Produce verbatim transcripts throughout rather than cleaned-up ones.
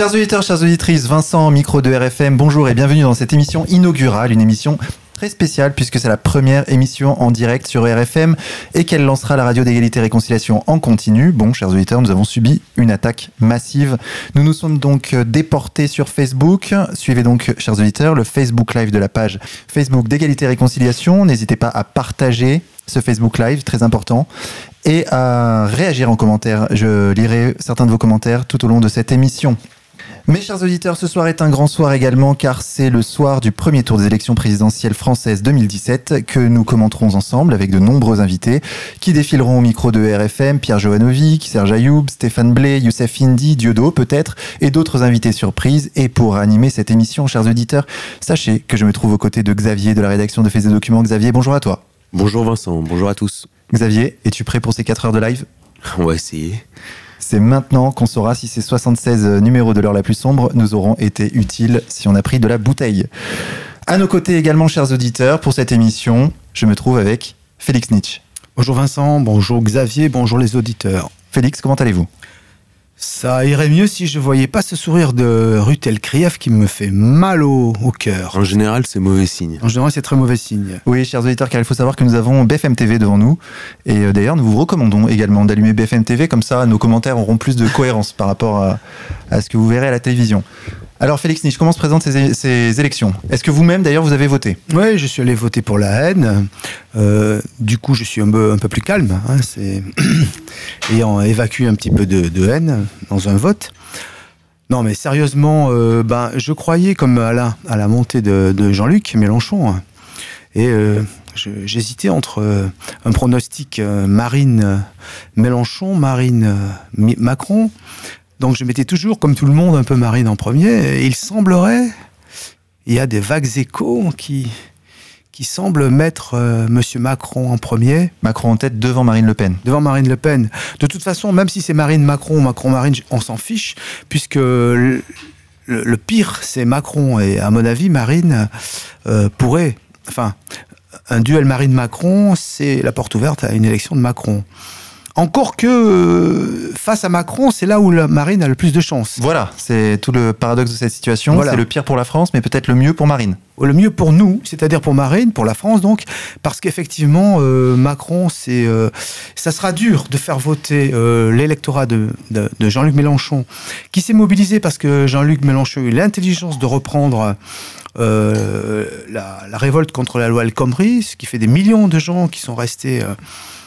Chers auditeurs, chères auditrices, Vincent, micro de R F M, bonjour et bienvenue dans cette émission inaugurale, une émission très spéciale puisque c'est la première émission en direct sur R F M et qu'elle lancera la radio d'égalité et réconciliation en continu. Bon, chers auditeurs, nous avons subi une attaque massive. Nous nous sommes donc déportés sur Facebook. Suivez donc, chers auditeurs, le Facebook Live de la page Facebook d'égalité et réconciliation. N'hésitez pas à partager ce Facebook Live, très important, et à réagir en commentaire. Je lirai certains de vos commentaires tout au long de cette émission. Mes chers auditeurs, ce soir est un grand soir également car c'est le soir du premier tour des élections présidentielles françaises deux mille dix-sept que nous commenterons ensemble avec de nombreux invités qui défileront au micro de R F M, Pierre Jovanovic, Serge Ayoub, Stéphane Blay, Youssef Indy, Diodo peut-être et d'autres invités surprises. Et pour animer cette émission, chers auditeurs, sachez que je me trouve aux côtés de Xavier de la rédaction de Faits et Documents. Xavier, bonjour à toi. Bonjour Vincent, bonjour à tous. Xavier, es-tu prêt pour ces quatre heures de live ? On va essayer. C'est maintenant qu'on saura si ces soixante-seize numéros de l'heure la plus sombre nous auront été utiles si on a pris de la bouteille. À nos côtés également, chers auditeurs, pour cette émission, je me trouve avec Félix Nietzsche. Bonjour Vincent, bonjour Xavier, bonjour les auditeurs. Félix, comment allez-vous ? Ça irait mieux si je voyais pas ce sourire de Rutel Krief qui me fait mal au, au cœur. En général, c'est mauvais signe. En général, c'est très mauvais signe. Oui, chers auditeurs, car il faut savoir que nous avons B F M T V devant nous. Et euh, d'ailleurs, nous vous recommandons également d'allumer B F M T V, comme ça nos commentaires auront plus de cohérence par rapport à, à ce que vous verrez à la télévision. Alors Félix Nietzsche, comment se présentent ces, ces élections ? Est-ce que vous-même d'ailleurs vous avez voté ? Oui, je suis allé voter pour la haine. Euh, du coup, je suis un peu, un peu plus calme, hein, c'est... ayant évacué un petit peu de, de haine dans un vote. Non, mais sérieusement, euh, ben, je croyais comme à la, à la montée de, de Jean-Luc Mélenchon. Hein, et euh, je, j'hésitais entre euh, un pronostic euh, Marine euh, Mélenchon, Marine euh, Macron. Donc je mettais toujours, comme tout le monde, un peu Marine en premier. Et il semblerait, il y a des vagues échos qui, qui semblent mettre euh, Monsieur Macron en premier. Macron en tête devant Marine Le Pen. Devant Marine Le Pen. De toute façon, même si c'est Marine Macron ou Macron Marine, on s'en fiche, puisque le, le, le pire, c'est Macron. Et à mon avis, Marine euh, pourrait... Enfin, un duel Marine-Macron, c'est la porte ouverte à une élection de Macron. Encore que, euh, face à Macron, c'est là où la Marine a le plus de chance. Voilà, c'est tout le paradoxe de cette situation. Voilà. C'est le pire pour la France, mais peut-être le mieux pour Marine. Le mieux pour nous, c'est-à-dire pour Marine, pour la France donc, parce qu'effectivement, euh, Macron, c'est, euh, ça sera dur de faire voter euh, l'électorat de, de, de Jean-Luc Mélenchon, qui s'est mobilisé parce que Jean-Luc Mélenchon a eu l'intelligence de reprendre euh, la, la révolte contre la loi El Khomri, ce qui fait des millions de gens qui sont restés... Euh,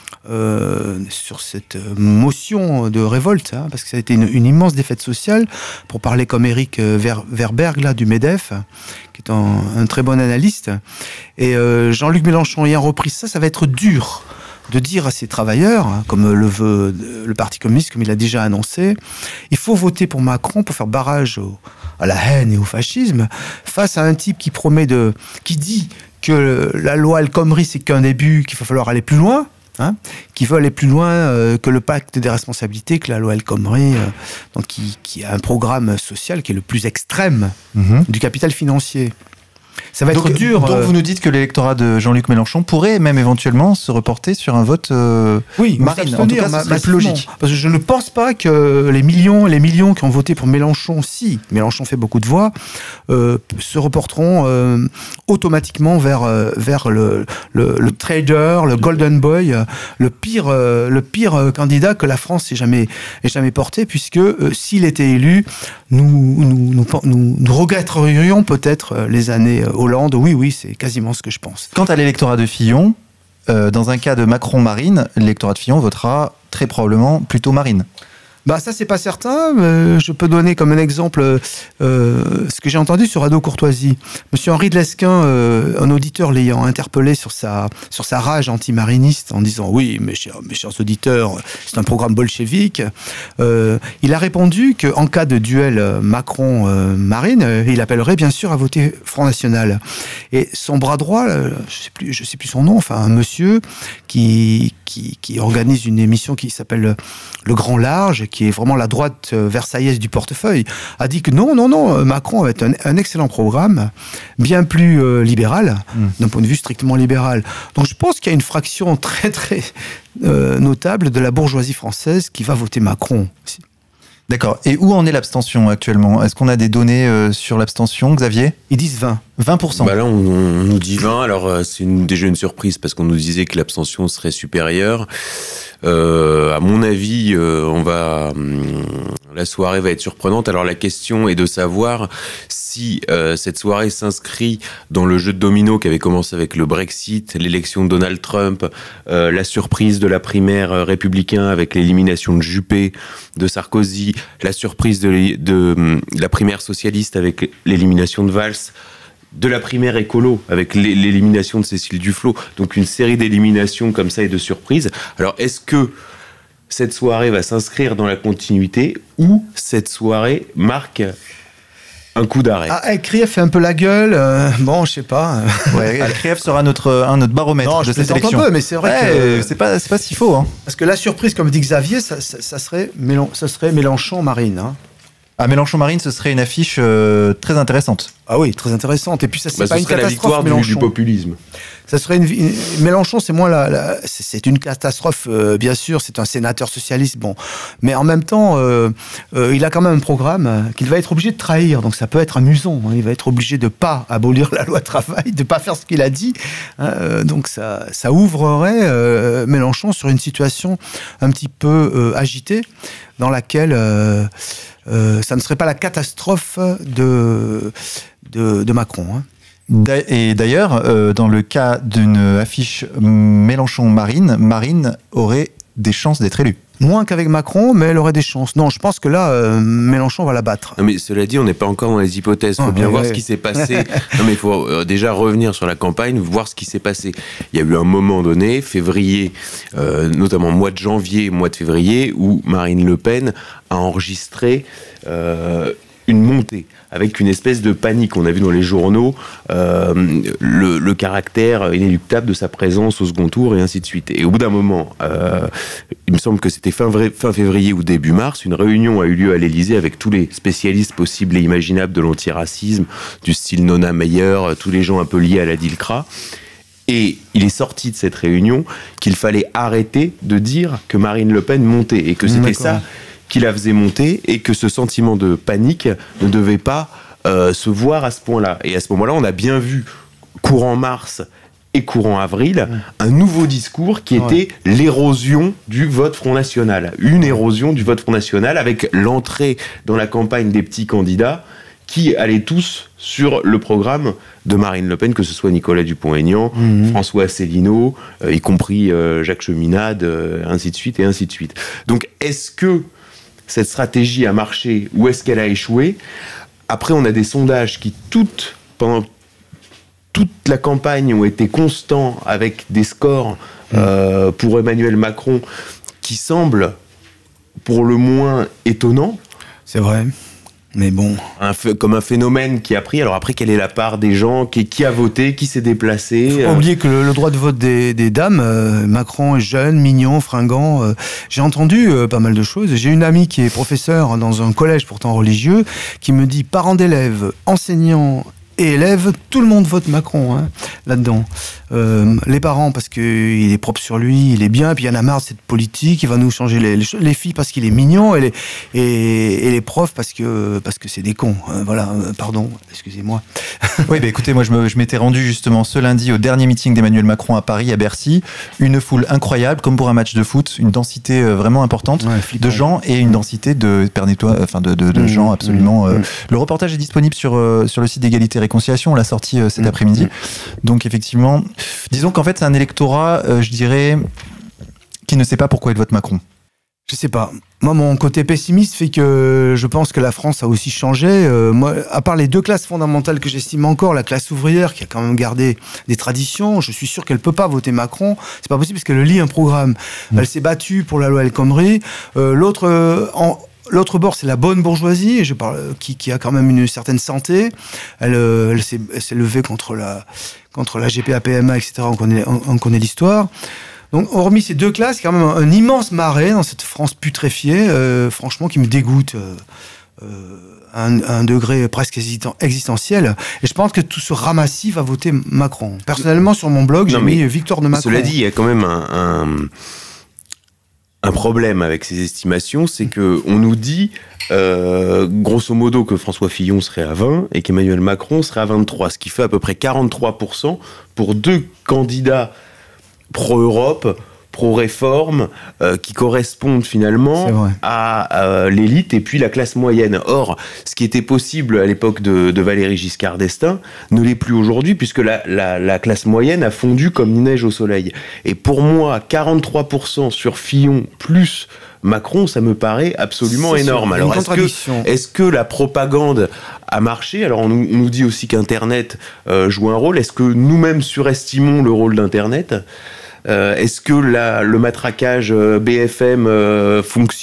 Euh, sur cette motion de révolte, hein, parce que ça a été une, une immense défaite sociale, pour parler comme Eric Ver, Verberg, là, du MEDEF, qui est un, un très bon analyste. Et euh, Jean-Luc Mélenchon ayant repris ça, ça va être dur de dire à ces travailleurs, hein, comme le veut le Parti communiste, comme il a déjà annoncé, il faut voter pour Macron pour faire barrage au, à la haine et au fascisme, face à un type qui promet de... qui dit que la loi El Khomri, c'est qu'un début, qu'il va falloir aller plus loin, Hein, qui veut aller plus loin euh, que le pacte des responsabilités, que la loi El Khomri, euh, donc qui, qui a un programme social qui est le plus extrême mmh. du capital financier. Ça va être donc, dur. Donc euh... vous nous dites que l'électorat de Jean-Luc Mélenchon pourrait même éventuellement se reporter sur un vote euh, oui, Marine. En tout cas, ce serait plus logique. Parce que je ne pense pas que les millions, les millions qui ont voté pour Mélenchon, si Mélenchon fait beaucoup de voix, euh, se reporteront euh, automatiquement vers euh, vers le, le, le trader, le golden boy, euh, le pire euh, le pire euh, candidat que la France ait jamais ait jamais porté, puisque euh, s'il était élu, nous nous nous, nous, nous regretterions peut-être euh, les années Hollande. Oui, oui, c'est quasiment ce que je pense. Quant à l'électorat de Fillon, euh, dans un cas de Macron-Marine, l'électorat de Fillon votera très probablement plutôt Marine. Bah ça c'est pas certain. Euh, je peux donner comme un exemple euh, ce que j'ai entendu sur Radio Courtoisie. Monsieur Henri de Lesquen, euh, un auditeur l'ayant interpellé sur sa sur sa rage anti-mariniste en disant oui, mes chers mes chers auditeurs, c'est un programme bolchevique. Euh, il a répondu que en cas de duel Macron-Marine, euh, il appellerait bien sûr à voter Front National. Et son bras droit, euh, je sais plus je sais plus son nom, enfin un monsieur qui qui qui organise une émission qui s'appelle Le Grand Large, qui est vraiment la droite versaillaise du portefeuille, a dit que non, non, non, Macron avait un, un excellent programme, bien plus euh, libéral, mmh. d'un point de vue strictement libéral. Donc je pense qu'il y a une fraction très, très euh, notable de la bourgeoisie française qui va voter Macron. D'accord. Et où en est l'abstention actuellement? Est-ce qu'on a des données euh, sur l'abstention, Xavier? Ils disent vingt. vingt pour cent. Bah là, on, on nous dit vingt. Alors, euh, c'est une, déjà une surprise parce qu'on nous disait que l'abstention serait supérieure. Euh, à mon avis, euh, on va, hum, la soirée va être surprenante. Alors, la question est de savoir si euh, cette soirée s'inscrit dans le jeu de domino qui avait commencé avec le Brexit, l'élection de Donald Trump, euh, la surprise de la primaire euh, républicain avec l'élimination de Juppé, de Sarkozy, la surprise de, de, de la primaire socialiste avec l'élimination de Valls, de la primaire écolo avec l'élimination de Cécile Duflot. Donc une série d'éliminations comme ça et de surprises. Alors est-ce que cette soirée va s'inscrire dans la continuité ou cette soirée marque un coup d'arrêt? Ah, L K F fait un peu la gueule. Euh, bon, je sais pas. Ouais, L K F sera notre, un, notre baromètre Non, de je cette plaisante élection. un peu, mais c'est vrai Ouais, que c'est pas, c'est pas si faux. Hein. parce que la surprise, comme dit Xavier, ça, ça, ça serait Mélen... ça serait Mélenchon-Marine. Hein. À Mélenchon-Marine, ce serait une affiche euh, très intéressante. Ah oui, très intéressante. Et puis ça, c'est Bah, pas ce une serait la catastrophe. victoire du, Mélenchon. du populisme. Ça serait une, une- Mélenchon, c'est moins la, la- c'est c'est une catastrophe, euh, bien sûr. C'est un sénateur socialiste, bon, mais en même temps, euh, euh, il a quand même un programme euh, qu'il va être obligé de trahir. Donc ça peut être amusant. Hein. Il va être obligé de pas abolir la loi travail, de pas faire ce qu'il a dit. Hein. Euh, donc ça, ça ouvrerait euh, Mélenchon sur une situation un petit peu euh, agitée, dans laquelle euh, euh, ça ne serait pas la catastrophe de de, de Macron. Hein. D'a- Et d'ailleurs, euh, dans le cas d'une affiche Mélenchon-Marine, Marine aurait des chances d'être élue. Moins qu'avec Macron, mais elle aurait des chances. Non, je pense que là, euh, Mélenchon va la battre. Non mais cela dit, on n'est pas encore dans les hypothèses. Il faut Ah, bien ouais, voir ouais. ce qui s'est passé. Non mais il faut euh, déjà revenir sur la campagne, voir ce qui s'est passé. Il y a eu un moment donné, février, euh, notamment mois de janvier, mois de février, où Marine Le Pen a enregistré euh, une montée avec une espèce de panique. On a vu dans les journaux euh, le, le caractère inéluctable de sa présence au second tour et ainsi de suite. Et au bout d'un moment, euh, il me semble que c'était fin, vrai- fin février ou début mars, une réunion a eu lieu à l'Élysée avec tous les spécialistes possibles et imaginables de l'antiracisme, du style Nona Meyer, tous les gens un peu liés à la DILCRA. Et il est sorti de cette réunion qu'il fallait arrêter de dire que Marine Le Pen montait et que c'était D'accord. ça qui la faisait monter et que ce sentiment de panique ne devait pas euh, se voir à ce point-là. Et à ce moment-là, on a bien vu, courant mars et courant avril, un nouveau discours qui était l'érosion du vote Front National. Une érosion du vote Front National avec l'entrée dans la campagne des petits candidats qui allaient tous sur le programme de Marine Le Pen, que ce soit Nicolas Dupont-Aignan, Mhm. François Asselineau, euh, y compris euh, Jacques Cheminade, euh, ainsi de suite et ainsi de suite. Donc, est-ce que cette stratégie a marché ou est-ce qu'elle a échoué? Après, on a des sondages qui, toutes, pendant toute la campagne, ont été constants avec des scores euh, pour Emmanuel Macron qui semblent pour le moins étonnants. C'est vrai. Mais bon. Un ph- comme un phénomène qui a pris. Alors après, quelle est la part des gens? Qui, qui a voté? Qui s'est déplacé? Faut pas Euh, oublier que le, le droit de vote des, des dames, euh, Macron est jeune, mignon, fringant. euh, j'ai entendu euh, pas mal de choses. J'ai une amie qui est professeure dans un collège pourtant religieux, qui me dit parents d'élèves, enseignants et élèves, tout le monde vote Macron hein, là-dedans. Euh, les parents parce qu'il est propre sur lui, il est bien, et puis il y en a marre de cette politique, il va nous changer les, les, choses. Les filles parce qu'il est mignon, et les, et, et les profs parce que parce que c'est des cons. Euh, voilà, euh, pardon, excusez-moi. Oui, bah écoutez, moi je me- je m'étais rendu justement ce lundi au dernier meeting d'Emmanuel Macron à Paris, à Bercy. Une foule incroyable, comme pour un match de foot, une densité euh, vraiment importante Ouais, flippant. de gens et une densité de pernetois, enfin de, de, de Mmh, gens absolument. mmh, euh, mmh. Le reportage est disponible sur, euh, sur le site d'égalité et réconciliation, on l'a sorti euh, cet Mmh, après-midi. mmh. Donc effectivement, disons qu'en fait c'est un électorat, euh, je dirais, qui ne sait pas pourquoi il vote Macron. Je sais pas. Moi, mon côté pessimiste fait que je pense que la France a aussi changé. Euh, moi, à part les deux classes fondamentales que j'estime encore, la classe ouvrière qui a quand même gardé des traditions, je suis sûr qu'elle peut pas voter Macron. C'est pas possible parce qu'elle lit un programme. Mmh. Elle s'est battue pour la loi El Khomri. Euh, l'autre, euh, en, L'autre bord, c'est la bonne bourgeoisie, et je parle, qui, qui a quand même une certaine santé. Elle, euh, elle s'est, elle s'est levée contre la, contre la G P A P M A, et cetera. On connaît, on, on connaît l'histoire. Donc, hormis ces deux classes, il y a quand même un, un immense marais dans cette France putréfiée, euh, franchement, qui me dégoûte euh, euh, à, un, à un degré presque existen- existentiel. Et je pense que tout ce ramassis va voter Macron. Personnellement, sur mon blog, j'ai Non, mais mis Victoire de Macron. Cela dit, il y a quand même un, un, un problème avec ces estimations, c'est que on nous dit euh, grosso modo que François Fillon serait à vingt et qu'Emmanuel Macron serait à vingt-trois, ce qui fait à peu près quarante-trois pour cent pour deux candidats pro-Europe, pro-réforme, euh, qui correspondent finalement à euh, l'élite et puis la classe moyenne. Or, ce qui était possible à l'époque de, de Valéry Giscard d'Estaing ne l'est plus aujourd'hui, puisque la, la, la classe moyenne a fondu comme neige au soleil. Et pour moi, quarante-trois pour cent sur Fillon plus Macron, ça me paraît absolument c'est énorme. Sûr, alors, est-ce que, est-ce que la propagande a marché ? Alors, on nous, on nous dit aussi qu'Internet euh, joue un rôle. Est-ce que nous-mêmes surestimons le rôle d'Internet ? Euh, est-ce que la, le matraquage euh, B F M euh, fonctionne ?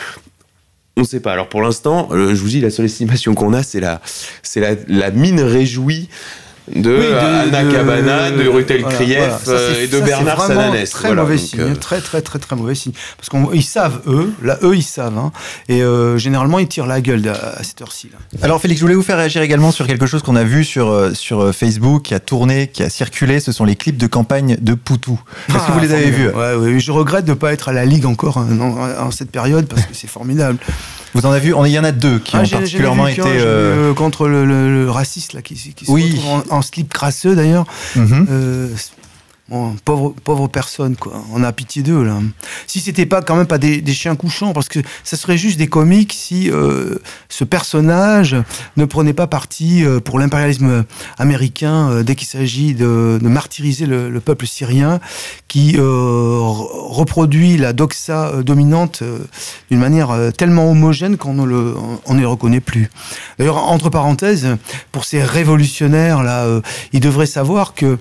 On ne sait pas. Alors pour l'instant, euh, je vous dis, la seule estimation qu'on a, c'est la, c'est la, la mine réjouie de, oui, de Anna de, Cabana, de Rutel voilà, Krief voilà. et de ça, Bernard Sananès. Très voilà, mauvais donc, signe, euh... très très très très mauvais signe. Parce qu'ils savent eux, là eux ils savent, hein, et euh, généralement ils tirent la gueule à, à cette heure-ci. Là. Alors Félix, je voulais vous faire réagir également sur quelque chose qu'on a vu sur sur Facebook, qui a tourné, qui a circulé. Ce sont les clips de campagne de Poutou. Est-ce ah, que vous les avez vus ? Ouais, ouais, je regrette de ne pas être à la Ligue encore hein, en, en cette période parce que c'est formidable. Vous en avez vu ? Il y en a deux qui ah, ont j'ai, particulièrement j'ai vu, été euh... vu, contre le, le, le raciste là qui, qui se oui. retrouve en, en slip crasseux d'ailleurs. Mm-hmm. Euh, bon, pauvre, pauvre personne quoi. On a pitié d'eux là. Si c'était pas quand même pas des, des chiens couchants, parce que ça serait juste des comiques si euh, ce personnage ne prenait pas parti euh, pour l'impérialisme américain euh, dès qu'il s'agit de, de martyriser le, le peuple syrien, qui euh, reproduit la doxa euh, dominante euh, d'une manière euh, tellement homogène qu'on ne le, on ne le reconnaît plus. D'ailleurs, entre parenthèses, pour ces révolutionnaires là, euh, ils devraient savoir que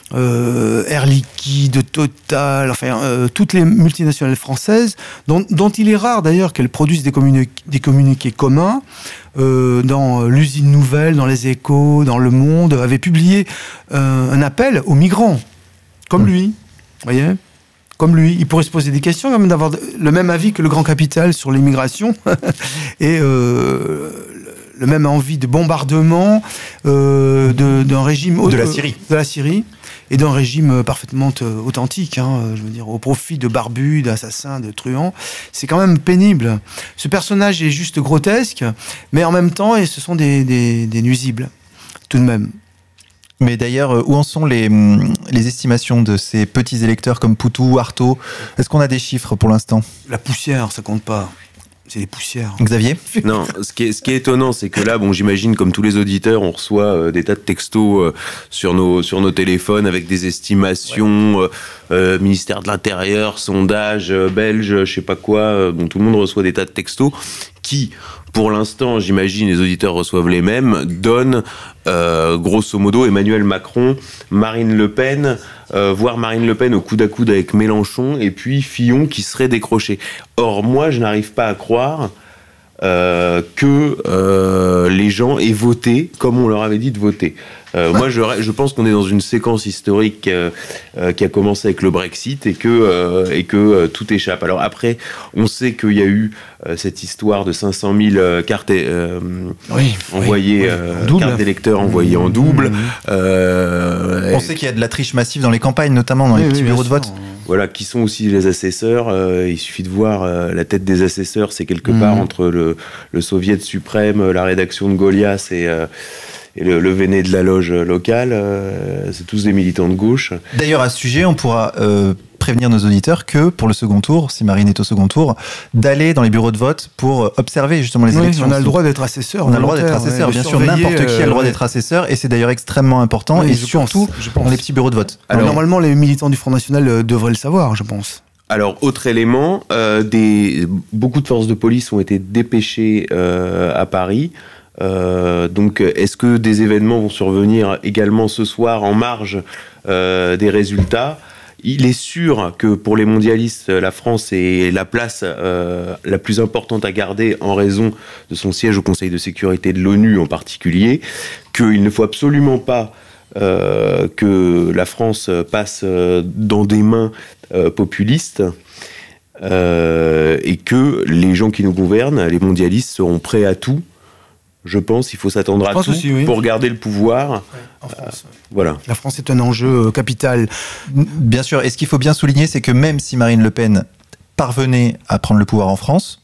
Euh, Air Liquide, Total, enfin euh, toutes les multinationales françaises, dont, dont il est rare d'ailleurs qu'elles produisent des, communi- des communiqués communs, euh, dans l'usine Nouvelle, dans les Échos, dans Le Monde, avaient publié euh, un appel aux migrants, comme mmh. lui, vous voyez, comme lui. Il pourrait se poser des questions, quand même, d'avoir le même avis que le grand capital sur l'immigration, et euh, le même envie de bombardement euh, de, d'un régime... De la Syrie. Euh, de la Syrie. Et d'un régime parfaitement authentique, hein, je veux dire, au profit de barbus, d'assassins, de truands. C'est quand même pénible. Ce personnage est juste grotesque, mais en même temps, ce sont des, des, des nuisibles, tout de même. Mais d'ailleurs, où en sont les, les estimations de ces petits électeurs comme Poutou, Artaud ? Est-ce qu'on a des chiffres pour l'instant ? La poussière, ça compte pas. C'est des poussières. Xavier ? Non, ce qui est, ce qui est étonnant, c'est que là, bon, j'imagine, comme tous les auditeurs, on reçoit euh, des tas de textos euh, sur, nos, sur nos téléphones avec des estimations, ouais. euh, ministère de l'Intérieur, sondage euh, belge, je sais pas quoi. Euh, bon, tout le monde reçoit des tas de textos qui, pour l'instant, j'imagine, les auditeurs reçoivent les mêmes, donnent, euh, grosso modo, Emmanuel Macron, Marine Le Pen, euh, voire Marine Le Pen au coude à coude avec Mélenchon, et puis Fillon qui serait décroché. Or, moi, je n'arrive pas à croire euh, que euh, les gens aient voté comme on leur avait dit de voter. Euh, moi, je, je pense qu'on est dans une séquence historique euh, euh, qui a commencé avec le Brexit et que, euh, et que euh, tout échappe. Alors après, on sait qu'il y a eu euh, cette histoire de cinq cent mille euh, cartes euh, oui, envoyées, oui, oui. Euh, cartes d'électeurs envoyées mmh, en double. Mmh. Euh, on sait qu'il y a de la triche massive dans les campagnes, notamment dans oui, les petits oui, bureaux de vote. Voilà, qui sont aussi les assesseurs. Euh, il suffit de voir euh, la tête des assesseurs, c'est quelque mmh. part entre le, le Soviet suprême, la rédaction de Goliath et... Euh, Et le, le Véné de la loge locale, euh, c'est tous des militants de gauche. D'ailleurs, à ce sujet, on pourra euh, prévenir nos auditeurs que pour le second tour, si Marine est au second tour, d'aller dans les bureaux de vote pour observer justement les oui, élections. On a le droit d'être assesseur. On a le droit d'être assesseur, ouais, bien sûr. N'importe qui a le droit euh, d'être assesseur, et c'est d'ailleurs extrêmement important, oui, et surtout pense, pense. dans les petits bureaux de vote. Alors, Alors, normalement, les militants du Front National euh, devraient le savoir, je pense. Alors, autre élément, euh, des, beaucoup de forces de police ont été dépêchées euh, à Paris. Euh, donc, est-ce que des événements vont survenir également ce soir en marge euh, des résultats ? Il est sûr que pour les mondialistes, la France est la place euh, la plus importante à garder en raison de son siège au Conseil de sécurité de l'ONU en particulier, qu'il ne faut absolument pas euh, que la France passe dans des mains euh, populistes. Euh, et que les gens qui nous gouvernent, les mondialistes, seront prêts à tout. Je pense qu'il faut s'attendre à tout aussi, oui. pour garder le pouvoir. Ouais, en France, euh, voilà. La France est un enjeu capital. Bien sûr. Et ce qu'il faut bien souligner, c'est que même si Marine Le Pen parvenait à prendre le pouvoir en France,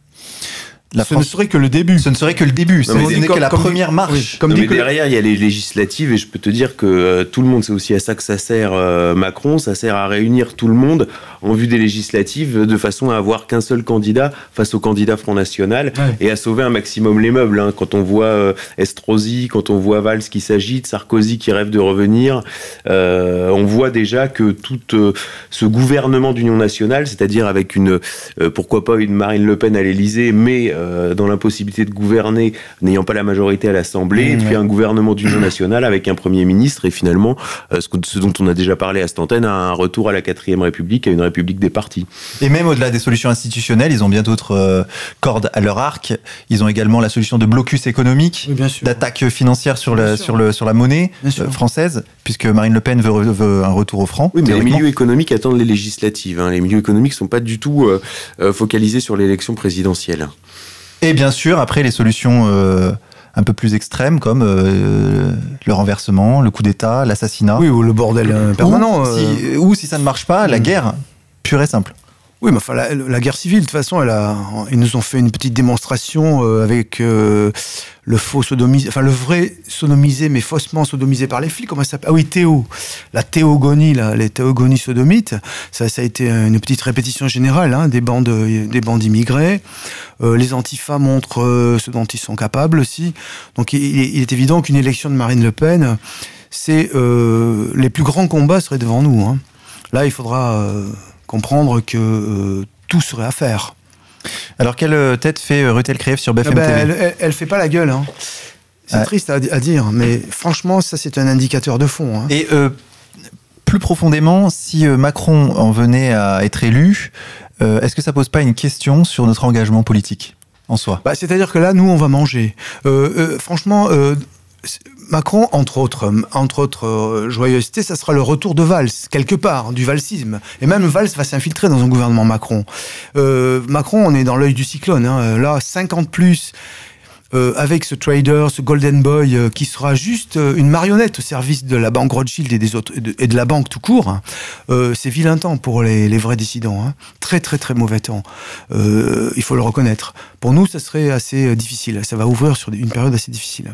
La ce France... ne serait que le début. Ce ne serait que le début. Ce n'est que la première marche. Oui, comme non, mais que... derrière, il y a les législatives et je peux te dire que euh, tout le monde, c'est aussi à ça que ça sert euh, Macron. Ça sert à réunir tout le monde en vue des législatives de façon à avoir qu'un seul candidat face au candidat Front National ouais. et à sauver un maximum les meubles. Hein. Quand on voit euh, Estrosi, quand on voit Valls qui s'agite, Sarkozy qui rêve de revenir, euh, on voit déjà que tout euh, ce gouvernement d'union nationale, c'est-à-dire avec une, euh, pourquoi pas une Marine Le Pen à l'Élysée, mais euh, dans l'impossibilité de gouverner, n'ayant pas la majorité à l'Assemblée, mmh, et puis ouais. un gouvernement d'union nationale avec un Premier ministre, et finalement, euh, ce, que, ce dont on a déjà parlé à cette antenne, un retour à la quatrième République, à une République des partis. Et même au-delà des solutions institutionnelles, ils ont bien d'autres euh, cordes à leur arc. Ils ont également la solution de blocus économique, oui, d'attaque financière sur, la, sur, le, sur la monnaie euh, française, puisque Marine Le Pen veut, veut un retour au franc. Oui, mais les milieux économiques attendent les législatives. Hein. Les milieux économiques ne sont pas du tout euh, euh, focalisés sur l'élection présidentielle. Et bien sûr, après, les solutions euh, un peu plus extrêmes, comme euh, le renversement, le coup d'État, l'assassinat. Oui, ou le bordel euh, permanent. Ou, euh... si, ou si ça ne marche pas, la mmh. guerre, pure et simple. Oui, mais enfin, la, la guerre civile, de toute façon, elle a, ils nous ont fait une petite démonstration euh, avec euh, le faux sodomisé, enfin le vrai sodomisé, mais faussement sodomisé par les flics. Comment ça s'appelle ? Ah oui, Théo. La théogonie, là, les théogonies sodomites, ça, ça a été une petite répétition générale hein, des bandes, des bandes immigrées. Euh, les antifas montrent euh, ce dont ils sont capables aussi. Donc, il, il est évident qu'une élection de Marine Le Pen, c'est euh, les plus grands combats seraient devant nous. Hein. Là, il faudra euh, comprendre que euh, tout serait à faire. Alors, quelle tête fait Ruth Elkreev sur B F M eh ben, T V ? Elle, elle, elle fait pas la gueule. Hein. C'est ouais. triste à, à dire, mais franchement, ça, c'est un indicateur de fond. Hein. Et euh, plus profondément, si Macron en venait à être élu, euh, est-ce que ça pose pas une question sur notre engagement politique en soi ? Bah, c'est-à-dire que là, nous, on va manger. Euh, euh, franchement... Euh, Macron, entre autres, entre autres euh, joyeusetés, ça sera le retour de Valls, quelque part, du valsisme. Et même Valls va s'infiltrer dans un gouvernement Macron. Euh, Macron, on est dans l'œil du cyclone. Hein. Là, cinquante plus, euh, avec ce trader, ce golden boy, euh, qui sera juste euh, une marionnette au service de la banque Rothschild et, des autres, et, de, et de la banque tout court. Hein. Euh, c'est vilain temps pour les, les vrais décidants. Hein. Très, très, très mauvais temps. Euh, il faut le reconnaître. Pour nous, ça serait assez difficile. Ça va ouvrir sur une période assez difficile.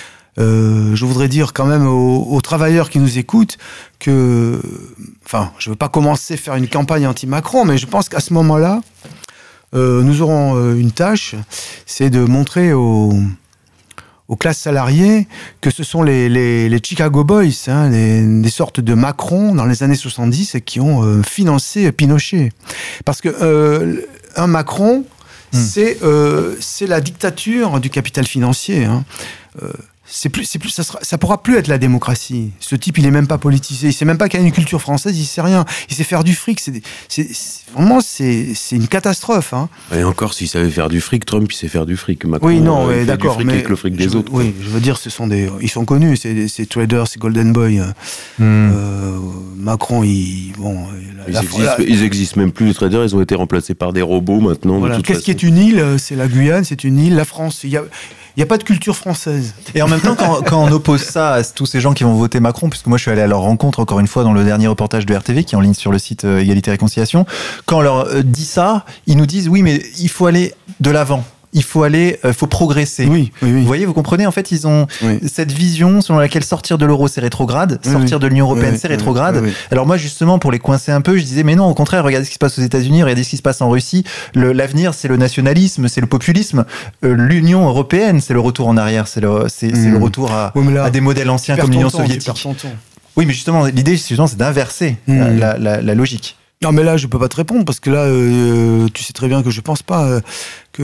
Euh, je voudrais dire quand même aux, aux travailleurs qui nous écoutent que, enfin, je ne veux pas commencer à faire une campagne anti-Macron, mais je pense qu'à ce moment-là, euh, nous aurons euh, une tâche, c'est de montrer aux, aux classes salariées que ce sont les, les, les Chicago Boys, hein, les, des sortes de Macron dans les années soixante-dix qui ont euh, financé Pinochet. Parce que euh, un Macron, mmh. c'est, euh, c'est la dictature du capital financier. Hein. Euh, C'est plus, c'est plus, ça, sera, ça pourra plus être la démocratie. Ce type, il est même pas politisé. Il sait même pas qu'il y a une culture française. Il sait rien. Il sait faire du fric. C'est, c'est, c'est vraiment, c'est, c'est une catastrophe. Hein. Et encore, s'il savait faire du fric, Trump, il sait faire du fric. Macron, oui, non, ouais, il d'accord. Fait du fric mais avec le fric des je, autres. Oui, je veux dire, ce sont des, ils sont connus. C'est, c'est traders, c'est golden boy. Mm. Euh, Macron, il, bon, la, ils, la, existent, la, ils existent même plus les traders. Ils ont été remplacés par des robots maintenant. Voilà. De toute Qu'est-ce façon. qui est une île ? C'est la Guyane, c'est une île. La France, il y a. Il n'y a pas de culture française. Et en même temps, quand, quand on oppose ça à tous ces gens qui vont voter Macron, puisque moi je suis allé à leur rencontre encore une fois dans le dernier reportage de R T V qui est en ligne sur le site euh, Égalité et Réconciliation, quand on leur euh, dit ça, ils nous disent oui mais il faut aller de l'avant. Il faut aller, il euh, faut progresser. Oui, oui, oui. Vous voyez, vous comprenez, en fait, ils ont oui. cette vision selon laquelle sortir de l'euro, c'est rétrograde, oui, sortir oui. de l'Union européenne, oui, c'est oui, rétrograde. Oui, oui. Alors moi, justement, pour les coincer un peu, je disais, mais non, au contraire, regardez ce qui se passe aux États-Unis, regardez ce qui se passe en Russie. Le, l'avenir, c'est le nationalisme, c'est le populisme. Euh, L'Union européenne, c'est le retour en arrière, c'est le, c'est, mmh. c'est le retour à, oui, là, à des modèles anciens comme l'Union temps, soviétique. Oui, mais justement, l'idée, justement, c'est d'inverser mmh. la, la, la, la logique. Non, mais là, je peux pas te répondre parce que là, euh, tu sais très bien que je pense pas euh, que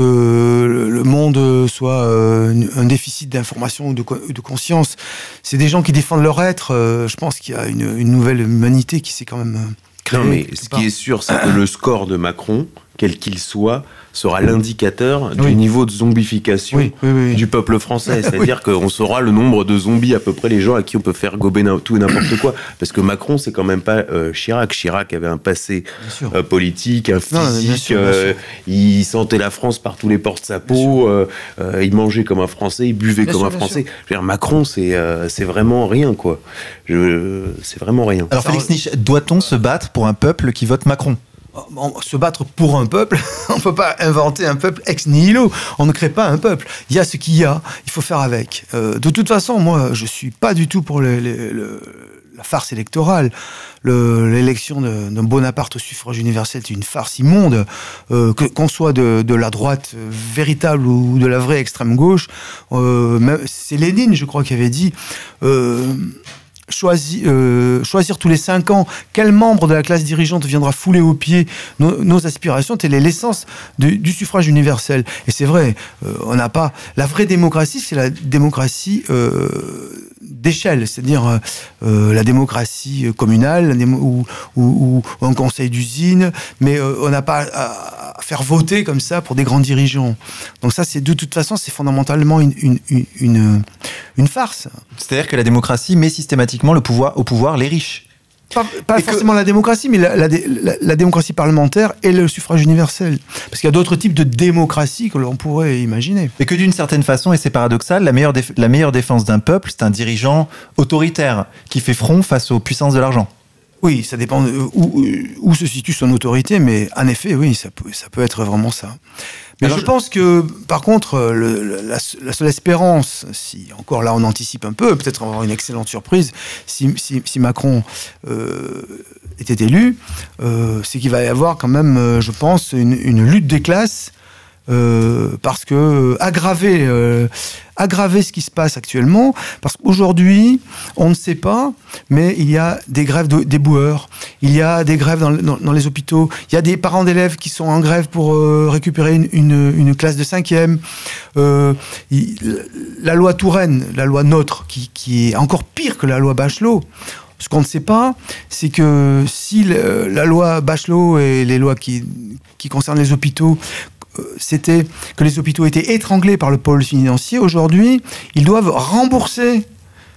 le monde soit euh, un déficit d'information ou de, de conscience. C'est des gens qui défendent leur être. Euh, je pense qu'il y a une, une nouvelle humanité qui s'est quand même créée. Non, mais ce part. qui est sûr, c'est que le score de Macron, quel qu'il soit, sera l'indicateur oui. du niveau de zombification oui, oui, oui. du peuple français. C'est-à-dire oui. qu'on saura le nombre de zombies, à peu près les gens à qui on peut faire gober tout et n'importe quoi. Parce que Macron, c'est quand même pas euh, Chirac. Chirac avait un passé euh, politique, un physique. Non, bien sûr, bien sûr. Euh, il sentait la France par tous les pores de sa peau. Euh, euh, il mangeait comme un Français, il buvait bien comme sûr, un Français. Je veux dire, Macron, c'est, euh, c'est vraiment rien, quoi. Je, c'est vraiment rien. Alors, Félix Niche, doit-on se battre pour un peuple qui vote Macron ? se battre pour un peuple, on ne peut pas inventer un peuple ex nihilo. On ne crée pas un peuple. Il y a ce qu'il y a, il faut faire avec. Euh, de toute façon, moi, je ne suis pas du tout pour les, les, le, la farce électorale. Le, l'élection de, de Bonaparte au suffrage universel, c'est une farce immonde. Euh, que, qu'on soit de, de la droite véritable ou de la vraie extrême gauche, euh, c'est Lénine, je crois, qui avait dit... Euh, Choisi, euh, choisir tous les cinq ans quel membre de la classe dirigeante viendra fouler aux pieds nos, nos aspirations, telle est l'essence du, du suffrage universel. Et c'est vrai, euh, on n'a pas... La vraie démocratie, c'est la démocratie euh, d'échelle, c'est-à-dire euh, la démocratie communale la démo- ou, ou, ou un conseil d'usine, mais euh, on n'a pas à, à faire voter comme ça pour des grands dirigeants. Donc ça, c'est de toute façon, c'est fondamentalement une, une, une, une, une farce. C'est-à-dire que la démocratie met systématiquement le pouvoir, au pouvoir les riches. Pas, pas forcément que... la démocratie, mais la, la, la, la démocratie parlementaire et le suffrage universel. Parce qu'il y a d'autres types de démocratie que l'on pourrait imaginer. Et que d'une certaine façon, et c'est paradoxal, la meilleure, déf- la meilleure défense d'un peuple, c'est un dirigeant autoritaire qui fait front face aux puissances de l'argent. Oui, ça dépend où, où, où se situe son autorité, mais en effet, oui, ça peut, ça peut être vraiment ça. Mais Alors je, je pense que, par contre, le, la, la seule espérance, si encore là on anticipe un peu, peut-être avoir une excellente surprise, si, si, si Macron euh, était élu, euh, c'est qu'il va y avoir quand même, euh, je pense, une, une lutte des classes, euh, parce que euh, aggraver, euh, aggraver ce qui se passe actuellement, parce qu'aujourd'hui, on ne sait pas, mais il y a des grèves de, des boueurs, il y a des grèves dans, dans, dans les hôpitaux, il y a des parents d'élèves qui sont en grève pour euh, récupérer une, une, une classe de cinquième. Euh, il, la loi Touraine, la loi NOTRe, qui, qui est encore pire que la loi Bachelot. Ce qu'on ne sait pas, c'est que si le, la loi Bachelot et les lois qui, qui concernent les hôpitaux, c'était que les hôpitaux étaient étranglés par le pôle financier. Aujourd'hui, ils doivent rembourser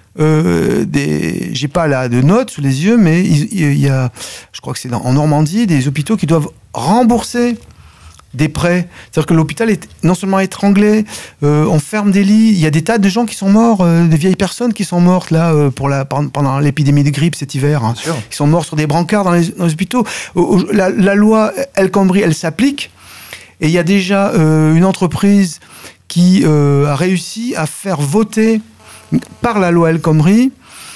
euh, des... J'ai pas là de notes sous les yeux, mais il, il y a, je crois que c'est dans, en Normandie, des hôpitaux qui doivent rembourser des prêts. C'est-à-dire que l'hôpital est non seulement étranglé, euh, on ferme des lits, il y a des tas de gens qui sont morts, euh, des vieilles personnes qui sont mortes là euh, pour la, pendant l'épidémie de grippe cet hiver, hein, qui sont morts sur des brancards dans les, dans les hôpitaux. La, la loi El Khomri, elle s'applique. Et il y a déjà euh, une entreprise qui euh, a réussi à faire voter par la loi El Khomri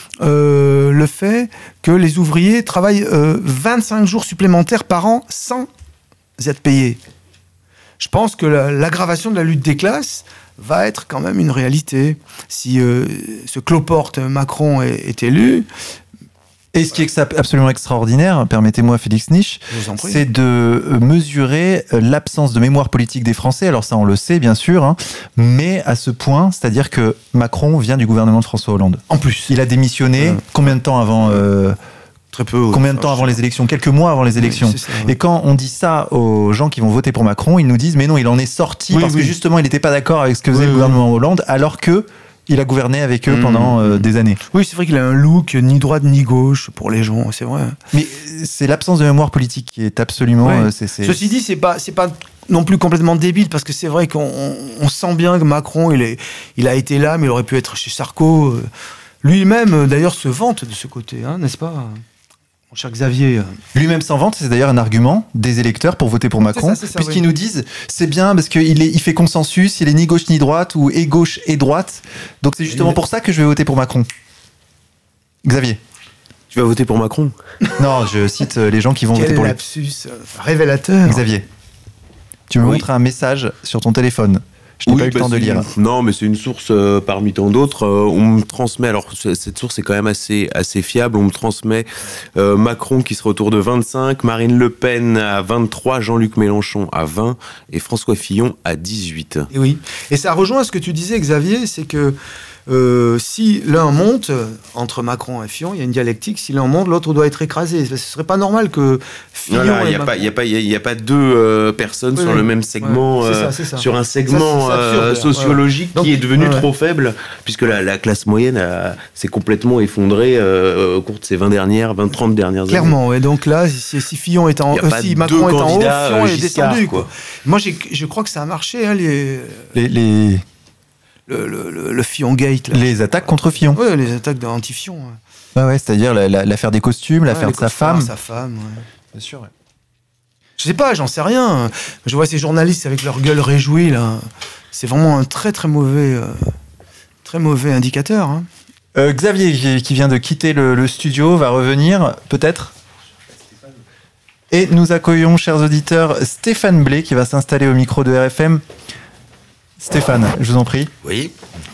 euh, le fait que les ouvriers travaillent euh, vingt-cinq jours supplémentaires par an sans être payés. Je pense que la, l'aggravation de la lutte des classes va être quand même une réalité. Si euh, ce cloporte Macron est, est élu... Et ce qui est absolument extraordinaire, permettez-moi Félix Niche, c'est de mesurer l'absence de mémoire politique des Français. Alors ça, on le sait bien sûr, hein, mais à ce point, c'est-à-dire que Macron vient du gouvernement de François Hollande. En plus, il a démissionné euh, combien de temps avant euh, Très peu. Combien de temps avant les élections? Quelques mois avant les élections. Oui, ça, oui. Et quand on dit ça aux gens qui vont voter pour Macron, ils nous disent mais non, il en est sorti oui, parce oui. que justement, il n'était pas d'accord avec ce que faisait oui, le gouvernement oui. Hollande, alors que il a gouverné avec eux mmh. pendant euh, des années. Oui, c'est vrai qu'il a un look ni droite ni gauche pour les gens, c'est vrai. Mais c'est l'absence de mémoire politique qui est absolument... Ouais. Euh, c'est, c'est... Ceci dit, c'est pas, c'est pas non plus complètement débile, parce que c'est vrai qu'on on, on sent bien que Macron, il, est, il a été là, mais il aurait pu être chez Sarko. Lui-même, d'ailleurs, se vante de ce côté, hein, n'est-ce pas ? Mon cher Xavier. Lui-même s'en vante, c'est d'ailleurs un argument des électeurs pour voter pour Macron, c'est ça, c'est ça, puisqu'ils oui. nous disent c'est bien parce qu'il est, il fait consensus, il est ni gauche ni droite, ou et gauche et droite. Donc c'est justement pour ça que je vais voter pour Macron. Xavier. Tu vas voter pour Macron ? Non, je cite les gens qui vont Quel voter pour lui. Quel lapsus révélateur. Xavier, tu me oui. montres un message sur ton téléphone. Je n'ai oui, pas eu le bah temps de lire. Une, non, mais c'est une source euh, parmi tant d'autres. Euh, on me transmet, alors cette source est quand même assez, assez fiable, on me transmet euh, Macron qui sera autour de vingt-cinq, Marine Le Pen à vingt-trois, Jean-Luc Mélenchon à vingt et François Fillon à dix-huit. Et oui, et ça rejoint ce que tu disais Xavier, c'est que Euh, si l'un monte, entre Macron et Fillon, il y a une dialectique, si l'un monte, l'autre doit être écrasé. Ce serait pas normal que Fillon voilà, et y a Macron... pas, Il n'y a, pas, y a pas deux euh, personnes oui, sur oui. le même segment, ouais, c'est euh, ça, c'est ça. sur un segment ça, c'est, c'est absurde, euh, sociologique ouais. qui Donc, est devenu ouais, trop ouais. faible, puisque la, la classe moyenne a, s'est complètement effondrée euh, au cours de ces vingt dernières, vingt trente dernières Clairement, années. et donc là, si, si Fillon est en haut, si Macron est en haut, Fillon est descendu. Quoi. Moi, j'ai, je crois que ça a marché, hein, les... les, les... Le, le, le, le Fillon Gate. Là. Les attaques contre Fillon. Oui, les attaques anti-Fillon. Ouais. Ouais, ouais, c'est-à-dire la, la, l'affaire des costumes, l'affaire ouais, de sa femme. sa femme, ouais. Bien sûr, ouais. Je sais pas, j'en sais rien. Je vois ces journalistes avec leur gueule réjouie, là. C'est vraiment un très très mauvais, euh, très mauvais indicateur. Hein. Euh, Xavier, qui vient de quitter le, le studio, va revenir, peut-être. Et nous accueillons, chers auditeurs, Stéphane Blé, qui va s'installer au micro de R F M. Stéphane, je vous en prie. Oui.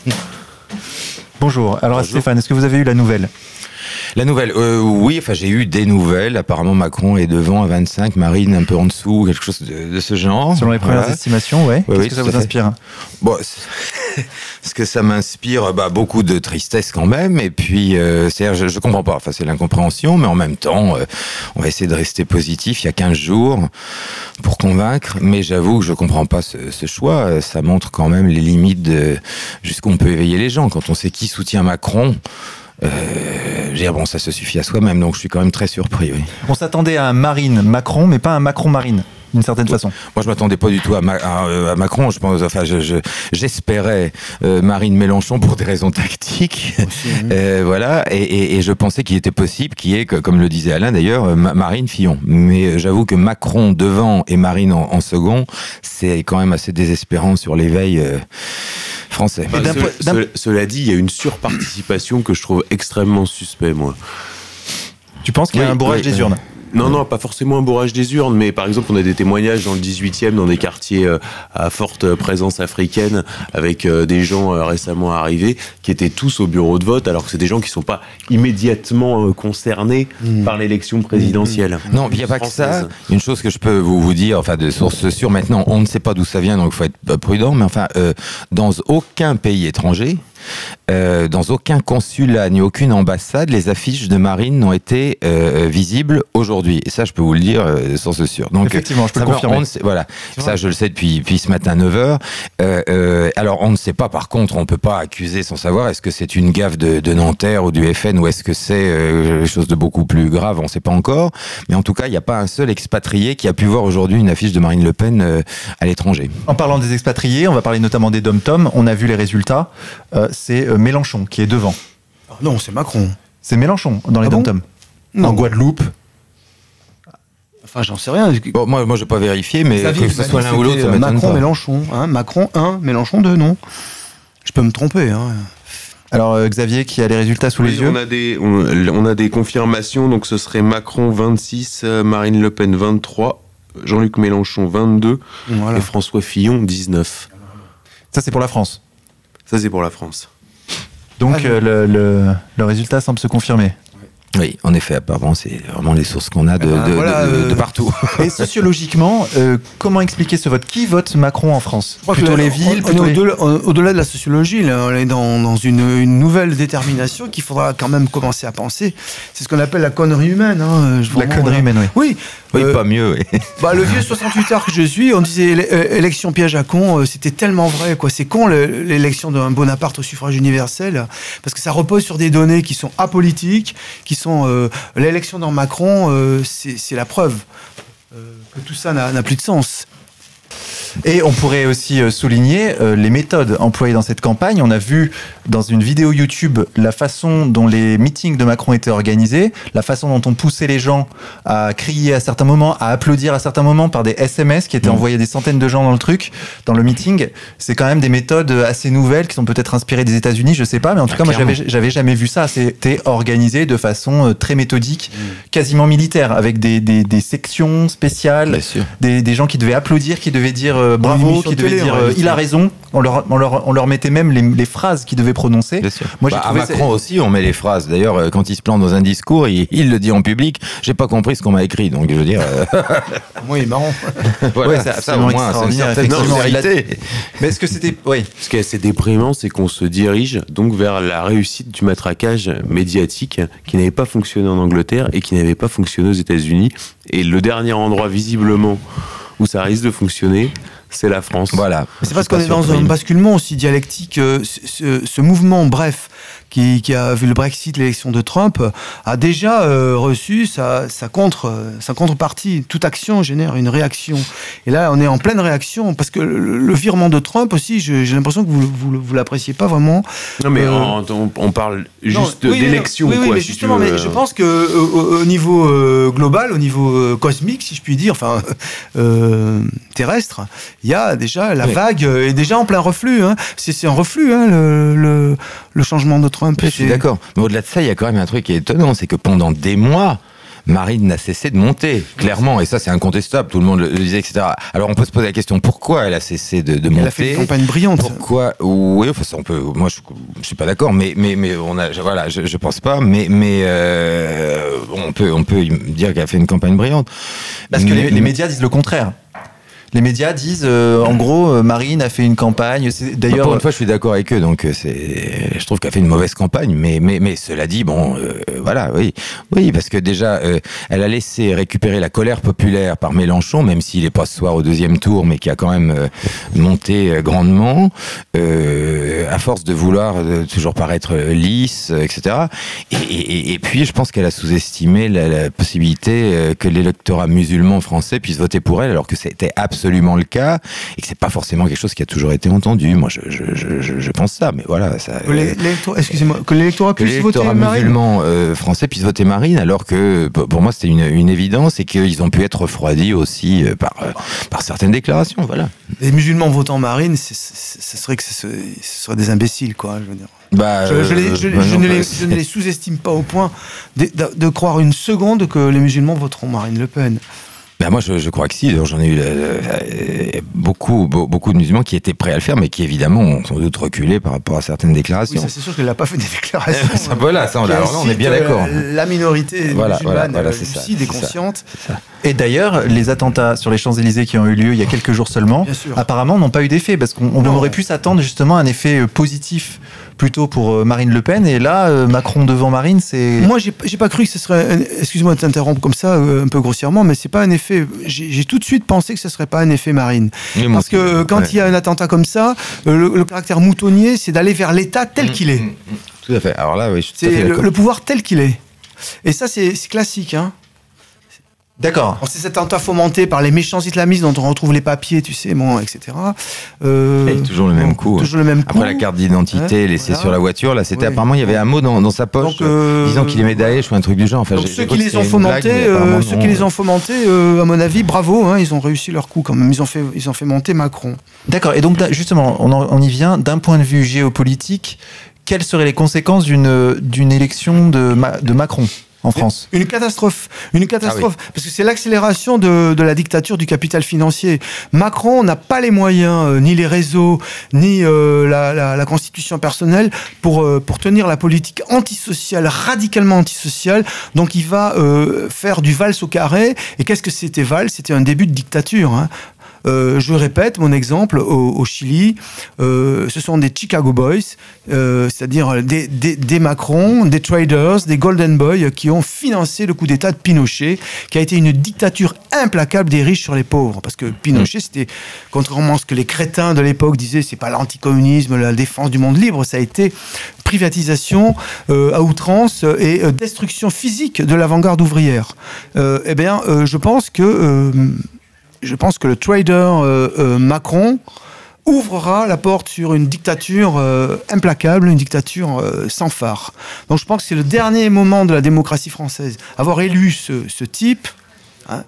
Bonjour. Alors, Bonjour. Stéphane, est-ce que vous avez eu la nouvelle ? La nouvelle, euh, oui, enfin j'ai eu des nouvelles. Apparemment Macron est devant à vingt-cinq, Marine un peu en dessous, quelque chose de, de ce genre. Selon les premières Voilà. estimations, ouais. Oui, Qu'est-ce oui, que ça tout à vous fait. inspire ? Bon, c'est- ce que ça m'inspire, bah, beaucoup de tristesse quand même. Et puis, euh, c'est-à-dire, je, je comprends pas. Enfin, c'est l'incompréhension, mais en même temps, euh, on va essayer de rester positif. Il y a quinze jours pour convaincre, mais j'avoue que je comprends pas ce, ce choix. Ça montre quand même les limites de jusqu'où on peut éveiller les gens. Quand on sait qui soutient Macron. Euh, je veux dire, bon, ça se suffit à soi-même, donc je suis quand même très surpris. Oui. On s'attendait à un Marine Macron, mais pas un Macron Marine, d'une certaine façon. Moi, je m'attendais pas du tout à, Ma- à, euh, à Macron. Je pense, enfin, je, je, j'espérais euh, Marine Mélenchon pour des raisons tactiques, Aussi, oui. euh, voilà. Et, et, et je pensais qu'il était possible qu'il y ait, que, comme le disait Alain d'ailleurs, euh, Ma- Marine Fillon. Mais euh, j'avoue que Macron devant et Marine en, en second, c'est quand même assez désespérant sur l'éveil euh, français. Bah, d'un ce- point- d'un- ce- cela dit, il y a une surparticipation que je trouve extrêmement suspect, moi. Tu penses qu'il y a Oui, un bourrage oui, des oui. urnes ? Non, non, pas forcément un bourrage des urnes, mais par exemple, on a des témoignages dans le dix-huitième, dans des quartiers euh, à forte présence africaine, avec euh, des gens euh, récemment arrivés, qui étaient tous au bureau de vote, alors que c'est des gens qui ne sont pas immédiatement euh, concernés Mmh. par l'élection présidentielle. Non, il n'y a pas que ça. Française. Une chose que je peux vous, vous dire, enfin de source sûre maintenant, on ne sait pas d'où ça vient, donc il faut être prudent, mais enfin, euh, dans aucun pays étranger, euh, dans aucun consulat ni aucune ambassade, les affiches de Marine n'ont été euh, visibles aujourd'hui. Et ça, je peux vous le dire, euh, source sûre. Donc, Effectivement, je peux le ça, confirmer. on ne sait- voilà, C'est ça vrai. je le sais depuis, depuis ce matin neuf heures. Euh, euh, alors, on ne sait pas, par contre, on ne peut pas accuser sans savoir, est-ce que c'est une gaffe de, de Nanterre ou du F N, ou est-ce que c'est euh, quelque chose de beaucoup plus grave, on ne sait pas encore. Mais en tout cas, il n'y a pas un seul expatrié qui a pu voir aujourd'hui une affiche de Marine Le Pen euh, à l'étranger. En parlant des expatriés, on va parler notamment des dom-toms. On a vu les résultats. Euh, c'est euh, Mélenchon qui est devant. Ah non, c'est Macron. C'est Mélenchon dans les Ah bon dom-toms. Non. En Guadeloupe. Enfin, j'en sais rien. Bon, moi, moi je n'ai pas vérifié, mais Xavier, que ce vous soit m'avez l'un ou dit l'autre, ça c'était, euh, m'étonne Macron, pas. Mélenchon. Hein, Macron un, Mélenchon deux, non. Je peux me tromper. Hein. Alors euh, Xavier qui a les résultats sous Oui, les yeux. on a des on, on a des confirmations, donc ce serait Macron vingt-six, euh, Marine Le Pen vingt-trois, Jean-Luc Mélenchon vingt-deux Voilà. et François Fillon dix-neuf. Ça c'est pour la France. Ça c'est pour la France. Donc Ah, euh, le, le, le résultat semble se confirmer. Oui, en effet, apparemment, c'est vraiment les sources qu'on a de, Eh ben, de, voilà, de- de- euh, de partout. Et sociologiquement, euh, comment expliquer ce vote ? Qui vote Macron en France ? Je crois que Plutôt là, les on- villes, on plutôt est les... au-delà, au-delà de la sociologie, là, on est dans, dans une, une nouvelle détermination qu'il faudra quand même commencer à penser. C'est ce qu'on appelle la connerie humaine. Hein. Je- La vraiment, connerie voilà. humaine, oui. Oui. Oui, euh, pas mieux. Oui. Bah, le vieux soixante-huit heures que je suis, on disait élé- euh, élection piège à con, euh, c'était tellement vrai, quoi. C'est con le- l'élection d'un Bonaparte au suffrage universel, parce que ça repose sur des données qui sont apolitiques, qui sont euh, l'élection d'un Macron, euh, c'est c'est la preuve euh, que tout ça n'a n'a plus de sens. Et on pourrait aussi euh, souligner euh, les méthodes employées dans cette campagne. On a vu dans une vidéo YouTube la façon dont les meetings de Macron étaient organisés, la façon dont on poussait les gens à crier à certains moments, à applaudir à certains moments par des S M S qui étaient Mmh. envoyés des centaines de gens dans le truc, dans le meeting. C'est quand même des méthodes assez nouvelles qui sont peut-être inspirées des États-Unis, je sais pas, mais en tout Ah, cas, moi clairement. j'avais j'avais jamais vu ça. C'était organisé de façon euh, très méthodique, quasiment militaire, avec des, des, des sections spéciales. Bien sûr. Des, des gens qui devaient applaudir, qui devaient dire euh, Une bravo, émission qui de devaient télé, dire en euh, réalité. il a raison. On leur, on leur, on leur mettait même les, les phrases qu'ils devaient prononcer. Bien sûr. Moi, j'ai Bah, à trouvé Macron aussi, on met les phrases. D'ailleurs, euh, quand il se plante dans un discours, il, il le dit en public. J'ai pas compris ce qu'on m'a écrit, donc je veux dire. euh, Moi, il est marrant. voilà, Ouais, c'est ça, ça, absolument au moins, c'est une extraordinaire, certaine effectivement. Il a- sincérité. Mais est-ce que c'était. Oui. Ce qui est assez déprimant, c'est qu'on se dirige donc vers la réussite du matraquage médiatique qui n'avait pas fonctionné en Angleterre et qui n'avait pas fonctionné aux États-Unis. Et le dernier endroit visiblement où ça risque de fonctionner, c'est la France. Voilà. C'est Je parce suis pas qu'on est dans surpris. un basculement aussi dialectique. euh, ce, ce- ce mouvement, bref, qui, qui a vu le Brexit, l'élection de Trump, a déjà euh, reçu sa, sa, contre, sa contrepartie. Toute action génère une réaction. Et là, on est en pleine réaction, parce que le, le virement de Trump aussi, je, j'ai l'impression que vous vous, vous l'appréciez pas vraiment. Non, mais euh, on, on parle juste non, oui, d'élection, oui, oui, quoi. mais Si justement, tu veux. mais je pense que au, au niveau euh, global, au niveau euh, cosmique, si je puis dire, enfin euh, terrestre, il y a déjà la oui. vague est déjà en plein reflux. Hein. C'est, c'est un reflux, hein, le, le, le changement de Trump. Je suis d'accord. Mais au-delà de ça, il y a quand même un truc qui est étonnant, c'est que pendant des mois, Marine n'a cessé de monter, clairement, et ça c'est incontestable, tout le monde le disait, et cetera. Alors on peut se poser la question, pourquoi elle a cessé de, de monter ? Elle a fait une campagne brillante. Pourquoi ? Oui, enfin, ça, on peut. Moi, je, je suis pas d'accord, mais mais mais on a, voilà, je, je pense pas, mais mais euh, on peut on peut dire qu'elle a fait une campagne brillante. Parce que mais, les, les médias disent le contraire. Les médias disent, euh, en gros, euh, Marine a fait une campagne. C'est, d'ailleurs, pour une fois, je suis d'accord avec eux, donc c'est, je trouve qu'elle a fait une mauvaise campagne, mais mais mais cela dit, bon, euh, voilà, oui, oui, parce que déjà, euh, elle a laissé récupérer la colère populaire par Mélenchon, même s'il est pas ce soir au deuxième tour, mais qui a quand même euh, monté euh, grandement, euh, à force de vouloir euh, toujours paraître lisse, euh, et cetera. Et, et, et puis, je pense qu'elle a sous-estimé la, la possibilité euh, que l'électorat musulman français puisse voter pour elle, alors que c'était absolument absolument le cas et que c'est pas forcément quelque chose qui a toujours été entendu. Moi, je, je, je, je pense ça, mais voilà. Ça, que l'électorat, excusez-moi, que l'électorat puisse que voter l'électorat Marine. musulman euh, français puisse voter Marine, alors que pour moi c'était une, une évidence et qu'ils ont pu être refroidis aussi euh, par, euh, par certaines déclarations. Voilà. Les musulmans votant Marine, c'est, c'est, ce serait que ce, ce serait des imbéciles, quoi. Je veux dire. Bah, je, je, les, je, bah je non, ne les, bah, je ne les sous-estime pas au point de, de, de croire une seconde que les musulmans voteront Marine Le Pen. Ben moi, je, je crois que si. J'en ai eu euh, beaucoup, beaucoup de musulmans qui étaient prêts à le faire, mais qui évidemment ont sans doute reculé par rapport à certaines déclarations. Oui, ça, c'est sûr qu'elle n'a pas fait des déclarations. ça, voilà, ça, on, alors là, on est bien d'accord. La minorité voilà, musulmane, voilà, voilà, c'est lucide ça, et consciente. Ça, ça. Et d'ailleurs, les attentats sur les Champs-Élysées qui ont eu lieu il y a quelques jours seulement, apparemment n'ont pas eu d'effet, parce qu'on on aurait pu s'attendre justement à un effet positif plutôt pour Marine Le Pen, et là, euh, Macron devant Marine, c'est... Moi, j'ai, j'ai pas cru que ce serait... Un, excuse-moi de t'interrompre comme ça, euh, un peu grossièrement, mais c'est pas un effet... J'ai, j'ai tout de suite pensé que ce serait pas un effet Marine. Mais parce que euh, quand il ouais. y a un attentat comme ça, euh, le, le caractère moutonnier, c'est d'aller vers l'État tel mmh, qu'il est. Mmh, tout à fait. Alors là, oui, je suis c'est tout à fait le, d'accord. le pouvoir tel qu'il est. Et ça, c'est, c'est classique, hein. D'accord. C'est cet attentat fomenté par les méchants islamistes dont on retrouve les papiers, tu sais, bon, et cetera. Euh, et toujours le même coup. Bon, toujours le même coup. Après la carte d'identité ouais, laissée voilà. sur la voiture, là, c'était oui. apparemment il y avait un mot dans, dans sa poche donc, euh, disant qu'il aimait Daesh ou un truc du genre. Enfin, donc j'ai, ceux, j'ai qui les ont fomentés, blague, euh, ceux qui les ont fomentés, euh, à mon avis, bravo, hein, ils ont réussi leur coup quand même. Ils ont fait, ils ont fait monter Macron. D'accord. Et donc justement, on, en, on y vient. D'un point de vue géopolitique, quelles seraient les conséquences d'une d'une élection de, de Macron en France? Une catastrophe, une catastrophe, ah oui. Parce que c'est l'accélération de, de la dictature du capital financier. Macron n'a pas les moyens, euh, ni les réseaux, ni euh, la, la, la constitution personnelle pour, euh, pour tenir la politique antisociale, radicalement antisociale. Donc il va euh, faire du valse au carré. Et qu'est-ce que c'était Valls ? C'était un début de dictature, hein. Euh, je répète mon exemple au, au Chili, euh, ce sont des Chicago Boys, euh, c'est-à-dire des, des, des Macron, des traders, des Golden Boys qui ont financé le coup d'État de Pinochet, qui a été une dictature implacable des riches sur les pauvres. Parce que Pinochet, c'était, contrairement à ce que les crétins de l'époque disaient, c'est pas l'anticommunisme, la défense du monde libre, ça a été privatisation euh, à outrance et euh, destruction physique de l'avant-garde ouvrière. Euh, eh bien, euh, je pense que... Euh, Je pense que le trader euh, euh, Macron ouvrira la porte sur une dictature euh, implacable, une dictature euh, sans phare. Donc je pense que c'est le dernier moment de la démocratie française. Avoir élu ce, ce type, hein,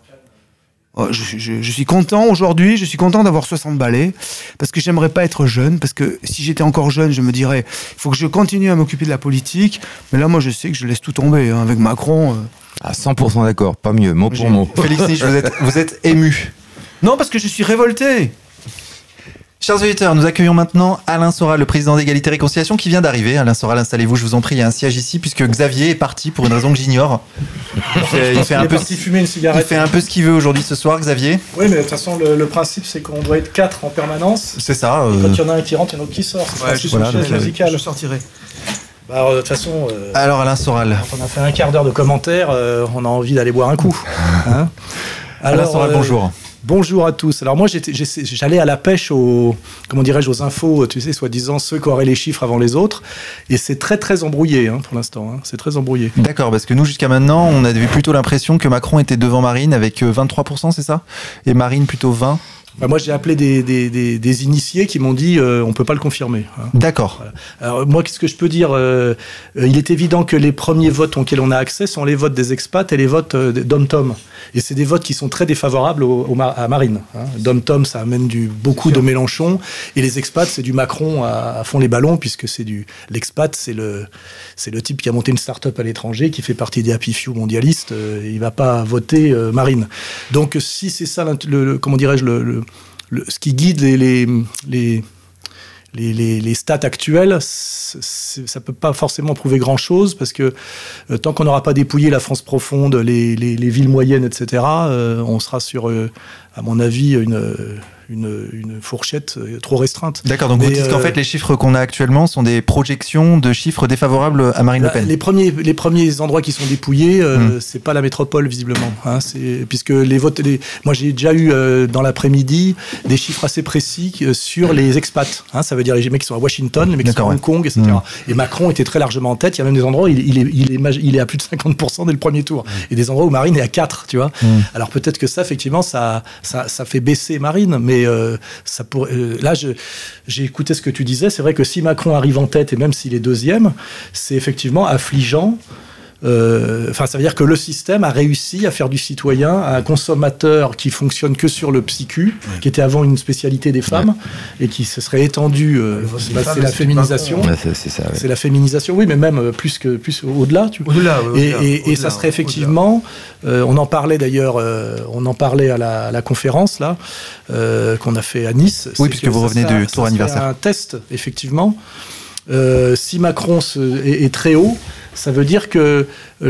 je, je, je suis content aujourd'hui, je suis content d'avoir soixante balais, parce que j'aimerais pas être jeune, parce que si j'étais encore jeune, je me dirais, il faut que je continue à m'occuper de la politique, mais là moi je sais que je laisse tout tomber, hein, avec Macron... Euh... À cent pour cent d'accord, pas mieux, mot pour mot. Félix Niche, vous êtes, vous êtes ému. Non, parce que je suis révolté. Chers auditeurs, nous accueillons maintenant Alain Soral, le président d'Égalité et Réconciliation, qui vient d'arriver. Alain Soral, installez-vous, je vous en prie, il y a un siège ici, puisque Xavier est parti pour une raison que j'ignore. Il fait, il fait, un, peu, fumer une cigarette. Il fait un peu ce qu'il veut aujourd'hui ce soir, Xavier. Oui, mais de toute façon, le, le principe, c'est qu'on doit être quatre en permanence. C'est ça. Euh... Quand il y en a un qui rentre, il y en a un autre qui sort. C'est ouais, juste voilà, une chaise musicale. Je sortirai. Bah alors, de toute façon... Euh, alors, Alain Soral. Quand on a fait un quart d'heure de commentaires, euh, on a envie d'aller boire un coup. Hein alors, Alain Soral, euh, bonjour. Bonjour à tous. Alors moi, j'étais, j'allais à la pêche aux, comment dirais-je, aux infos, tu sais, soi-disant ceux qui auraient les chiffres avant les autres, et c'est très très embrouillé hein, pour l'instant. Hein. C'est très embrouillé. D'accord, parce que nous jusqu'à maintenant, on avait plutôt l'impression que Macron était devant Marine avec vingt-trois pour cent, c'est ça, et Marine plutôt vingt. Bah moi, j'ai appelé des, des, des, des initiés qui m'ont dit euh, on peut pas le confirmer. Hein. D'accord. Voilà. Alors moi, qu'est-ce que je peux dire euh, Il est évident que les premiers votes auxquels on a accès sont les votes des expats et les votes euh, d'Om-Tom. Et c'est des votes qui sont très défavorables au, au, à Marine. Hein. D'Om-Tom, ça amène du, beaucoup de Mélenchon. Et les expats, c'est du Macron à, à fond les ballons, puisque c'est du l'expat, c'est le, c'est le type qui a monté une start-up à l'étranger, qui fait partie des Happy Few mondialistes. Euh, il va pas voter euh, Marine. Donc si c'est ça, le, le, comment dirais-je, le, le Le, ce qui guide les, les, les, les, les, les stats actuelles, ça ne peut pas forcément prouver grand-chose, parce que euh, tant qu'on n'aura pas dépouillé la France profonde, les, les, les villes moyennes, et cetera, euh, on sera sur, euh, à mon avis, une... Une, une fourchette trop restreinte. D'accord, donc Mais vous dites euh, qu'en fait les chiffres qu'on a actuellement sont des projections de chiffres défavorables à Marine Le Pen. Les premiers, les premiers endroits qui sont dépouillés, euh, mmh. c'est pas la métropole visiblement, hein, c'est, puisque les votes, les, moi j'ai déjà eu euh, dans l'après-midi des chiffres assez précis euh, sur les expats. Hein, ça veut dire les mecs qui sont à Washington, les mecs qui sont à Hong Kong, et cetera. Mmh. Et Macron était très largement en tête. Il y a même des endroits où il, il, est, il, est, il est à plus de cinquante pour cent dès le premier tour, mmh. et des endroits où Marine est à quatre, tu vois. Mmh. Alors peut-être que ça, effectivement, ça, ça, ça fait baisser Marine, mais Euh, ça pourrait, euh, là, je, j'ai écouté ce que tu disais. C'est vrai que si Macron arrive en tête, et même s'il est deuxième, c'est effectivement affligeant. Enfin, euh, ça veut dire que le système a réussi à faire du citoyen un consommateur qui fonctionne que sur le psychu, ouais. qui était avant une spécialité des femmes, ouais. et qui se serait étendu. Euh, bah, c'est la féminisation. Ouais, c'est, c'est, ça, ouais. c'est la féminisation, oui, mais même plus que plus au-delà. Tu vois. Au-delà, ouais, et, au-delà, et, au-delà, et ça serait effectivement. Euh, on en parlait d'ailleurs. Euh, on en parlait à la, à la conférence là euh, qu'on a fait à Nice. Oui, puisque vous revenez du tour anniversaire. Un test, effectivement. Euh, si Macron se, est, est très haut, ça veut dire que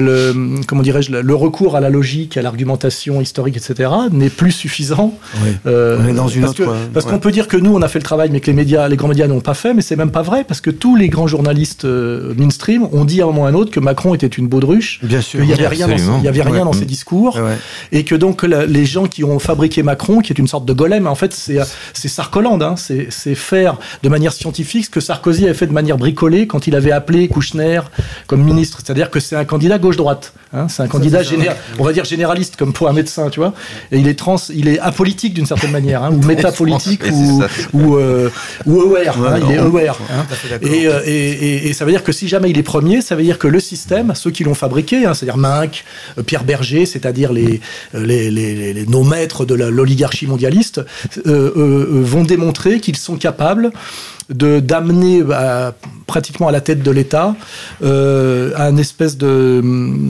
le, comment dirais-je, le recours à la logique, à l'argumentation historique, et cetera, n'est plus suffisant. Oui. Euh, on est dans une parce autre. Que, parce ouais. qu'on peut dire que nous, on a fait le travail, mais que les médias, les grands médias n'ont pas fait, mais c'est même pas vrai, parce que tous les grands journalistes euh, mainstream ont dit à un moment ou à un autre que Macron était une baudruche, bien sûr, qu'il n'y avait rien dans, il y avait rien ouais. dans ses discours, ouais. et que donc la, les gens qui ont fabriqué Macron, qui est une sorte de golem, en fait, c'est, c'est Sarkoland, hein, c'est, c'est faire de manière scientifique ce que Sarkozy avait fait de manière bricolée quand il avait appelé Kouchner comme ministre, c'est-à-dire que c'est un candidat gauche-droite. Hein, c'est un ça, candidat, c'est général, on va dire généraliste, comme pour un médecin, tu vois. Et il est trans, il est apolitique d'une certaine manière, hein, ou métapolitique, ou, ou, euh, ou aware. Ouais, hein, il est aware. Hein. Et, et, et, et ça veut dire que si jamais il est premier, ça veut dire que le système, ceux qui l'ont fabriqué, hein, c'est-à-dire Minc, Pierre Berger, c'est-à-dire les, les, les, les, les, nos maîtres de la, l'oligarchie mondialiste, euh, euh, vont démontrer qu'ils sont capables de d'amener à, pratiquement à la tête de l'État euh, un espèce de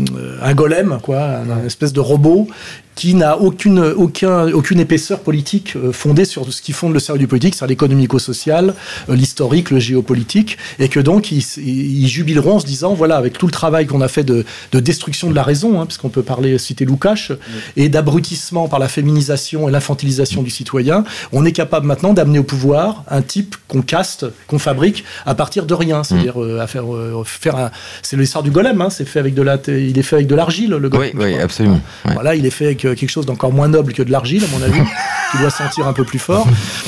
un golem, quoi, un, un espèce de robot qui n'a aucune, aucun, aucune épaisseur politique euh, fondée sur ce qui fonde le cerveau du politique, c'est-à-dire l'économico-social, euh, l'historique, le géopolitique, et que donc ils, ils jubileront en se disant, voilà, avec tout le travail qu'on a fait de, de destruction de la raison, hein, puisqu'on peut parler, citer Lukács, oui. et d'abrutissement par la féminisation et l'infantilisation du citoyen, on est capable maintenant d'amener au pouvoir un type qu'on caste, qu'on fabrique à partir de rien, c'est-à-dire mmh. euh, à faire, euh, faire un... C'est l'histoire du golem, hein, c'est fait avec de la, il est fait avec de l'argile, le golem. Oui, oui, absolument. Ouais. Voilà, il est fait avec quelque chose d'encore moins noble que de l'argile, à mon avis, qui doit sentir un peu plus fort.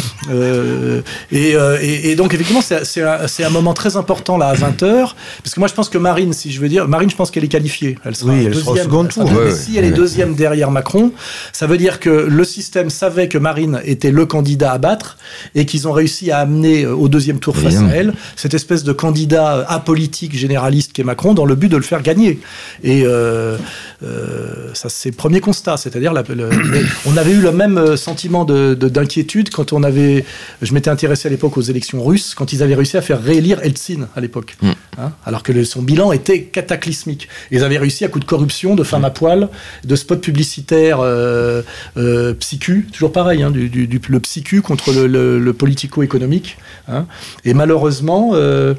Euh, et, euh, et, et donc, effectivement, c'est, c'est, un, c'est un moment très important, là, à vingt heures, parce que moi, je pense que Marine, si je veux dire, Marine, je pense qu'elle est qualifiée. Elle sera oui, elle deuxième, sera au second tour. Ouais, ouais, si elle est deuxième derrière Macron, ça veut dire que le système savait que Marine était le candidat à battre, et qu'ils ont réussi à amener au deuxième tour face Évidemment. à elle, cette espèce de candidat apolitique, généraliste qu'est Macron, dans le but de le faire gagner. Et euh, euh, ça, c'est le premier constat. C'est-à-dire, la, le, on avait eu le même sentiment de, de, d'inquiétude quand on avait... Je m'étais intéressé à l'époque aux élections russes, quand ils avaient réussi à faire réélire Eltsine, à l'époque. Mm. Hein, alors que le, son bilan était cataclysmique. Ils avaient réussi à coup de corruption, de femmes mm. à poil, de spots publicitaires euh, euh, psychu, toujours pareil, hein, du, du, du, le psychu contre le, le, le politico-économique. Hein, et malheureusement... Euh,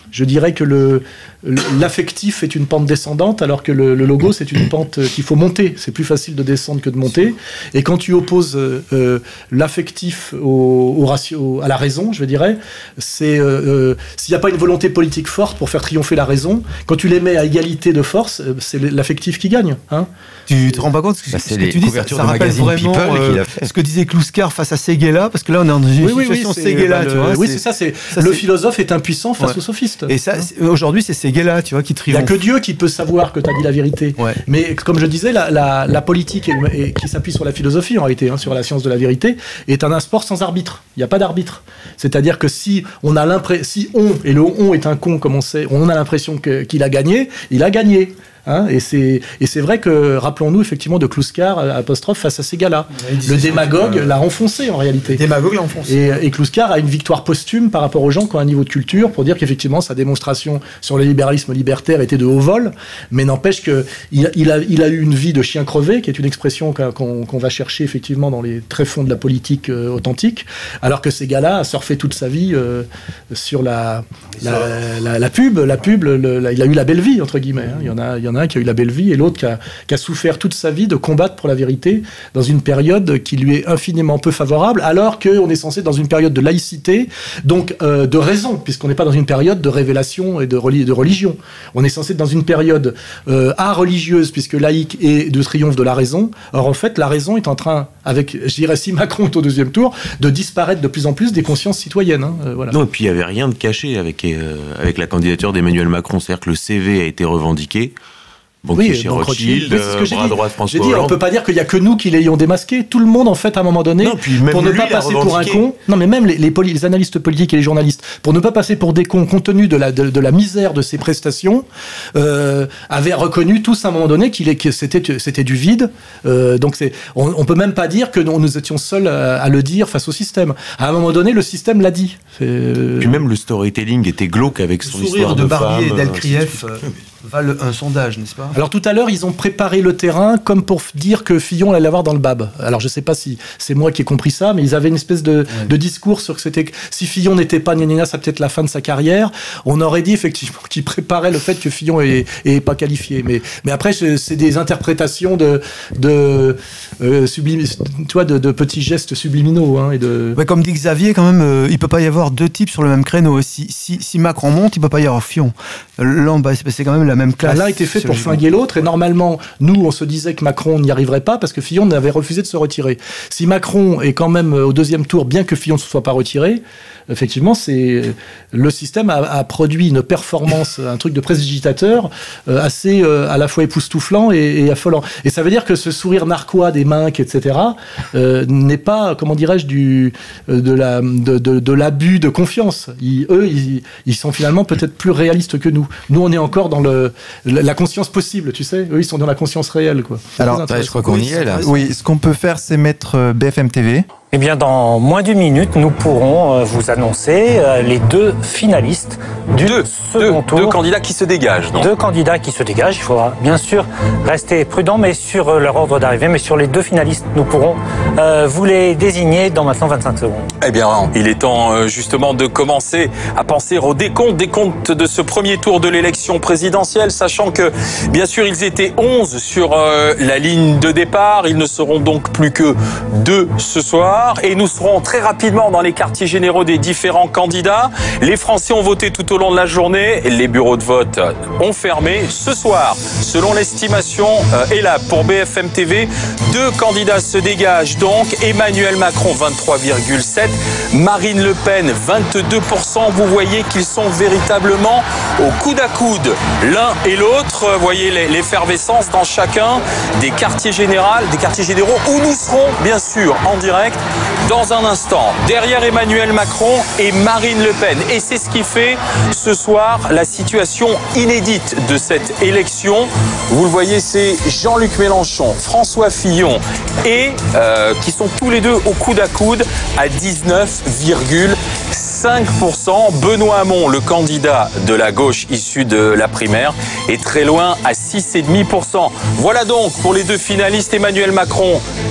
Je dirais que le, l'affectif est une pente descendante, alors que le, le logo, c'est une pente qu'il faut monter. C'est plus facile de descendre que de monter. Et quand tu opposes euh, l'affectif au, au ratio, à la raison, je dirais, c'est euh, s'il n'y a pas une volonté politique forte pour faire triompher la raison, quand tu les mets à égalité de force, c'est l'affectif qui gagne. Hein. Tu te rends pas compte ce que, bah, ce que tu dis, ça, ça rappelle vraiment euh, ce que disait Kluskar face à Seguela, parce que là on est dans une oui, situation oui, oui, Seguela, bah, tu vois. Oui, c'est ça, c'est ça, le philosophe est impuissant face ouais. au sophiste. Et ça, aujourd'hui, c'est Seguela, tu vois, qui triomphe. Il n'y a que Dieu qui peut savoir que tu as dit la vérité. Ouais. Mais comme je disais, la, la, la politique est, est, qui s'appuie sur la philosophie, en réalité, hein, sur la science de la vérité, est un sport sans arbitre. Il n'y a pas d'arbitre. C'est-à-dire que si on a l'impression, si on, et le on est un con, comme on sait, on a l'impression que, qu'il a gagné, il a gagné. Hein, et c'est et c'est vrai que rappelons-nous effectivement de Kluskar apostrophe face à ces gars-là. Le démagogue euh... l'a enfoncé en réalité. Le démagogue l'a enfoncé. Et, et Kluskar a une victoire posthume par rapport aux gens qui ont un niveau de culture pour dire qu'effectivement sa démonstration sur le libéralisme libertaire était de haut vol, mais n'empêche que il, il a il a eu une vie de chien crevé, qui est une expression qu'on, qu'on va chercher effectivement dans les tréfonds de la politique euh, authentique, alors que ces gars-là a surfé toute sa vie euh, sur la la, la la pub, la pub, le, la, il a eu la belle vie entre guillemets. Hein. Il y en a il y en a un qui a eu la belle vie et l'autre qui a, qui a souffert toute sa vie de combattre pour la vérité dans une période qui lui est infiniment peu favorable, alors qu'on est censé dans une période de laïcité, donc euh, de raison, puisqu'on n'est pas dans une période de révélation et de, reli- de religion. On est censé être dans une période euh, religieuse, puisque laïque, et de triomphe de la raison. Or, en fait, la raison est en train, avec, je dirais, si Macron est au deuxième tour, de disparaître de plus en plus des consciences citoyennes. Hein, euh, voilà. Non, et puis il n'y avait rien de caché avec, euh, avec la candidature d'Emmanuel Macron. C'est-à-dire que le C V a été revendiqué. Banquier oui, chez donc Rothschild, oui, c'est ce que j'ai bras dit. droit de François J'ai dit, Hollande. on peut pas dire qu'il y a que nous qui l'ayons démasqué. Tout le monde, en fait, à un moment donné, non, puis même pour ne lui, pas passer pour un revendiqué. con. Non, mais même les, les, poli- les analystes politiques et les journalistes, pour ne pas passer pour des cons, compte tenu de la, de, de la misère de ses prestations, euh, avaient reconnu tous à un moment donné qu'il est, que c'était, c'était du vide. Euh, donc c'est, on, on peut même pas dire que nous, nous étions seuls à, à le dire face au système. À un moment donné, le système l'a dit. C'est, euh... Puis même le storytelling était glauque avec son le histoire de, de Barbier femme. et d'Alcrieff euh, valent un sondage, n'est-ce pas? Alors tout à l'heure, ils ont préparé le terrain comme pour dire que Fillon allait l'avoir dans le B A B. Alors je sais pas si c'est moi qui ai compris ça, mais ils avaient une espèce de, ouais. de discours sur que c'était si Fillon n'était pas gna gna gna, ça peut-être la fin de sa carrière. On aurait dit effectivement qu'ils préparaient le fait que Fillon est, est pas qualifié. Mais mais après c'est des interprétations de de euh, sublim, tu vois, de, de petits gestes subliminaux hein, et de. Ouais, comme dit Xavier, quand même, euh, il peut pas y avoir deux types sur le même créneau. Si si, si Macron monte, il peut pas y avoir Fillon. Là, bah, c'est quand même la même classe. L'un était fait pour flinguer l'autre, et normalement, nous, on se disait que Macron n'y arriverait pas parce que Fillon avait refusé de se retirer. Si Macron est quand même au deuxième tour, bien que Fillon ne se soit pas retiré, effectivement, c'est le système a, a produit une performance, un truc de prestidigitateur euh, assez euh, à la fois époustouflant et, et affolant. Et ça veut dire que ce sourire narquois des Minc, et cetera, euh, n'est pas, comment dirais-je, du de la de, de, de l'abus de confiance. Ils, eux, ils, ils sont finalement peut-être plus réalistes que nous. Nous, on est encore dans le la conscience possible, tu sais. Eux, ils sont dans la conscience réelle, quoi. C'est Alors, je crois qu'on y est là. Oui, ce qu'on peut faire, c'est mettre B F M T V. Eh bien, dans moins d'une minute, nous pourrons vous annoncer les deux finalistes du deux, second deux, tour. Deux candidats qui se dégagent, donc. Deux candidats qui se dégagent. Il faudra bien sûr rester prudent, mais sur leur ordre d'arrivée. Mais sur les deux finalistes, nous pourrons euh, vous les désigner dans maintenant vingt-cinq secondes. Eh bien, il est temps justement de commencer à penser au décompte, décompte de ce premier tour de l'élection présidentielle, sachant que, bien sûr, ils étaient onze sur euh, la ligne de départ. Ils ne seront donc plus que deux ce soir. Et nous serons très rapidement dans les quartiers généraux des différents candidats. Les Français ont voté tout au long de la journée. Les bureaux de vote ont fermé. Ce soir, selon l'estimation, euh, et là, pour B F M T V, deux candidats se dégagent donc. Emmanuel Macron, vingt-trois virgule sept. Marine Le Pen, vingt-deux pour cent. Vous voyez qu'ils sont véritablement au coude à coude, l'un et l'autre. Vous voyez l'effervescence dans chacun des quartiers généraux, des quartiers généraux où nous serons, bien sûr, en direct dans un instant, derrière Emmanuel Macron et Marine Le Pen. Et c'est ce qui fait ce soir la situation inédite de cette élection. Vous le voyez, c'est Jean-Luc Mélenchon, François Fillon et euh, qui sont tous les deux au coude à coude à dix-neuf virgule cinq pour cent. Benoît Hamon, le candidat de la gauche issu de la primaire, est très loin à six virgule cinq pour cent. Voilà donc pour les deux finalistes, Emmanuel Macron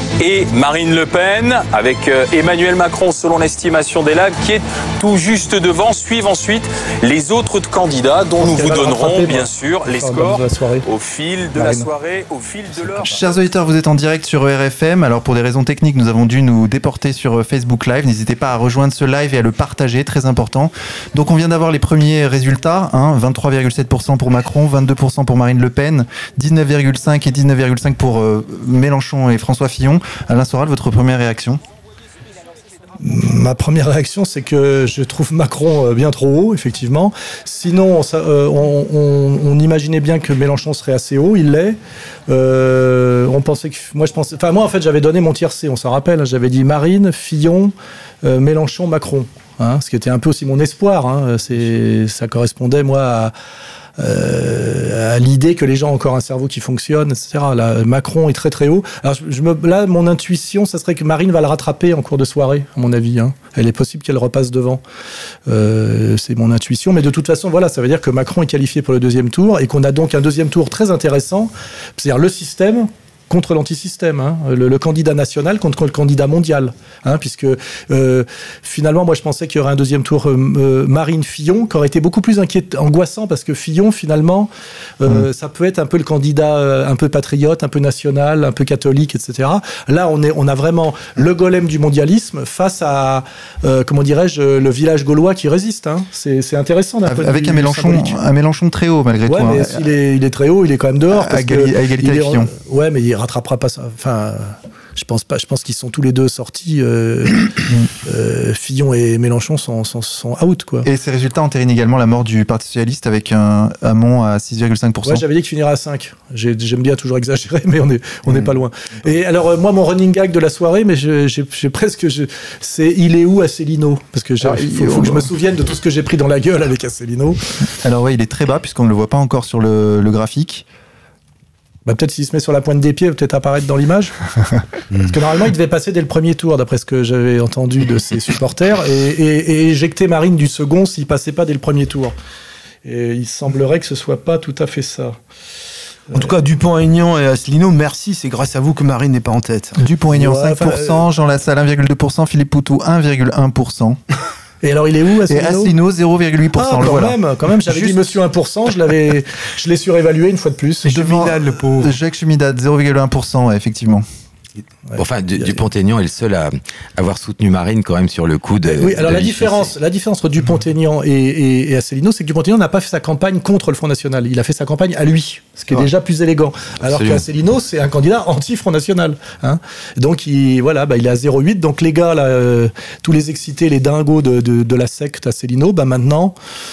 et Marine Le Pen, avec euh, Emmanuel Macron, selon l'estimation des L A C, qui est tout juste devant. Suivent ensuite les autres candidats, dont nous vous donnerons, bien sûr, les scores au fil de la soirée, au fil de l'heure. Chers auditeurs, vous êtes en direct sur E R F M. Alors, pour des raisons techniques, nous avons dû nous déporter sur Facebook Live. N'hésitez pas à rejoindre ce live et à le partager, très important. Donc, on vient d'avoir les premiers résultats, hein, vingt-trois virgule sept pour cent pour Macron, vingt-deux pour cent pour Marine Le Pen, dix-neuf virgule cinq et dix-neuf virgule cinq pour euh, Mélenchon et François Fillon. Alain Soral, votre première réaction ? Ma première réaction, c'est que je trouve Macron bien trop haut, effectivement. Sinon, ça, euh, on, on, on imaginait bien que Mélenchon serait assez haut, il l'est. Euh, on pensait que, moi, je pensais, enfin moi, en fait, j'avais donné mon tiercé, on s'en rappelle. Hein, j'avais dit Marine, Fillon, euh, Mélenchon, Macron. Hein, ce qui était un peu aussi mon espoir. Hein, c'est, ça correspondait, moi, à Euh, à l'idée que les gens ont encore un cerveau qui fonctionne, et cetera. Là, Macron est très très haut. Alors, je, je me, là, mon intuition, ça serait que Marine va le rattraper en cours de soirée, à mon avis. Hein. Elle est possible qu'elle repasse devant. Euh, c'est mon intuition. Mais de toute façon, voilà, ça veut dire que Macron est qualifié pour le deuxième tour et qu'on a donc un deuxième tour très intéressant. C'est-à-dire le système contre l'antisystème, hein, le, le candidat national contre le candidat mondial, hein, puisque euh, finalement, moi je pensais qu'il y aurait un deuxième tour euh, euh, Marine-Fillon, qui aurait été beaucoup plus inquiét, angoissant, parce que Fillon, finalement, euh, mmh. ça peut être un peu le candidat euh, un peu patriote, un peu national, un peu catholique, et cetera. Là, on, est, on a vraiment le golem du mondialisme face à, euh, comment dirais-je, le village gaulois qui résiste. Hein. C'est, c'est intéressant. D'un Avec un Mélenchon, un Mélenchon très haut, malgré ouais, tout. Mais hein. s'il est, il est très haut, il est quand même dehors. À, parce gali- que à égalité avec Fillon. Ouais, mais il rattrapera pas ça. Enfin, je pense pas. Je pense qu'ils sont tous les deux sortis. Euh, euh, Fillon et Mélenchon sont, sont, sont out, quoi. Et ces résultats entérinent également la mort du Parti socialiste avec un Hamon à six virgule cinq pour cent. Ouais, j'avais dit qu'il finirait à cinq. J'ai, j'aime bien toujours exagérer, mais on est on n'est mmh. pas loin. Et alors, euh, moi, mon running gag de la soirée, mais je, j'ai, j'ai presque, je, c'est il est où Asselineau ? Parce que alors, il faut, faut que je me souvienne de tout ce que j'ai pris dans la gueule avec Asselineau. Alors ouais, il est très bas puisqu'on ne le voit pas encore sur le, le graphique. Bah, peut-être s'il se met sur la pointe des pieds, peut-être apparaître dans l'image. Parce que normalement, il devait passer dès le premier tour, d'après ce que j'avais entendu de ses supporters, et, et, et éjecter Marine du second s'il passait pas dès le premier tour. Et il semblerait que ce soit pas tout à fait ça. En tout cas, Dupont-Aignan et Asselineau, merci, c'est grâce à vous que Marine n'est pas en tête. Dupont-Aignan, ouais, cinq pour cent, euh... Jean Lassalle, un virgule deux pour cent, Philippe Poutou, un virgule un pour cent. Et alors, il est où, Asselineau ? Et Asselineau, zéro virgule huit pour cent. Ah, quand, voilà. même, quand même, j'avais Juste... dit monsieur un pour cent, je, l'avais, je l'ai surévalué une fois de plus. Devant Chemidade, le pauvre. Jacques Chemidade, zéro virgule un pour cent, ouais, effectivement. Ouais. Bon, enfin, Dupont-Aignan est le seul à avoir soutenu Marine quand même sur le coup de. Oui, alors de la différence, la différence entre Dupont-Aignan et, et, et Asselineau, c'est que Dupont-Aignan n'a pas fait sa campagne contre le Front National. Il a fait sa campagne à lui, ce qui est ouais. déjà plus élégant. Alors Absolument. qu'Asselineau, c'est un candidat anti-Front National. Hein. Donc, il, voilà, bah, il est à zéro virgule huit. Donc, les gars, là, euh, tous les excités, les dingos de, de, de la secte Asselineau, bah, maintenant,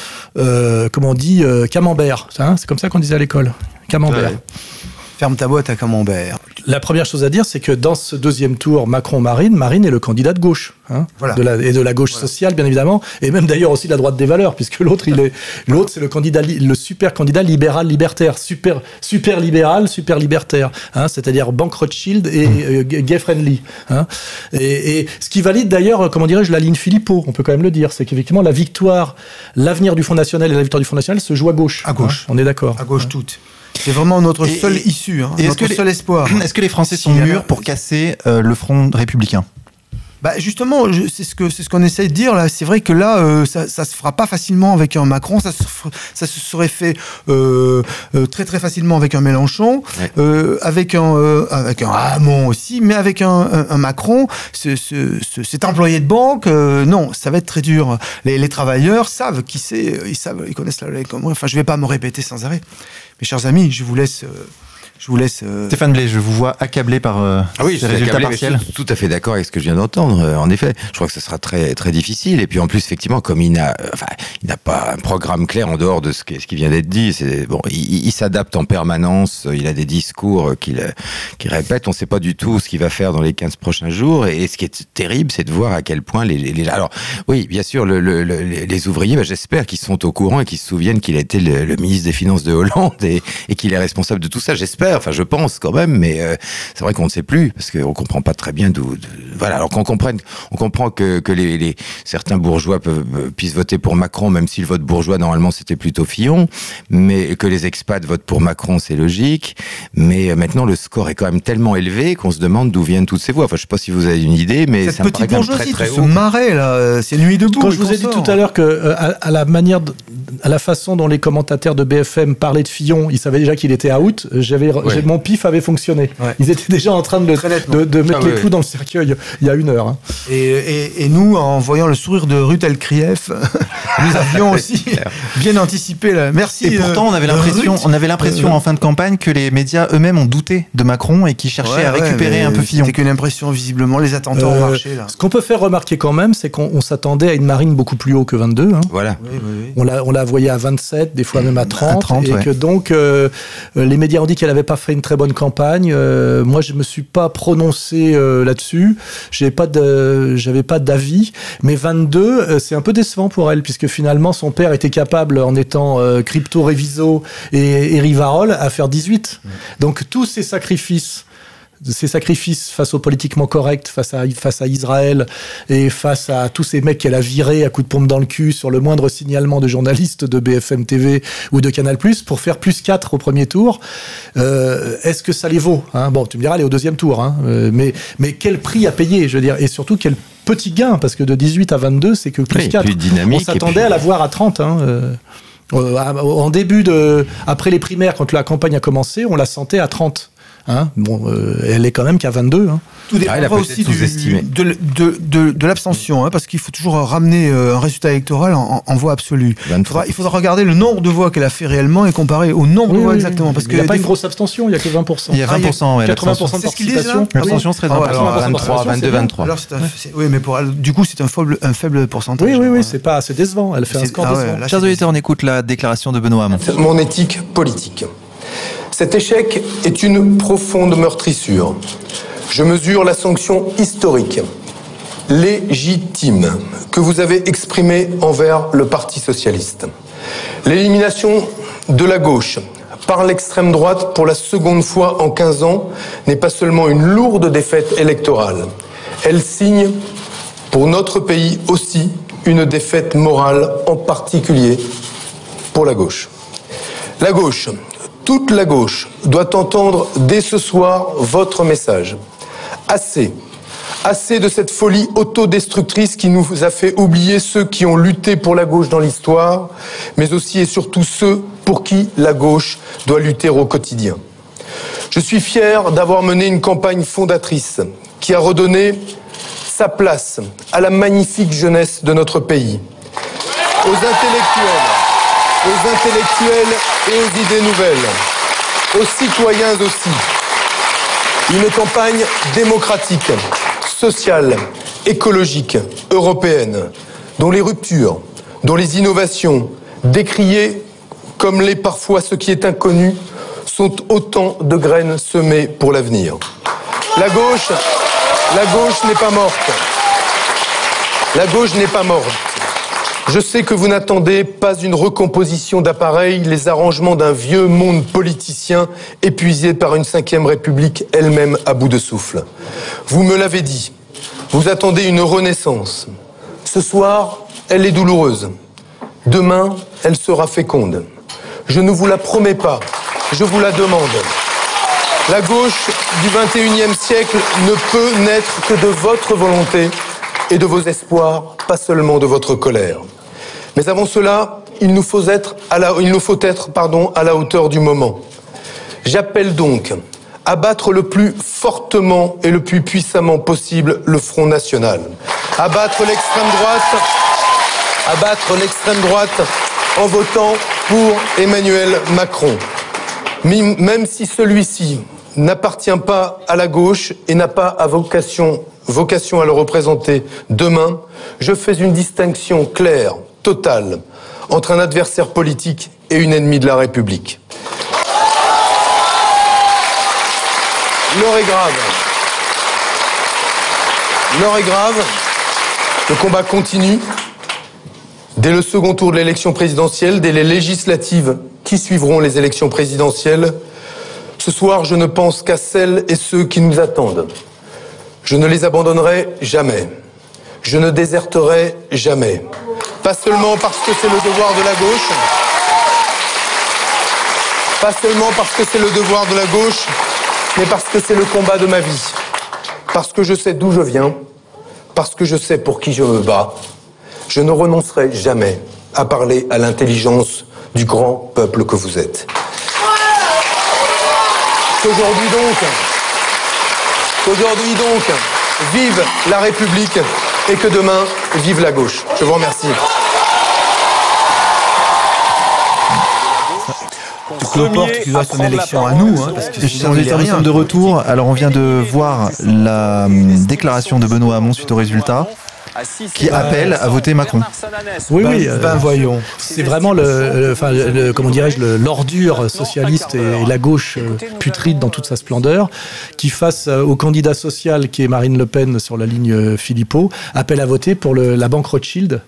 euh, comment on dit, euh, camembert. Hein, c'est comme ça qu'on disait à l'école. Camembert. Ouais. Ferme ta boîte à camembert. La première chose à dire, c'est que dans ce deuxième tour, Macron-Marine, Marine est le candidat de gauche. Hein, voilà. de la, et de la gauche voilà. sociale, bien évidemment. Et même d'ailleurs aussi de la droite des valeurs, puisque l'autre, il est, l'autre c'est le candidat, le super candidat libéral-libertaire. Super, super libéral, super libertaire. Hein, c'est-à-dire Bank Rothschild et euh, gay-friendly. Hein, et, et ce qui valide d'ailleurs, comment dirais-je, la ligne Philippot, on peut quand même le dire. C'est qu'effectivement, la victoire, l'avenir du Front National et la victoire du Front National se joue à gauche. À gauche. Hein, on est d'accord. À gauche hein. toute. C'est vraiment notre et, seule et, issue, hein, et notre est-ce seul les, espoir. Est-ce que les Français sont mûrs pour casser euh, le front républicain ? Bah justement, je, c'est ce que c'est ce qu'on essaye de dire là. C'est vrai que là, euh, ça, ça se fera pas facilement avec un Macron. Ça se, ça se serait fait euh, euh, très très facilement avec un Mélenchon, ouais. euh, avec un euh, avec un Hamon aussi, mais avec un, un, un Macron, ce, ce, ce, cet employé de banque, euh, non, ça va être très dur. Les, les travailleurs savent qui c'est, ils savent, ils connaissent la loi comme moi. Enfin, je vais pas me répéter sans arrêt. Mes chers amis, je vous laisse. Euh, Je vous laisse. Euh... Stéphane Blais, je vous vois accablé par euh, ah oui, ces résultats accablé, partiels. Je suis tout à fait d'accord avec ce que je viens d'entendre. Euh, en effet, je crois que ce sera très très difficile. Et puis en plus, effectivement, comme il n'a, euh, enfin, il n'a pas un programme clair en dehors de ce qui, ce qui vient d'être dit. C'est bon, il, il s'adapte en permanence. Il a des discours qu'il qu'il répète. On ne sait pas du tout ce qu'il va faire dans les quinze prochains jours. Et, et ce qui est terrible, c'est de voir à quel point les, les, les alors oui, bien sûr, le, le, le, les ouvriers, bah, j'espère qu'ils sont au courant et qu'ils se souviennent qu'il a été le, le ministre des Finances de Hollande et, et qu'il est responsable de tout ça. J'espère. j'espère, enfin je pense quand même, mais euh, c'est vrai qu'on ne sait plus, parce qu'on comprend pas très bien d'où... Voilà, alors qu'on comprenne, on comprend que, que les, les, certains bourgeois peuvent, puissent voter pour Macron, même si le vote bourgeois, normalement, c'était plutôt Fillon, mais que les expats votent pour Macron, c'est logique, mais maintenant, le score est quand même tellement élevé qu'on se demande d'où viennent toutes ces voix. Enfin, je sais pas si vous avez une idée, mais cette ça me paraît quand même très, très ce haut. marais, là, c'est nuit debout. Quand je vous ai dit tout à l'heure que, euh, à, à la manière, de, à la façon dont les commentateurs de B F M parlaient de Fillon, ils savaient déjà qu'il était out, j'avais, Ouais. j'ai, mon pif avait fonctionné. Ouais. Ils étaient déjà en train de, de, de mettre ah, les ouais. clous dans le cercueil il y a une heure. Hein. Et, et, et nous, en voyant le sourire de Ruth Elkrief, nous avions aussi bien anticipé. Là. Merci. Et pourtant, on avait l'impression, on avait l'impression euh, en fin de campagne que les médias eux-mêmes ont douté de Macron et qui cherchaient ouais, à récupérer ouais, un peu Fillon. C'était qu'une impression, visiblement, les attentats euh, ont marché. Là. Ce qu'on peut faire remarquer quand même, c'est qu'on on s'attendait à une marine beaucoup plus haut que vingt-deux. Hein. Voilà. Oui, oui, oui. On la, on la voyait à vingt-sept, des fois même à trente. À trente et ouais. que donc, euh, les médias ont dit qu'elle n'avait pas fait une très bonne campagne. Euh, moi, je me suis pas prononcé euh, là-dessus. J'avais pas de, j'avais pas d'avis. Mais vingt-deux, euh, c'est un peu décevant pour elle, puisque finalement, son père était capable, en étant euh, crypto-réviso et, et Rivarol, à faire dix-huit. Mmh. Donc, tous ces sacrifices, ces sacrifices face au politiquement correct, face à, face à Israël et face à tous ces mecs qu'elle a virés à coups de pompe dans le cul sur le moindre signalement de journalistes de B F M T V ou de Canal plus, pour faire plus quatre au premier tour, euh, est-ce que ça les vaut, hein? Bon, tu me diras, elle est au deuxième tour, hein, euh, mais, mais quel prix à payer, je veux dire, et surtout quel petit gain, parce que de dix-huit à vingt-deux, c'est que plus oui, quatre. Plus dynamique, on s'attendait puis... à la voir à trente, hein, euh, euh, en début de... Après les primaires, quand la campagne a commencé, on la sentait à trente. Hein, bon, euh, elle est quand même qu'à vingt-deux. Hein. Tout dépend ah, aussi du, de, de, de, de l'abstention, hein, parce qu'il faut toujours ramener un résultat électoral en, en voix absolue. Il faudra, il faudra regarder le nombre de voix qu'elle a fait réellement et comparer au nombre oui, de voix oui, exactement. Parce il n'y a pas une grosse abstention, il n'y a que vingt pour cent. Il y a vingt pour cent, ah, il y a quatre-vingts pour cent de participation. L'abstention serait vingt pour cent. Alors, vingt-trois, vingt-deux, vingt-trois. Alors, c'est un, c'est, oui, mais pour, du coup, c'est un faible, un faible pourcentage. Oui, oui, oui, c'est pas assez décevant. Elle fait c'est, un score ah décevant. Ouais, Chers auditeurs, on écoute la déclaration de Benoît Hamon. Mon éthique politique. Cet échec est une profonde meurtrissure. Je mesure la sanction historique, légitime, que vous avez exprimée envers le Parti socialiste. L'élimination de la gauche par l'extrême droite pour la seconde fois en quinze ans n'est pas seulement une lourde défaite électorale. Elle signe pour notre pays aussi une défaite morale, en particulier pour la gauche. La gauche, toute la gauche, doit entendre dès ce soir votre message. Assez. Assez de cette folie autodestructrice qui nous a fait oublier ceux qui ont lutté pour la gauche dans l'histoire, mais aussi et surtout ceux pour qui la gauche doit lutter au quotidien. Je suis fier d'avoir mené une campagne fondatrice qui a redonné sa place à la magnifique jeunesse de notre pays, aux intellectuels, aux intellectuels et aux idées nouvelles, aux citoyens aussi. Une campagne démocratique, sociale, écologique, européenne, dont les ruptures, dont les innovations, décriées comme l'est parfois ce qui est inconnu, sont autant de graines semées pour l'avenir. La gauche, la gauche n'est pas morte. La gauche n'est pas morte. Je sais que vous n'attendez pas une recomposition d'appareils, les arrangements d'un vieux monde politicien épuisé par une cinquième République elle-même à bout de souffle. Vous me l'avez dit, vous attendez une renaissance. Ce soir, elle est douloureuse. Demain, elle sera féconde. Je ne vous la promets pas, je vous la demande. La gauche du vingt et unième siècle ne peut naître que de votre volonté et de vos espoirs, pas seulement de votre colère. Mais avant cela, il nous faut être à la, il nous faut être, pardon, à la hauteur du moment. J'appelle donc à battre le plus fortement et le plus puissamment possible le Front National. À battre l'extrême droite, à battre l'extrême droite en votant pour Emmanuel Macron. Même si celui-ci n'appartient pas à la gauche et n'a pas à vocation, vocation à le représenter demain, je fais une distinction claire, totale, entre un adversaire politique et une ennemie de la République. L'heure est grave. L'heure est grave. Le combat continue. Dès le second tour de l'élection présidentielle, dès les législatives qui suivront les élections présidentielles, Ce soir, je ne pense qu'à celles et ceux qui nous attendent. Je ne les abandonnerai jamais. Je ne déserterai jamais. Pas seulement parce que c'est le devoir de la gauche, pas seulement parce que c'est le devoir de la gauche, mais parce que c'est le combat de ma vie. Parce que je sais d'où je viens, parce que je sais pour qui je me bats. Je ne renoncerai jamais à parler à l'intelligence du grand peuple que vous êtes. Qu'aujourd'hui donc, qu'aujourd'hui donc, vive la République et que demain, vive la gauche. Je vous remercie. Cloporte qui doit son élection à nous, hein, parce que sinon, Chers il y a auditeurs, nous rien. sommes de retour. Alors, on vient de voir la hum, déclaration de Benoît Hamon suite au résultat, qui appelle à voter Macron. Oui, Ben- oui. euh, ben voyons. C'est vraiment le, le- enfin, le, le- comment dirais-je, le- l'ordure socialiste et, et la gauche euh, putride dans toute sa splendeur, qui face euh, au candidat social qui est Marine Le Pen sur la ligne euh, Philippot, appelle à voter pour le, la banque Rothschild.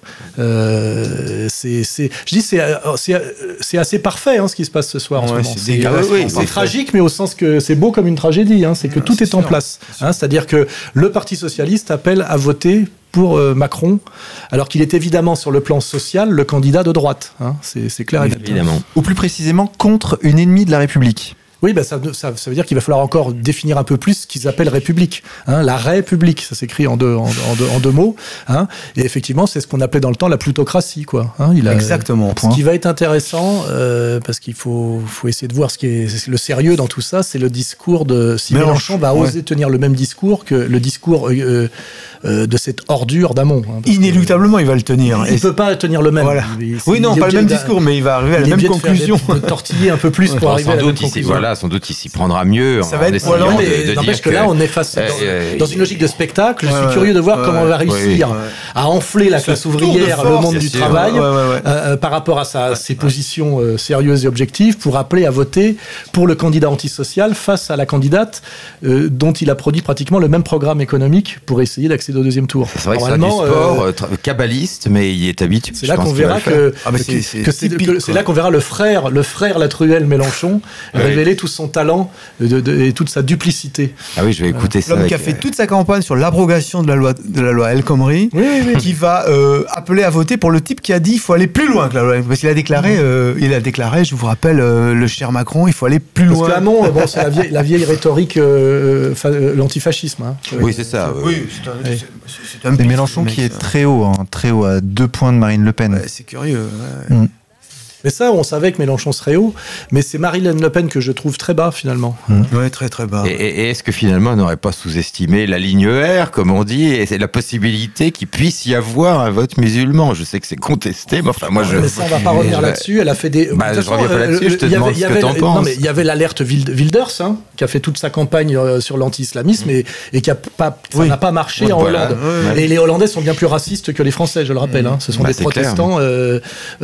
Euh, c'est, c'est, je dis, c'est, euh, c'est, euh, c'est assez parfait hein, ce qui se passe ce soir en Ouais, ce moment. c'est C'est, dégueulasse, euh, oui, c'est parfait. tragique, mais au sens que c'est beau comme une tragédie. Hein, c'est que tout c'est est, en sûr, place. Hein, c'est-à-dire que le Parti socialiste appelle à voter pour euh, Macron, alors qu'il est évidemment sur le plan social le candidat de droite. Hein, c'est, c'est clair et net. Évidemment. Ou plus précisément, contre une ennemie de la République. Oui, bah ça, ça, ça veut dire qu'il va falloir encore définir un peu plus ce qu'ils appellent République. Hein, la République, ça s'écrit en deux, en, en deux, en deux mots. Hein, et effectivement, c'est ce qu'on appelait dans le temps la plutocratie. Quoi, hein, il a, Exactement. Ce qui va être intéressant, euh, parce qu'il faut, faut essayer de voir ce qui est le sérieux dans tout ça, c'est le discours de... Si Mélenchon, Mélenchon va ouais. oser tenir le même discours que le discours euh, euh, de cette ordure d'Hamon. Hein, parce Inéluctablement, il va le tenir. que il ne peut pas tenir le même. Voilà. Il- il- Oui, non, il est pas le obligé même d'a- discours, mais il va arriver à il la est même obligé de faire conclusion. des- de tortiller un peu plus pour Bon, arriver à sans la même doute, il s'y, conclusion. voilà, sans doute, il s'y prendra mieux. Ça en va être essayant poilant, Non, de- mais de n'empêche dire que là, on est face dans, euh, dans une logique de spectacle. Je Ouais, suis ouais, curieux de voir ouais, comment on va ouais, réussir ouais. à enfler la classe tour de ouvrière, force, le monde bien du sûr. travail, Ouais, ouais, ouais. euh, euh, par rapport à sa, ses positions euh, sérieuses et objectives, pour appeler à voter pour le candidat antisocial face à la candidate euh, dont il a produit pratiquement le même programme économique pour essayer d'accéder au deuxième tour. C'est vrai que c'est du Normalement, sport euh, euh, tra- kabbaliste, mais il est habitué. c'est Je là pense qu'on qu'il va verra le faire. que, Ah, mais que- c'est- c'est que c'est typique, que quoi. c'est là qu'on verra le frère, le frère Latruelle Mélenchon Oui. révéler tout son talent de- de- et toute sa duplicité. Ah oui, je vais écouter ça. L'homme avec, qui a fait euh, toute sa campagne sur l'abrogation de la loi, de la loi El Khomri, Oui, oui, oui. qui va euh, appeler à voter pour le type qui a dit il faut aller plus loin que la loi. Parce qu'il a déclaré, euh, il a déclaré, je vous rappelle, euh, le cher Macron, il faut aller plus Parce loin. que Hamon, bon, c'est la vieille, la vieille rhétorique, euh, fa- euh, l'antifascisme. Hein. Oui, c'est ça. euh, Oui, c'est un, Oui. c'est- c'est un Et pif, Mélenchon ce mec, qui est ça. très haut, hein, très haut, à deux points de Marine Le Pen. Ouais, c'est curieux. ouais. Mais ça, on savait que Mélenchon serait haut, mais c'est Marine Le Pen que je trouve très bas, finalement. Ouais, très très bas. Et, et- et est-ce que finalement on n'aurait pas sous-estimé la ligne R, comme on dit, et c'est la possibilité qu'il puisse y avoir un vote musulman? Je sais que c'est contesté, mais enfin moi je. Mais ça, on va pas revenir je- là-dessus. Elle a fait des. Bah, de toute je reviens pas euh, là-dessus, je te il y avait- demande il y ce que avait- t'en Non, penses. mais il y avait l'alerte Wild- Wilders, hein, qui a fait toute sa campagne euh, sur l'anti-islamisme et, et qui a pas, ça Oui. n'a pas marché Ouais, en voilà. Hollande. Ouais, Et les Hollandais sont bien plus racistes que les Français, je le rappelle. Hein. Ce sont Bah, des c'est clair. protestants. euh,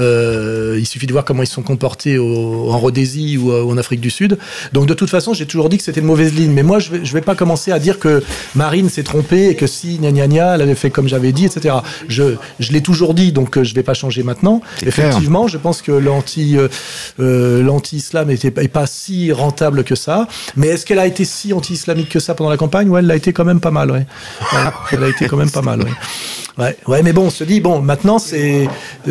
euh, il suffit de voir comment ils se sont comportés au- en Rhodésie ou, euh, ou en Afrique du Sud. Donc de toute façon, j'ai toujours dit que c'était une mauvaise ligne. Mais moi, je vais, je vais pas commencer à dire que Marine s'est trompée et que si gna gna gna, elle avait fait comme j'avais dit, et cetera. Je, je l'ai toujours dit, donc euh, je vais pas changer maintenant. C'est clair. Effectivement, je pense que l'anti, euh, euh, l'anti-islam était pas- est pas si rentable que ça. Mais est-ce qu'elle a été si anti-islamique que ça pendant la campagne? Ouais, elle l'a été quand même pas mal. Ouais. Ouais, elle a été quand même pas mal. Ouais. Ouais, ouais, mais bon, on se dit bon, maintenant c'est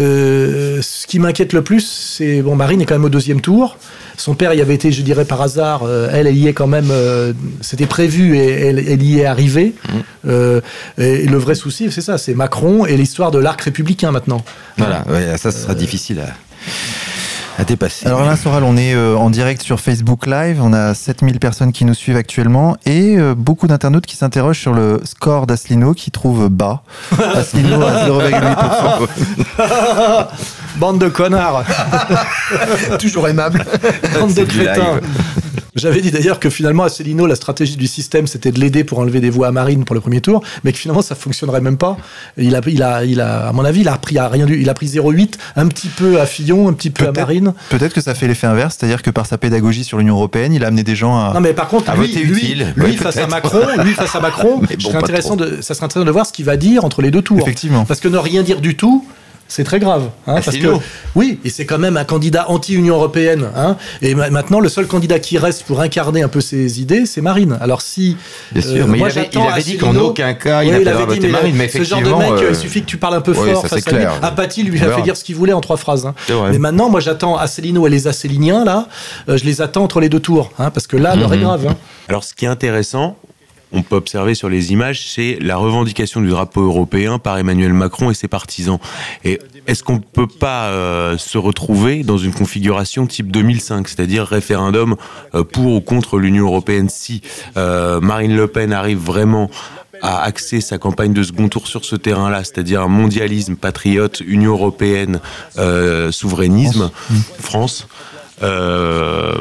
euh, ce qui m'inquiète le plus, c'est bon, Marine est quand même au deuxième tour. Son père y avait été, je dirais par hasard. euh, elle, elle y est quand même. euh, C'était prévu et elle, elle y est arrivée. Euh, et le vrai souci, c'est ça, c'est Macron et l'histoire de l'arc républicain maintenant. Voilà, ouais, ça, ce sera difficile à, à dépasser. Alors Alain Soral, on est euh, en direct sur Facebook Live, on a sept mille personnes qui nous suivent actuellement et euh, beaucoup d'internautes qui s'interrogent sur le score d'Asselineau qui trouve bas. Asselineau à zéro virgule huit pour cent. Bande de connards. Toujours aimable. Bande de C'est du crétins. live. J'avais dit d'ailleurs que finalement, Asselineau, la stratégie du système, c'était de l'aider pour enlever des voix à Marine pour le premier tour, mais que finalement, ça fonctionnerait même pas. Il a, il a, il a, à mon avis, il a pris à rien du, il a pris zéro virgule huit, un petit peu à Fillon, un petit peu à Peut-être- Marine. Peut-être que ça fait l'effet inverse, c'est-à-dire que par sa pédagogie sur l'Union Européenne, il a amené des gens à... Non, mais par contre, À lui, voter lui, utile. lui Ouais, face à peut-être. Macron, lui face à Macron, Mais je bon, serais pas intéressant de, ça serait intéressant de voir ce qu'il va dire entre les deux tours. Effectivement. Parce que ne rien dire du tout, C'est très grave, hein, parce que lourd. oui, et c'est quand même un candidat anti-Union européenne, hein, et ma- maintenant le seul candidat qui reste pour incarner un peu ses idées, c'est Marine. Alors si, Bien sûr, mais il avait, il avait dit qu'en aucun cas il oui, n'appellera avait dit, voter mais Marine, mais ce genre effectivement, de mec, euh, il suffit que tu parles un peu oui, fort ça, face c'est à lui. clair. Apathy lui On a verra. fait dire ce qu'il voulait en trois phrases. Hein. C'est vrai. Mais maintenant, moi j'attends Asselineau et les Asseliniens là, euh, je les attends entre les deux tours, hein, parce que là, l'heure est grave. Hein. Alors, ce qui est intéressant, on peut observer sur les images, c'est la revendication du drapeau européen par Emmanuel Macron et ses partisans. Et est-ce qu'on ne peut pas euh, se retrouver dans une configuration type deux mille cinq, c'est-à-dire référendum euh, pour ou contre l'Union européenne, si euh, Marine Le Pen arrive vraiment à axer sa campagne de second tour sur ce terrain-là, c'est-à-dire un mondialisme patriote, Union européenne, euh, souverainisme, France. Euh...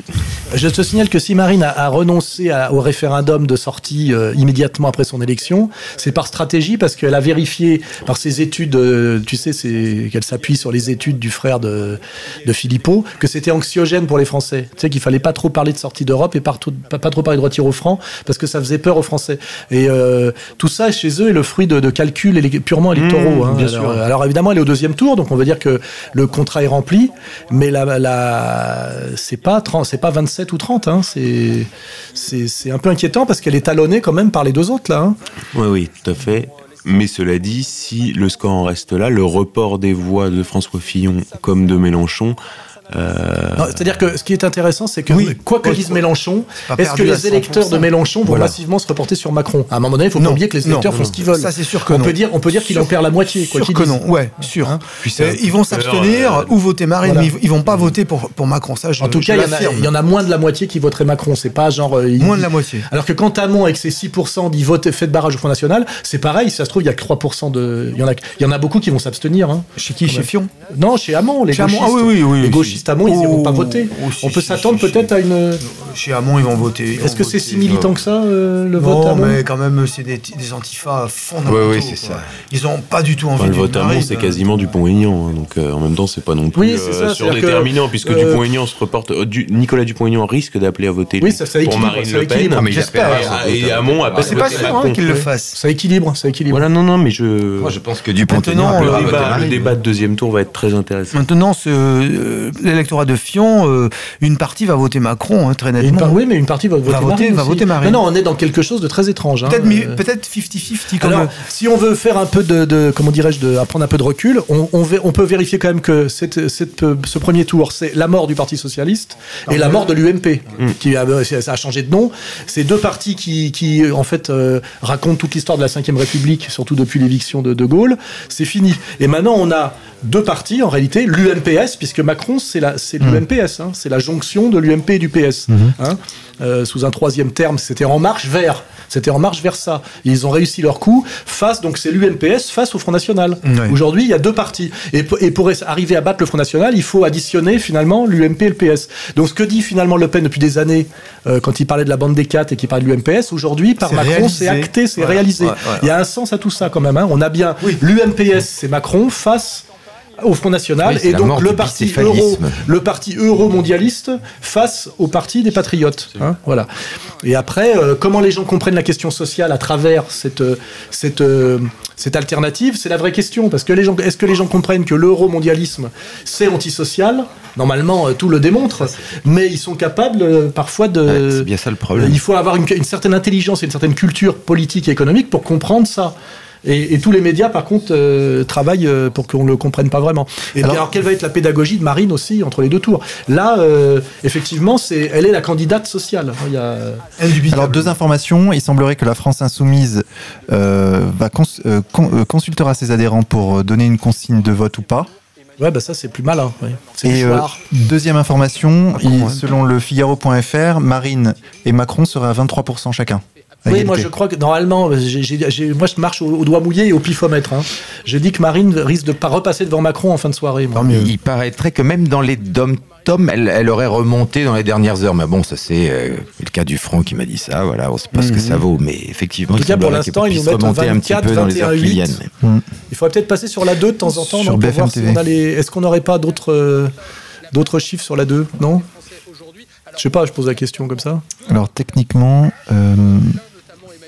Je te signale que si Marine a, a renoncé à, au référendum de sortie euh, immédiatement après son élection, c'est par stratégie, parce qu'elle a vérifié par ses études, euh, tu sais, c'est qu'elle s'appuie sur les études du frère de, de Philippot, que c'était anxiogène pour les Français. Tu sais qu'il fallait pas trop parler de sortie d'Europe et partout, pas, pas trop parler de retire au franc, parce que ça faisait peur aux Français. Et euh, tout ça chez eux est le fruit de, de calculs élé- purement électoraux. Mmh, hein. bien alors, sûr. alors évidemment, elle est au deuxième tour, donc on veut dire que le contrat est rempli, mais la, la c'est pas trente, c'est pas vingt-sept ou trente, hein, c'est, c'est, c'est un peu inquiétant parce qu'elle est talonnée quand même par les deux autres là. Hein. Oui, oui, tout à fait. Mais cela dit, si le score en reste là, le report des voix de François Fillon comme de Mélenchon. Euh... Non, c'est-à-dire que ce qui est intéressant, c'est que Oui. quoi que Ouais, dise Mélenchon, pas est-ce que perdu à les électeurs cent pour cent. de Mélenchon vont Voilà. massivement se reporter sur Macron? À un moment donné, il faut pas Non, oublier que les non, électeurs non, font ce qu'ils veulent. Ça, c'est sûr que on non. peut dire, on peut dire qu'il en perd la moitié, quoi Sûr qu'il que dise. non, ouais, sûr. Hein. Euh, ils vont s'abstenir euh, ou voter Marine, voilà. mais ils, ils vont pas voter pour, pour Macron. Ça, je, En tout je cas, il y, en a, l'affirme. il y en a moins de la moitié qui voteraient Macron. C'est pas genre. euh, il- Moins de la moitié. Alors que quand Hamon, avec ses six pour cent, dit vote, faites barrage au Front National, c'est pareil, si ça se trouve, il y a que trois pour cent de. Il y en a, il y en a beaucoup qui vont s'abstenir. Hein. Chez qui? Chez Fion? Non, chez Hamon, les Chez Hamon, gauchistes. ah oui, oui, oui, les oui, gauchistes si. Hamon, ils n'iront Oh, pas voter. oh, si, On peut si, s'attendre si, si. peut-être à une. Chez Hamon, ils vont voter. ils Est-ce vont que c'est voter. si militant que ça, euh, le vote Non, Hamon? mais quand même, c'est des, des antifas fondamentaux. Oui, oui, c'est quoi. ça. Ils ont pas du tout envie Enfin, le d'une vote à Marine, Mont, c'est hein. quasiment Dupont-Aignan, hein, donc euh, en même temps, c'est pas non plus Oui, c'est ça, euh, c'est-à-dire surdéterminant, que, puisque euh, Dupont-Aignan se reporte. euh, du, Nicolas Dupont-Aignan risque d'appeler à voter Oui, lui, ça, ça pour équilibre, Marine ça Le Pen. équilibre. Ah, mais il J'espère. appellera- Et, et Hamon appelle C'est pas voter sûr hein, Macron. qu'ils le fassent. Ça équilibre, ça équilibre. Voilà, non, non, mais je. Moi, je pense que Dupont-Aignan Maintenant, appellera le, à voter débat, le Marine. débat de deuxième tour va être très intéressant. Maintenant, ce, euh, l'électorat de Fion, euh, une partie va voter Macron, hein, très Et une nettement. par- oui, mais une partie va voter Va voter- Marine. va aussi. voter Marine. Non, non, on est dans quelque chose de très étrange. Hein. Peut-être mi- Euh, peut-être cinquante cinquante. Comme Alors, le- si on veut faire un peu de, de comment dirais-je, de à prendre un peu de recul, on, on, vé- on peut vérifier quand même que cette, cette, euh, ce premier tour, c'est la mort du Parti socialiste et la mort de l'U M P, qui a, ça a changé de nom. C'est deux partis qui, qui en fait, euh, racontent toute l'histoire de la Cinquième République, surtout depuis l'éviction de De Gaulle. C'est fini. Et maintenant, on a deux partis, en réalité, l'U M P S, puisque Macron, c'est la, c'est l'U M P S, hein, c'est la jonction de l'U M P et du P S. Hein. Euh, sous un troisième terme, c'était en marche vers. C'était en marche vers ça. Et ils ont réussi leur coup face, donc c'est l'U M P S face au Front National. Ouais. Aujourd'hui, il y a deux partis. Et, pour- et pour arriver à battre le Front National, il faut additionner finalement l'U M P et le P S. Donc ce que dit finalement Le Pen depuis des années, euh, quand il parlait de la bande des quatre et qu'il parlait de l'U M P S, aujourd'hui, par C'est Macron, réalisé. c'est acté, c'est Voilà. réalisé. Ouais, ouais, Il y a un sens à tout ça quand même. Hein. On a bien Oui. l'U M P S, c'est Macron face au Front National, Oui, c'est et la donc mort le du parti, bicéphalisme. euro, le parti euro-mondialiste face au parti des patriotes. Hein, voilà. Et après, euh, comment les gens comprennent la question sociale à travers cette, euh, cette, euh, cette alternative, c'est la vraie question. Parce que les gens, est-ce que les gens comprennent que l'euro-mondialisme, c'est antisocial? Normalement, euh, tout le démontre. Mais ils sont capables, euh, parfois, de... Ouais, c'est bien ça le problème. Il faut avoir une, une certaine intelligence et une certaine culture politique et économique pour comprendre ça. Et, et tous les médias, par contre, euh, travaillent euh, pour qu'on ne le comprenne pas vraiment. Et alors, alors, quelle va être la pédagogie de Marine aussi entre les deux tours? Là, euh, effectivement, c'est, elle est la candidate sociale. Il y a... Alors, deux informations. Il semblerait que la France Insoumise euh, va cons- euh, con- euh, consultera ses adhérents pour donner une consigne de vote ou pas. Ouais, bah ça, c'est plus malin. Ouais. C'est Et euh, deuxième information, il, selon le Figaro point F R, Marine et Macron seraient à vingt-trois pour cent chacun. Oui, moi je crois que normalement, j'ai, j'ai, j'ai, moi je marche au, au doigt mouillé et au pifomètre. Hein. Je dis que Marine risque de pas repasser devant Macron en fin de soirée. Moi. Il paraîtrait que même dans les dom-tom, elle, elle aurait remonté dans les dernières heures. Mais bon, ça c'est euh, le cas du Front qui m'a dit ça. Voilà, on ne sait pas mm-hmm. ce que ça vaut, mais effectivement, en tout il cas pour semblerait l'instant, ils nous puisse mettent en remonter un petit vingt-quatre, peu dans les heures qui viennent. Mais... Mm. Il faudrait peut-être passer sur la deux de temps en temps, sur non, B pour F M voir T V. si on a les. Est-ce qu'on n'aurait pas d'autres euh, d'autres chiffres sur la deux? Non. Je sais pas, je pose la question comme ça. Alors techniquement. Euh...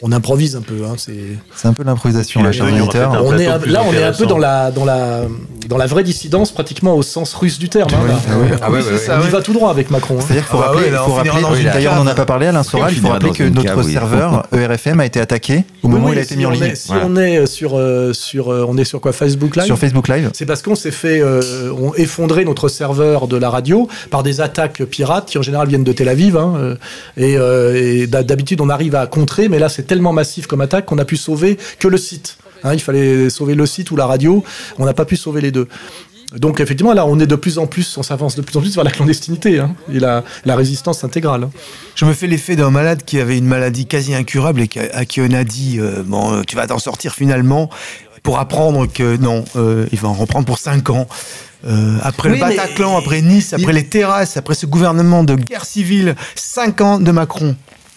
on improvise un peu. Hein, c'est... c'est un peu l'improvisation, là, cher auditeur. On est un, là, on est un peu dans la, dans, la, dans la vraie dissidence, pratiquement au sens russe du terme. Hein, Oui, là. ah oui. Ah ouais, ouais, on ouais. y va tout droit avec Macron. Hein. C'est-à-dire qu'il faut Ah bah rappeler, ouais, là, faut on rappeler- finira dans une d'ailleurs, on cave. n'en a pas parlé, Alain Soral, On il faut finira rappeler dans que une notre cave, oui. serveur E R F M a été attaqué au moment Oui, où il a oui, été si mis en on ligne. est- Si Voilà. on est sur, euh, sur, euh, on est sur quoi, Facebook Live Sur Facebook Live. C'est parce qu'on s'est fait euh, on effondrer notre serveur de la radio par des attaques pirates qui en général viennent de Tel Aviv. Hein, euh, et, euh, et d'ha- d'habitude on arrive à contrer, mais là c'est tellement massif comme attaque qu'on a pu sauver que le site. Hein, il fallait sauver le site ou la radio. On n'a pas pu sauver les deux. Donc effectivement là on est de plus en plus, on s'avance de plus en plus vers la clandestinité hein, et la, la résistance intégrale. Hein. Je me fais l'effet d'un malade qui avait une maladie quasi incurable et qui- à qui on a dit euh, bon, euh, tu vas t'en sortir finalement, pour apprendre que non, euh, il va en reprendre pour cinq ans. Euh, après Oui, le mais- Bataclan, après Nice, après il- les terrasses, après ce gouvernement de guerre civile, cinq ans de Macron.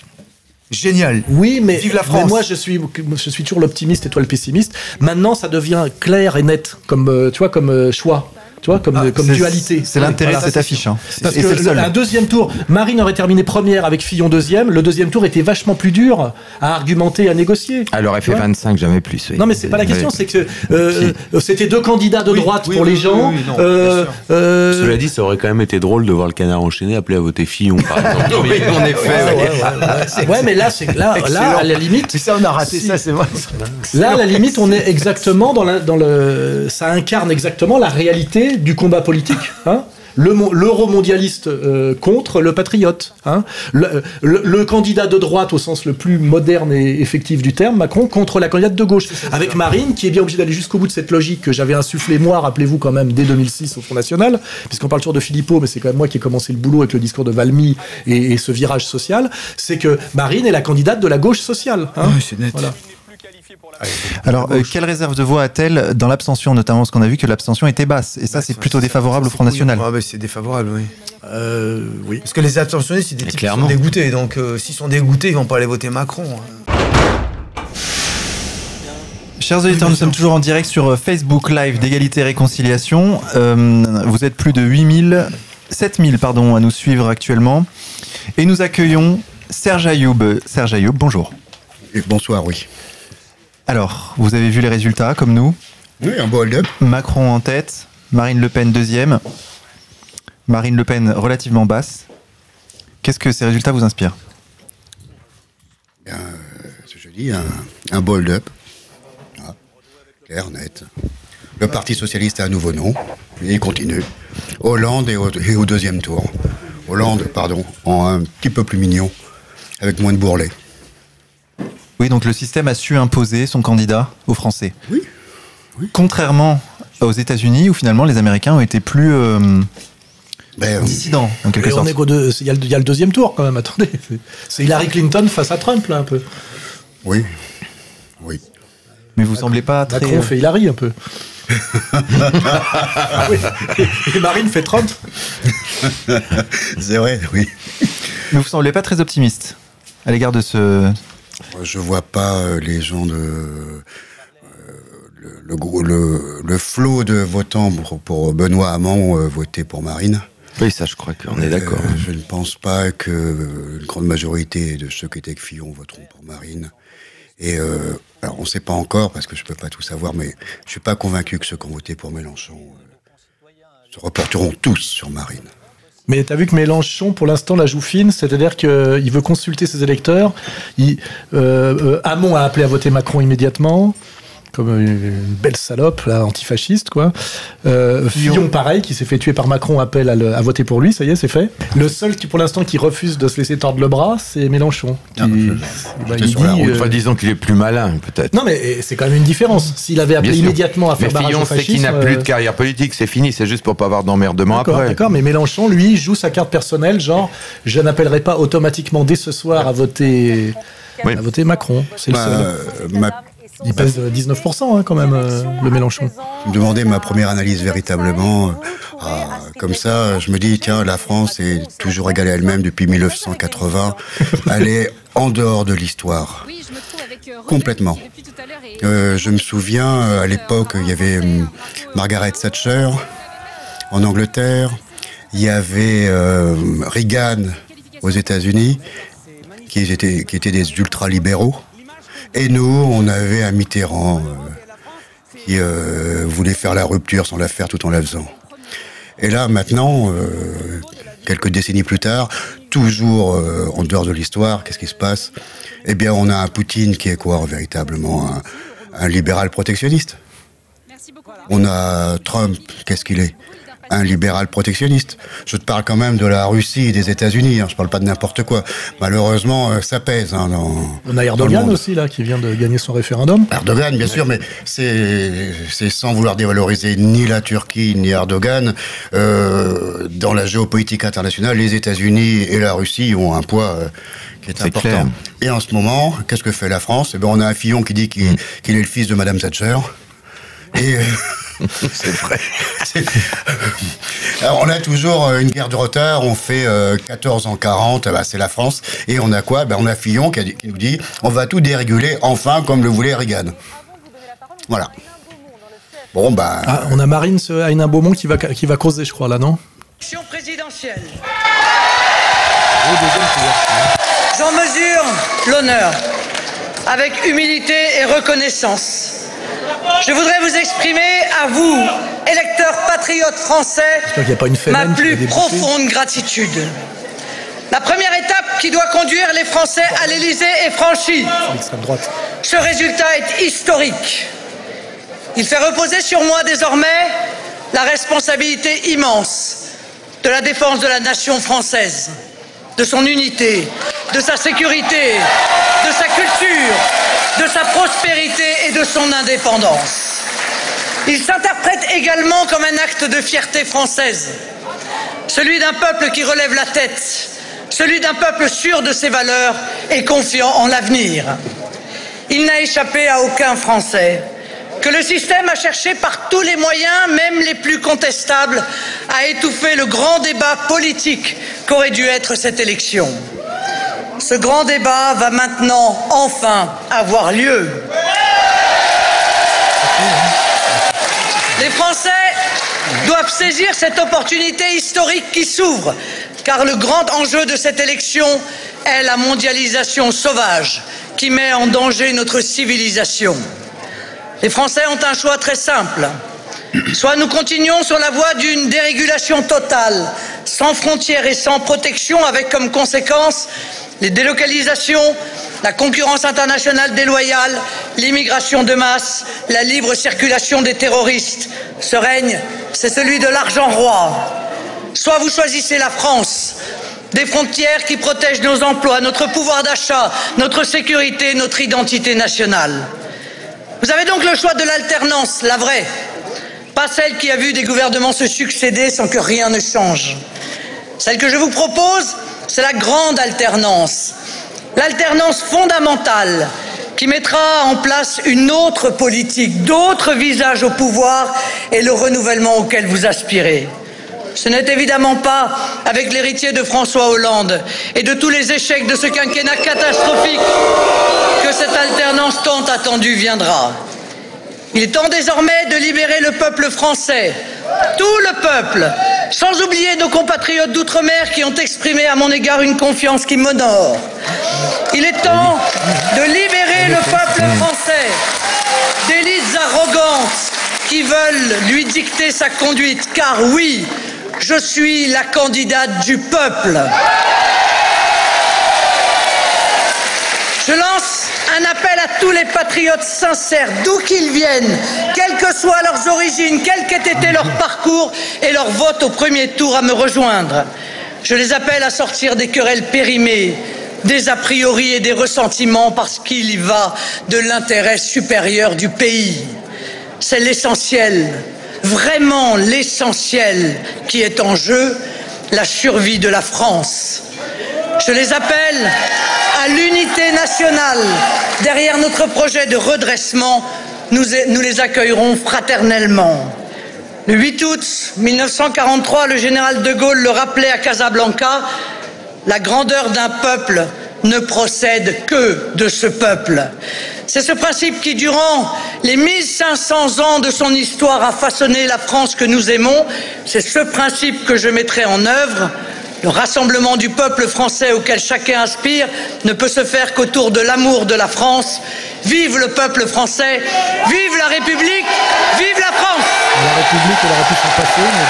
Génial. Oui, mais, Vive la mais France. moi je suis, je suis toujours l'optimiste et toi le pessimiste. Maintenant, ça devient clair et net comme, euh, tu vois, comme euh, choix. Tu vois, comme, Ah, comme c'est- dualité. C'est l'intérêt Voilà. de cette affiche. Hein. Parce Et que c'est le seul. un deuxième tour, Marine aurait terminé première avec Fillon deuxième. Le deuxième tour était vachement plus dur à argumenter, à négocier. Elle aurait fait Tu vois vingt-cinq, jamais plus. Oui. Non, mais c'est pas la question, c'est que euh, euh, c'était deux candidats de Oui, droite oui, pour oui, les oui, gens. oui, oui, non, Euh, bien sûr. euh, Cela dit, ça aurait quand même été drôle de voir le canard enchaîné appeler à voter Fillon, par exemple. Oui, en effet. ouais, oui. ouais, ouais, ouais. Ouais, mais là, c'est là, là, à la limite. Mais ça, on a raté Si. ça, c'est vrai. Là, à la limite, on est exactement dans, la, dans le. Ça incarne exactement la réalité du combat politique. Hein, le mo- l'euro-mondialiste euh, contre le patriote. Hein, le, le, le candidat de droite au sens le plus moderne et effectif du terme, Macron, contre la candidate de gauche. Avec Marine, qui est bien obligée d'aller jusqu'au bout de cette logique que j'avais insufflée, moi, rappelez-vous quand même, dès deux mille six au Front National, puisqu'on parle toujours de Philippot, mais c'est quand même moi qui ai commencé le boulot avec le discours de Valmy et, et ce virage social, c'est que Marine est la candidate de la gauche sociale. Hein, Ouais, c'est net. voilà. Alors, euh, quelle réserve de voix a-t-elle dans l'abstention, notamment parce qu'on a vu que l'abstention était basse, et ça, c'est plutôt défavorable au Front National. Ah, bah, c'est défavorable, oui. Euh, oui. Parce que les abstentionnistes, c'est des Mais types qui clairement. sont dégoûtés. Donc, euh, s'ils sont dégoûtés, ils vont pas aller voter Macron. hein. Chers auditeurs, nous sommes toujours en direct sur euh, Facebook Live d'égalité et réconciliation. Euh, vous êtes plus de huit mille, sept mille pardon, à nous suivre actuellement. Et nous accueillons Serge Ayoub. Serge Ayoub, bonjour. Et bonsoir, oui. Alors, vous avez vu les résultats, comme nous. Oui, un beau hold-up. Macron en tête, Marine Le Pen deuxième. Marine Le Pen relativement basse. Qu'est-ce que ces résultats vous inspirent? Bien, euh, ce jeudi, un, un beau hold-up. Voilà. Clair, net. Le Parti Socialiste a un nouveau nom. Et il continue. Hollande est au, est au deuxième tour. Hollande, pardon, en un petit peu plus mignon, avec moins de bourrelets. Oui, donc le système a su imposer son candidat aux Français. Oui. Oui. Contrairement aux États-Unis, où finalement les Américains ont été plus euh, Ben, dissidents, en quelque Et on sorte. est qu'au deux- il y, a le- il y a le deuxième tour quand même, attendez. C'est- C'est Hillary Clinton face à Trump, là, un peu. oui. Oui. Mais vous semblez pas très... Macron fait Hillary, un peu. Ah oui. Et Marine fait Trump. C'est vrai, oui. Mais vous semblez pas très optimiste à l'égard de ce... Je vois pas euh, les gens de... euh, le, le, gros- le, le flot de votants pour, pour Benoît Hamon euh, voter pour Marine. Oui, ça, je crois qu'on est d'accord. Euh, je ne pense pas que euh, une grande majorité de ceux qui étaient avec Fillon voteront pour Marine. Et euh, alors on ne sait pas encore parce que je peux pas tout savoir, mais je suis pas convaincu que ceux qui ont voté pour Mélenchon euh, se reporteront tous sur Marine. Mais t'as vu que Mélenchon, pour l'instant, la joue fine, c'est-à-dire qu'il veut consulter ses électeurs. Il, euh, euh, Hamon a appelé à voter Macron immédiatement, comme une, une belle salope, là, antifasciste, quoi. Euh, Fillon, pareil, qui s'est fait tuer par Macron, appelle à, le- à voter pour lui, ça y est, c'est fait. Le seul qui, pour l'instant, qui refuse de se laisser tordre le bras, c'est Mélenchon. Qui, Ah, je- bah, j'étais il sur la dit, route. euh, Enfin, disons qu'il est plus malin, peut-être. Non, mais c'est quand même une différence. S'il avait appelé Bien sûr. immédiatement à faire Mais barrage Fillon au sait qu'il fascisme... n'a plus de euh, carrière politique, c'est fini, c'est juste pour pas avoir d'emmerdement D'accord, après. d'accord, mais Mélenchon, lui, joue sa carte personnelle, genre, je n'appellerai pas automatiquement dès ce soir à voter, Oui. à voter Macron. C'est le Ma- seul. euh, ma- Il pèse dix-neuf pour cent hein, quand même, euh, le Mélenchon. Vous me demandez ma première analyse véritablement. euh, ah, comme ça, je me dis, tiens, la France est toujours égale à elle-même depuis mille neuf cent quatre-vingts. Elle est en dehors de l'histoire. Complètement. Euh, je me souviens, euh, à l'époque, il y avait hum, Margaret Thatcher en Angleterre. Il y avait euh, Reagan aux États-Unis, qui étaient, qui étaient des ultra-libéraux. Et nous, on avait un Mitterrand euh, qui euh, voulait faire la rupture sans la faire tout en la faisant. Et là, maintenant, euh, quelques décennies plus tard, toujours euh, en dehors de l'histoire, qu'est-ce qui se passe? Eh bien, on a un Poutine qui est quoi, véritablement un, un libéral protectionniste. On a Trump, qu'est-ce qu'il est? Un libéral protectionniste. Je te parle quand même de la Russie et des États-Unis, hein, je parle pas de n'importe quoi. Malheureusement, euh, ça pèse. Hein, dans, on a Erdogan aussi, là, qui vient de gagner son référendum. Erdogan, bien sûr, mais c'est, c'est sans vouloir dévaloriser ni la Turquie, ni Erdogan. Euh, dans la géopolitique internationale, les États-Unis et la Russie ont un poids euh, qui est, c'est important. Clair. Et en ce moment, qu'est-ce que fait la France? Eh ben, on a un Fillon qui dit qu'il, mmh. qu'il est le fils de Madame Thatcher. Et... c'est vrai. C'est... Alors, on a toujours une guerre de retard, on fait euh, quatorze en quarante, bah, c'est la France. Et on a quoi? Bah, on a Fillon qui, a, qui nous dit on va tout déréguler, enfin, comme le voulait Reagan. Voilà. Bon, bah. Ah, on a Marine Hénin-Beaumont qui va, qui va causer, je crois, là, non? Élection présidentielle. J'en mesure l'honneur, avec humilité et reconnaissance. Je voudrais vous exprimer, à vous, électeurs patriotes français, ma plus profonde gratitude. La première étape qui doit conduire les Français à l'Élysée est franchie. Ce résultat est historique. Il fait reposer sur moi désormais la responsabilité immense de la défense de la nation française, de son unité, de sa sécurité, de sa culture, de sa prospérité et de son indépendance. Il s'interprète également comme un acte de fierté française, celui d'un peuple qui relève la tête, celui d'un peuple sûr de ses valeurs et confiant en l'avenir. Il n'a échappé à aucun Français que le système a cherché par tous les moyens, même les plus contestables, à étouffer le grand débat politique qu'aurait dû être cette élection. Ce grand débat va maintenant enfin avoir lieu. Les Français doivent saisir cette opportunité historique qui s'ouvre, car le grand enjeu de cette élection est la mondialisation sauvage qui met en danger notre civilisation. Les Français ont un choix très simple. Soit nous continuons sur la voie d'une dérégulation totale, sans frontières et sans protection, avec comme conséquence les délocalisations, la concurrence internationale déloyale, l'immigration de masse, la libre circulation des terroristes. Ce règne, c'est celui de l'argent roi. Soit vous choisissez la France, des frontières qui protègent nos emplois, notre pouvoir d'achat, notre sécurité, notre identité nationale. Vous avez donc le choix de l'alternance, la vraie, pas celle qui a vu des gouvernements se succéder sans que rien ne change. Celle que je vous propose, c'est la grande alternance, l'alternance fondamentale qui mettra en place une autre politique, d'autres visages au pouvoir et le renouvellement auquel vous aspirez. Ce n'est évidemment pas avec l'héritier de François Hollande et de tous les échecs de ce quinquennat catastrophique que cette alternance tant attendue viendra. Il est temps désormais de libérer le peuple français, tout le peuple, sans oublier nos compatriotes d'outre-mer qui ont exprimé à mon égard une confiance qui m'honore. Il est temps de libérer le peuple français d'élites arrogantes qui veulent lui dicter sa conduite, car oui, je suis la candidate du peuple. Je lance un appel à tous les patriotes sincères, d'où qu'ils viennent, quelles que soient leurs origines, quel qu'ait été leur parcours et leur vote au premier tour, à me rejoindre. Je les appelle à sortir des querelles périmées, des a priori et des ressentiments, parce qu'il y va de l'intérêt supérieur du pays. C'est l'essentiel, vraiment l'essentiel qui est en jeu, la survie de la France. Je les appelle à l'unité nationale. Derrière notre projet de redressement, nous, nous les accueillerons fraternellement. Le huit août mille neuf cent quarante-trois, le général de Gaulle le rappelait à Casablanca, la grandeur d'un peuple ne procède que de ce peuple. C'est ce principe qui, durant les mille cinq cents ans de son histoire, a façonné la France que nous aimons. C'est ce principe que je mettrai en œuvre. Le rassemblement du peuple français auquel chacun aspire ne peut se faire qu'autour de l'amour de la France. Vive le peuple français, vive la République, vive la France. La République, elle aurait pu s'en passer, mais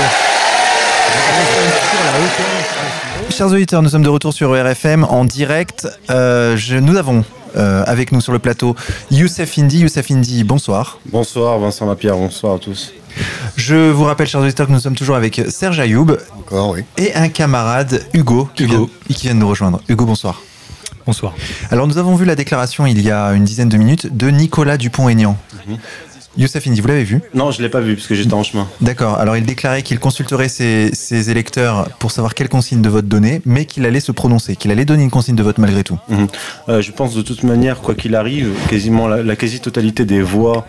bon. Chers auditeurs, nous sommes de retour sur R F M en direct. Euh, je, nous avons euh, avec nous sur le plateau Youssef Indy. Youssef Indy, bonsoir. Bonsoir Vincent Lapierre, bonsoir à tous. Je vous rappelle, chers auditeurs, que nous sommes toujours avec Serge Ayoub. Encore, oui. Et un camarade, Hugo, qui, Hugo. Vient, qui vient de nous rejoindre. Hugo, bonsoir. Bonsoir. Alors, nous avons vu la déclaration il y a une dizaine de minutes de Nicolas Dupont-Aignan. Mm-hmm. Youssef Indy, vous l'avez vu ? Non, je ne l'ai pas vu parce que j'étais en chemin. D'accord. Alors, il déclarait qu'il consulterait ses, ses électeurs pour savoir quelle consigne de vote donner, mais qu'il allait se prononcer, qu'il allait donner une consigne de vote malgré tout. Mmh. Euh, je pense de toute manière, quoi qu'il arrive, quasiment la, la quasi-totalité des voix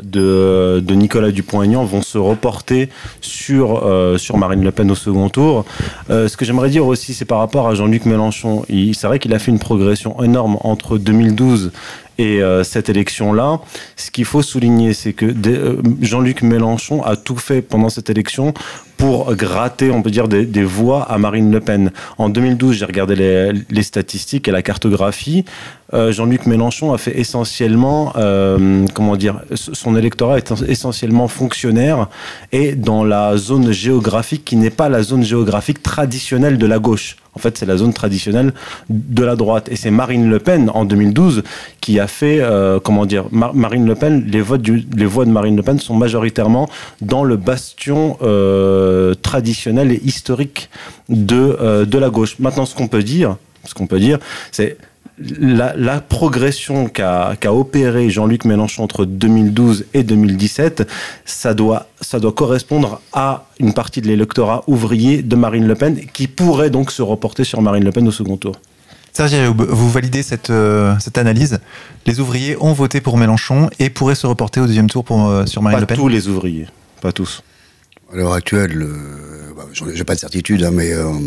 de, de Nicolas Dupont-Aignan vont se reporter sur, euh, sur Marine Le Pen au second tour. Euh, ce que j'aimerais dire aussi, c'est par rapport à Jean-Luc Mélenchon. Il, c'est vrai qu'il a fait une progression énorme entre deux mille douze et euh, cette élection-là. Ce qu'il faut souligner, c'est que des, euh, Jean-Luc Mélenchon a tout fait pendant cette élection pour gratter, on peut dire, des, des voix à Marine Le Pen. En deux mille douze, j'ai regardé les, les statistiques et la cartographie. Euh, Jean-Luc Mélenchon a fait essentiellement, euh, comment dire, son électorat est essentiellement fonctionnaire et dans la zone géographique qui n'est pas la zone géographique traditionnelle de la gauche. En fait, c'est la zone traditionnelle de la droite. Et c'est Marine Le Pen, en deux mille douze, qui a fait, euh, comment dire, Mar- Marine Le Pen, les, votes du, les voix de Marine Le Pen sont majoritairement dans le bastion euh, traditionnel et historique de, euh, de la gauche. Maintenant, ce qu'on peut dire, ce qu'on peut dire, c'est La, la progression qu'a, qu'a opéré Jean-Luc Mélenchon entre deux mille douze et deux mille dix-sept, ça doit, ça doit correspondre à une partie de l'électorat ouvrier de Marine Le Pen qui pourrait donc se reporter sur Marine Le Pen au second tour. Serge Ayoub, vous validez cette, euh, cette analyse ? Les ouvriers ont voté pour Mélenchon et pourraient se reporter au deuxième tour pour, euh, sur Marine pas Le Pen ? Pas tous les ouvriers, pas tous. À l'heure actuelle, euh, bah, j'ai pas de certitude, hein, mais... Euh...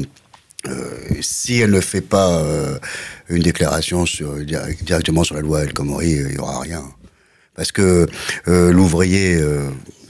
Euh, si elle ne fait pas euh, une déclaration sur, directement sur la loi El Khomri, il n'y aura rien. Parce que euh, l'ouvrier, euh,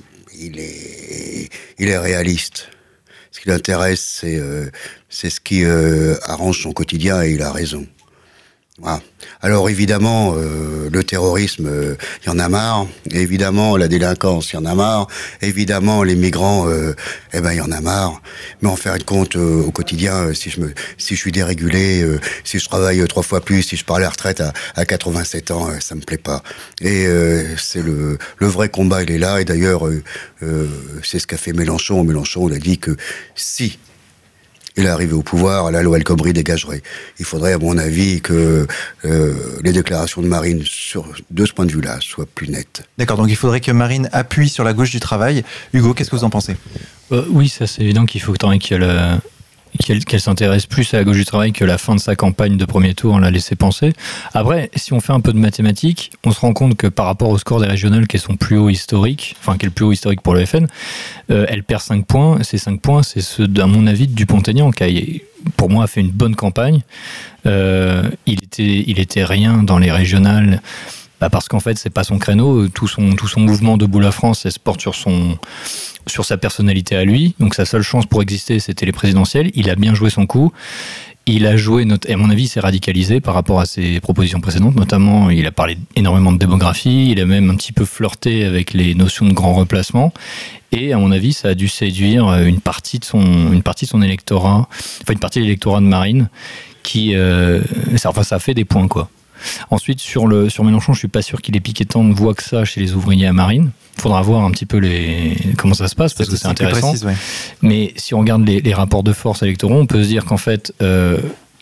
il est, il est réaliste. Ce qui l'intéresse, c'est, euh, c'est ce qui euh, arrange son quotidien et il a raison. Voilà. Alors évidemment, euh, le terrorisme, il euh, y en a marre. Évidemment, la délinquance, il y en a marre. Évidemment, les migrants, euh, eh ben il y en a marre. Mais en faire de compte euh, au quotidien, euh, si je me, si je suis dérégulé, euh, si je travaille euh, trois fois plus, si je pars à la retraite à, à quatre-vingt-sept ans, euh, ça me plaît pas. Et euh, c'est le, le vrai combat, il est là. Et d'ailleurs, euh, euh, c'est ce qu'a fait Mélenchon. Mélenchon, il a dit que si il est arrivé au pouvoir, la loi El Khomri dégagerait. Il faudrait, à mon avis, que euh, les déclarations de Marine, sur, de ce point de vue-là, soient plus nettes. D'accord, donc il faudrait que Marine appuie sur la gauche du travail. Hugo, qu'est-ce que vous en pensez ? euh, Oui, ça c'est évident qu'il faut qu'elle, euh, qu'elle, qu'elle s'intéresse plus à la gauche du travail que la fin de sa campagne de premier tour, on l'a laissé penser. Après, si on fait un peu de mathématiques, on se rend compte que par rapport au score des régionales qui est son plus haut historique, enfin qui est le plus haut historique pour le F N, euh, elle perd cinq points. Ces cinq points, c'est ceux, à mon avis, de Dupont-Aignan, qui a, pour moi, a fait une bonne campagne. Euh, il était, il était rien dans les régionales. Bah parce qu'en fait, c'est pas son créneau. Tout son, tout son mouvement Debout la France, elle se porte sur son, sur sa personnalité à lui. Donc sa seule chance pour exister, c'était les présidentielles. Il a bien joué son coup. Il a joué, et à mon avis, il s'est radicalisé par rapport à ses propositions précédentes. Notamment, il a parlé énormément de démographie. Il a même un petit peu flirté avec les notions de grand replacement. Et à mon avis, ça a dû séduire une partie de son, une partie de son électorat, enfin une partie de l'électorat de Marine, qui, euh, ça, enfin, ça a fait des points, quoi. Ensuite, sur, le, sur Mélenchon, je suis pas sûr qu'il ait piqué tant de voix que ça chez les ouvriers à Marine. Il faudra voir un petit peu les, comment ça se passe, parce que c'est intéressant. Précise, ouais. Mais si on regarde les, les rapports de force électoraux, on peut se dire qu'en fait, euh,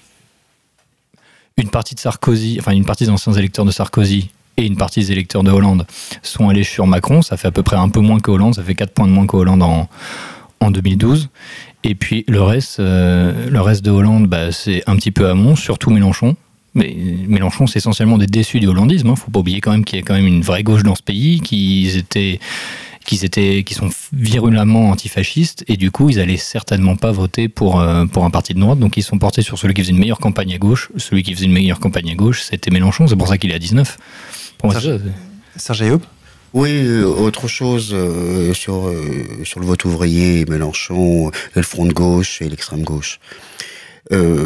une partie de Sarkozy, enfin une partie des anciens électeurs de Sarkozy et une partie des électeurs de Hollande sont allés sur Macron. Ça fait à peu près un peu moins que Hollande, ça fait quatre points de moins que Hollande en, en deux mille douze. Et puis le reste, euh, le reste de Hollande, bah, c'est un petit peu Hamon, surtout Mélenchon. Mais Mélenchon, c'est essentiellement des déçus du hollandisme. Hein. Faut pas oublier quand même qu'il y a quand même une vraie gauche dans ce pays, qu'ils étaient, qu'ils étaient, qui sont virulemment antifascistes, et du coup, ils allaient certainement pas voter pour euh, pour un parti de droite. Donc, ils sont portés sur celui qui faisait une meilleure campagne à gauche. Celui qui faisait une meilleure campagne à gauche, c'était Mélenchon. C'est pour ça qu'il est à dix-neuf. Pour moi, Serge, Serge Ayoub. Oui, euh, autre chose euh, sur, euh, sur le vote ouvrier, Mélenchon, et le front de gauche et l'extrême gauche. Euh,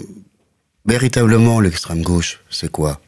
véritablement, l'extrême gauche, c'est quoi?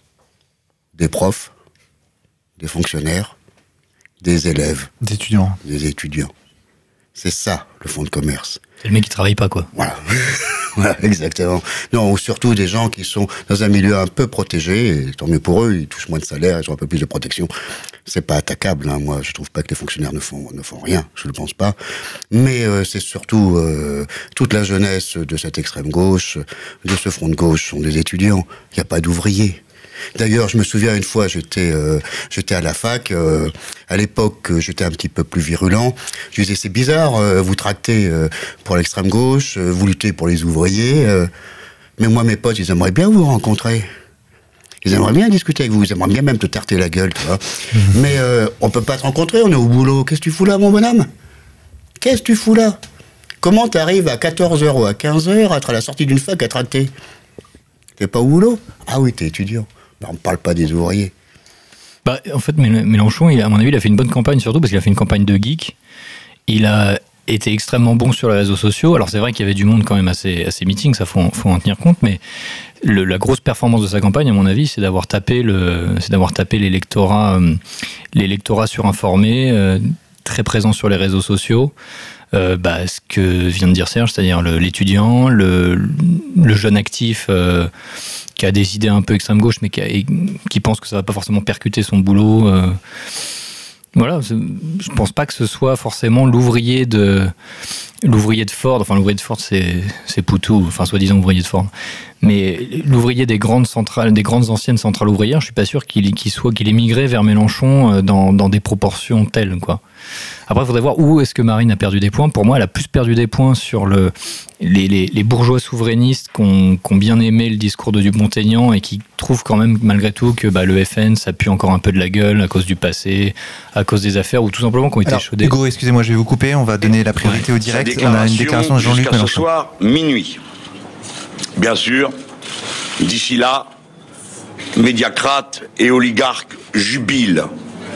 Des profs, des fonctionnaires, des élèves. Des étudiants. Des étudiants. C'est ça, le fonds de commerce. C'est le mec qui travaille pas, quoi. Voilà. Voilà, exactement. Non, ou surtout des gens qui sont dans un milieu un peu protégé, et tant mieux pour eux, ils touchent moins de salaire, ils ont un peu plus de protection. C'est pas attaquable, hein. Moi, je trouve pas que les fonctionnaires ne font, ne font rien, je ne pense pas. Mais euh, c'est surtout euh, toute la jeunesse de cette extrême gauche, de ce front de gauche, sont des étudiants. Il n'y a pas d'ouvriers. D'ailleurs, je me souviens une fois, j'étais euh, j'étais à la fac. Euh, à l'époque, j'étais un petit peu plus virulent. Je disais, c'est bizarre, euh, vous tractez euh, pour l'extrême gauche, euh, vous luttez pour les ouvriers. Euh, mais moi, mes potes, ils aimeraient bien vous rencontrer. Ils aimeraient bien discuter avec vous. Ils aimeraient bien même te tarter la gueule, tu vois. Mmh. Mais euh, on peut pas te rencontrer, on est au boulot. Qu'est-ce que tu fous là, mon bonhomme? Qu'est-ce que tu fous là? Comment t'arrives à quatorze heures ou à quinze heures à être à la sortie d'une fac à tracter? T'es pas au boulot? Ah oui, t'es étudiant. Ben, on ne parle pas des ouvriers. Bah, en fait, Mélenchon, il, à mon avis, il a fait une bonne campagne, surtout parce qu'il a fait une campagne de geek. Il a été extrêmement bon sur les réseaux sociaux. Alors, c'est vrai qu'il y avait du monde quand même à ses, à ses meetings, ça, faut, faut en tenir compte, mais le, la grosse performance de sa campagne, à mon avis, c'est d'avoir tapé, le, c'est d'avoir tapé l'électorat, euh, l'électorat surinformé, euh, très présent sur les réseaux sociaux. Euh, bah, ce que vient de dire Serge, c'est-à-dire le, l'étudiant, le, le jeune actif euh, qui a des idées un peu extrême gauche, mais qui, a, qui pense que ça va pas forcément percuter son boulot. Euh, voilà, je pense pas que ce soit forcément l'ouvrier de l'ouvrier de Ford. Enfin, l'ouvrier de Ford, c'est c'est Poutou, enfin soi-disant ouvrier de Ford. Mais l'ouvrier des grandes centrales, des grandes anciennes centrales ouvrières, je suis pas sûr qu'il qu'il soit qu'il ait migré vers Mélenchon dans dans des proportions telles, quoi. Après, il faudrait voir où est-ce que Marine a perdu des points. Pour moi, elle a plus perdu des points sur le, les, les, les bourgeois souverainistes qui ont, qui ont bien aimé le discours de Dupont-Aignan et qui trouvent quand même, malgré tout, que bah, le F N, ça pue encore un peu de la gueule à cause du passé, à cause des affaires, ou tout simplement qui ont été Alors, chaudées. Hugo, excusez-moi, je vais vous couper. On va donner la priorité au direct. On a une déclaration de Jean-Luc Mélenchon. Ce soir, minuit. Bien sûr, d'ici là, médiacrates et oligarques jubilent.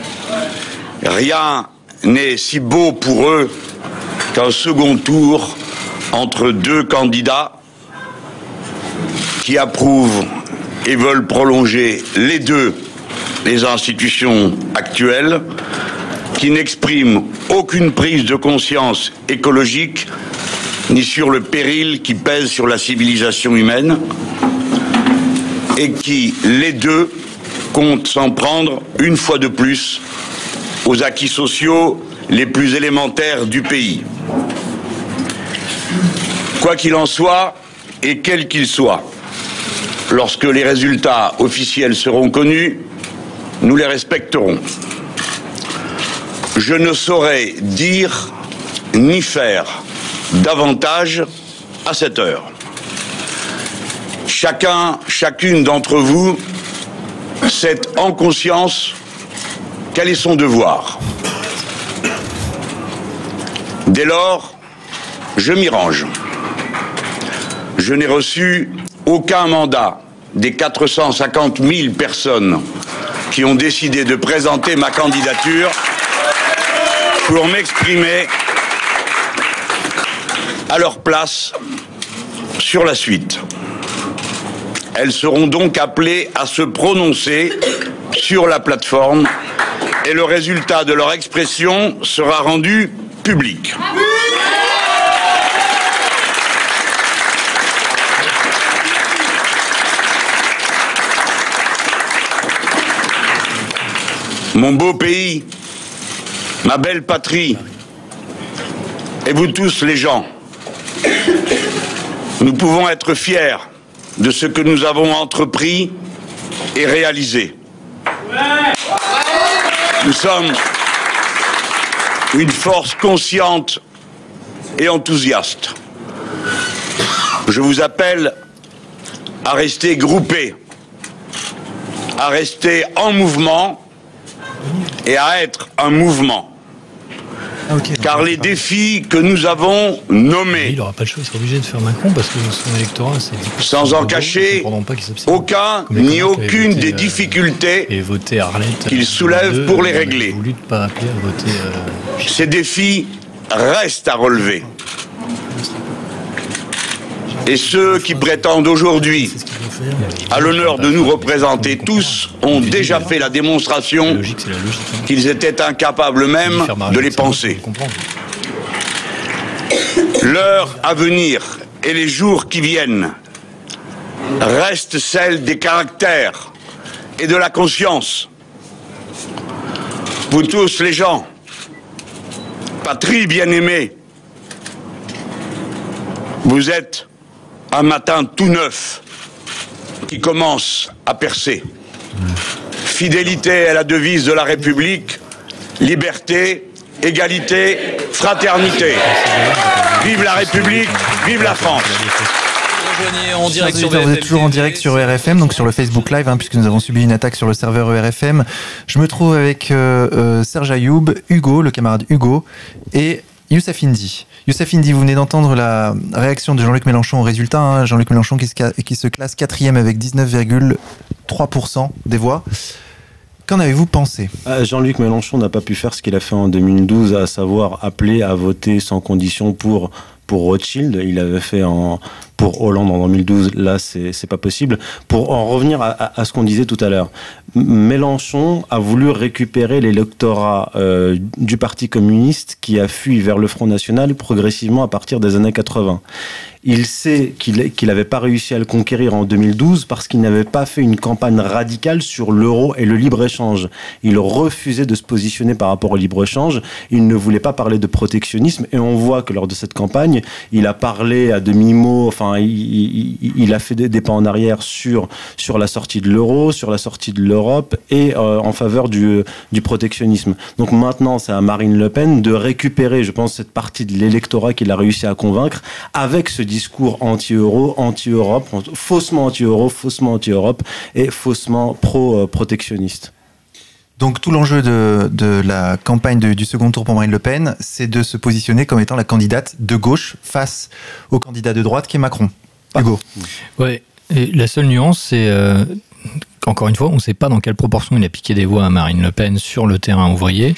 Rien n'est si beau pour eux qu'un second tour entre deux candidats qui approuvent et veulent prolonger les deux les institutions actuelles, qui n'expriment aucune prise de conscience écologique ni sur le péril qui pèse sur la civilisation humaine et qui, les deux, comptent s'en prendre une fois de plus aux acquis sociaux les plus élémentaires du pays. Quoi qu'il en soit, et quel qu'il soit, lorsque les résultats officiels seront connus, nous les respecterons. Je ne saurais dire ni faire davantage à cette heure. Chacun, chacune d'entre vous sait en conscience quel est son devoir. Dès lors, je m'y range. Je n'ai reçu aucun mandat des quatre cent cinquante mille personnes qui ont décidé de présenter ma candidature pour m'exprimer à leur place sur la suite. Elles seront donc appelées à se prononcer sur la plateforme et le résultat de leur expression sera rendu public. Mon beau pays, ma belle patrie, et vous tous les gens, nous pouvons être fiers de ce que nous avons entrepris et réalisé. Nous sommes une force consciente et enthousiaste. Je vous appelle à rester groupés, à rester en mouvement et à être un mouvement. Ah, okay, car les défis que nous avons nommés, il n'aura pas le choix, il sera obligé de faire Macron parce que son électorat, c'est dix pour cent sans en cacher aucun ni aucune des difficultés qu'il soulève pour les régler. Ces défis restent à relever. Et ceux qui prétendent aujourd'hui à l'honneur de nous représenter tous ont déjà fait la démonstration qu'ils étaient incapables même de les penser. L'heure à venir et les jours qui viennent restent celles des caractères et de la conscience. Vous tous les gens, patrie bien-aimée, vous êtes un matin tout neuf qui commence à percer. Fidélité à la devise de la République, liberté, égalité, fraternité. Vive la République, vive la France. En direct sur vous êtes toujours en direct sur E R F M, donc sur le Facebook Live, hein, puisque nous avons subi une attaque sur le serveur E R F M. Je me trouve avec euh, euh, Serge Ayoub, Hugo, le camarade Hugo, et Youssef Indy. Youssef Indy, vous venez d'entendre la réaction de Jean-Luc Mélenchon au résultat. Hein, Jean-Luc Mélenchon qui se, qui se classe quatrième avec dix-neuf virgule trois pour cent des voix. Qu'en avez-vous pensé ? Jean-Luc Mélenchon n'a pas pu faire ce qu'il a fait en deux mille douze, à savoir appeler à voter sans condition pour, pour Rothschild. Il avait fait en... pour Hollande en deux mille douze, là c'est, c'est pas possible. Pour en revenir à, à, à ce qu'on disait tout à l'heure, Mélenchon a voulu récupérer l'électorat euh, du Parti communiste qui a fui vers le Front National progressivement à partir des années quatre-vingts. Il sait qu'il qu'il n'avait pas réussi à le conquérir en deux mille douze parce qu'il n'avait pas fait une campagne radicale sur l'euro et le libre-échange. Il refusait de se positionner par rapport au libre-échange. Il ne voulait pas parler de protectionnisme et on voit que lors de cette campagne, il a parlé à demi-mot, enfin, il, il, il a fait des, des pas en arrière sur, sur la sortie de l'euro, sur la sortie de l'Europe et euh, en faveur du, du protectionnisme. Donc maintenant, c'est à Marine Le Pen de récupérer, je pense, cette partie de l'électorat qu'il a réussi à convaincre avec ce discours anti-euro, anti-Europe, faussement anti-euro, faussement anti-Europe et faussement pro-protectionniste. Donc tout l'enjeu de, de la campagne de, du second tour pour Marine Le Pen, c'est de se positionner comme étant la candidate de gauche face au candidat de droite qui est Macron. Hugo. Ouais, et la seule nuance, c'est euh, encore une fois, on ne sait pas dans quelle proportion il a piqué des voix à Marine Le Pen sur le terrain ouvrier.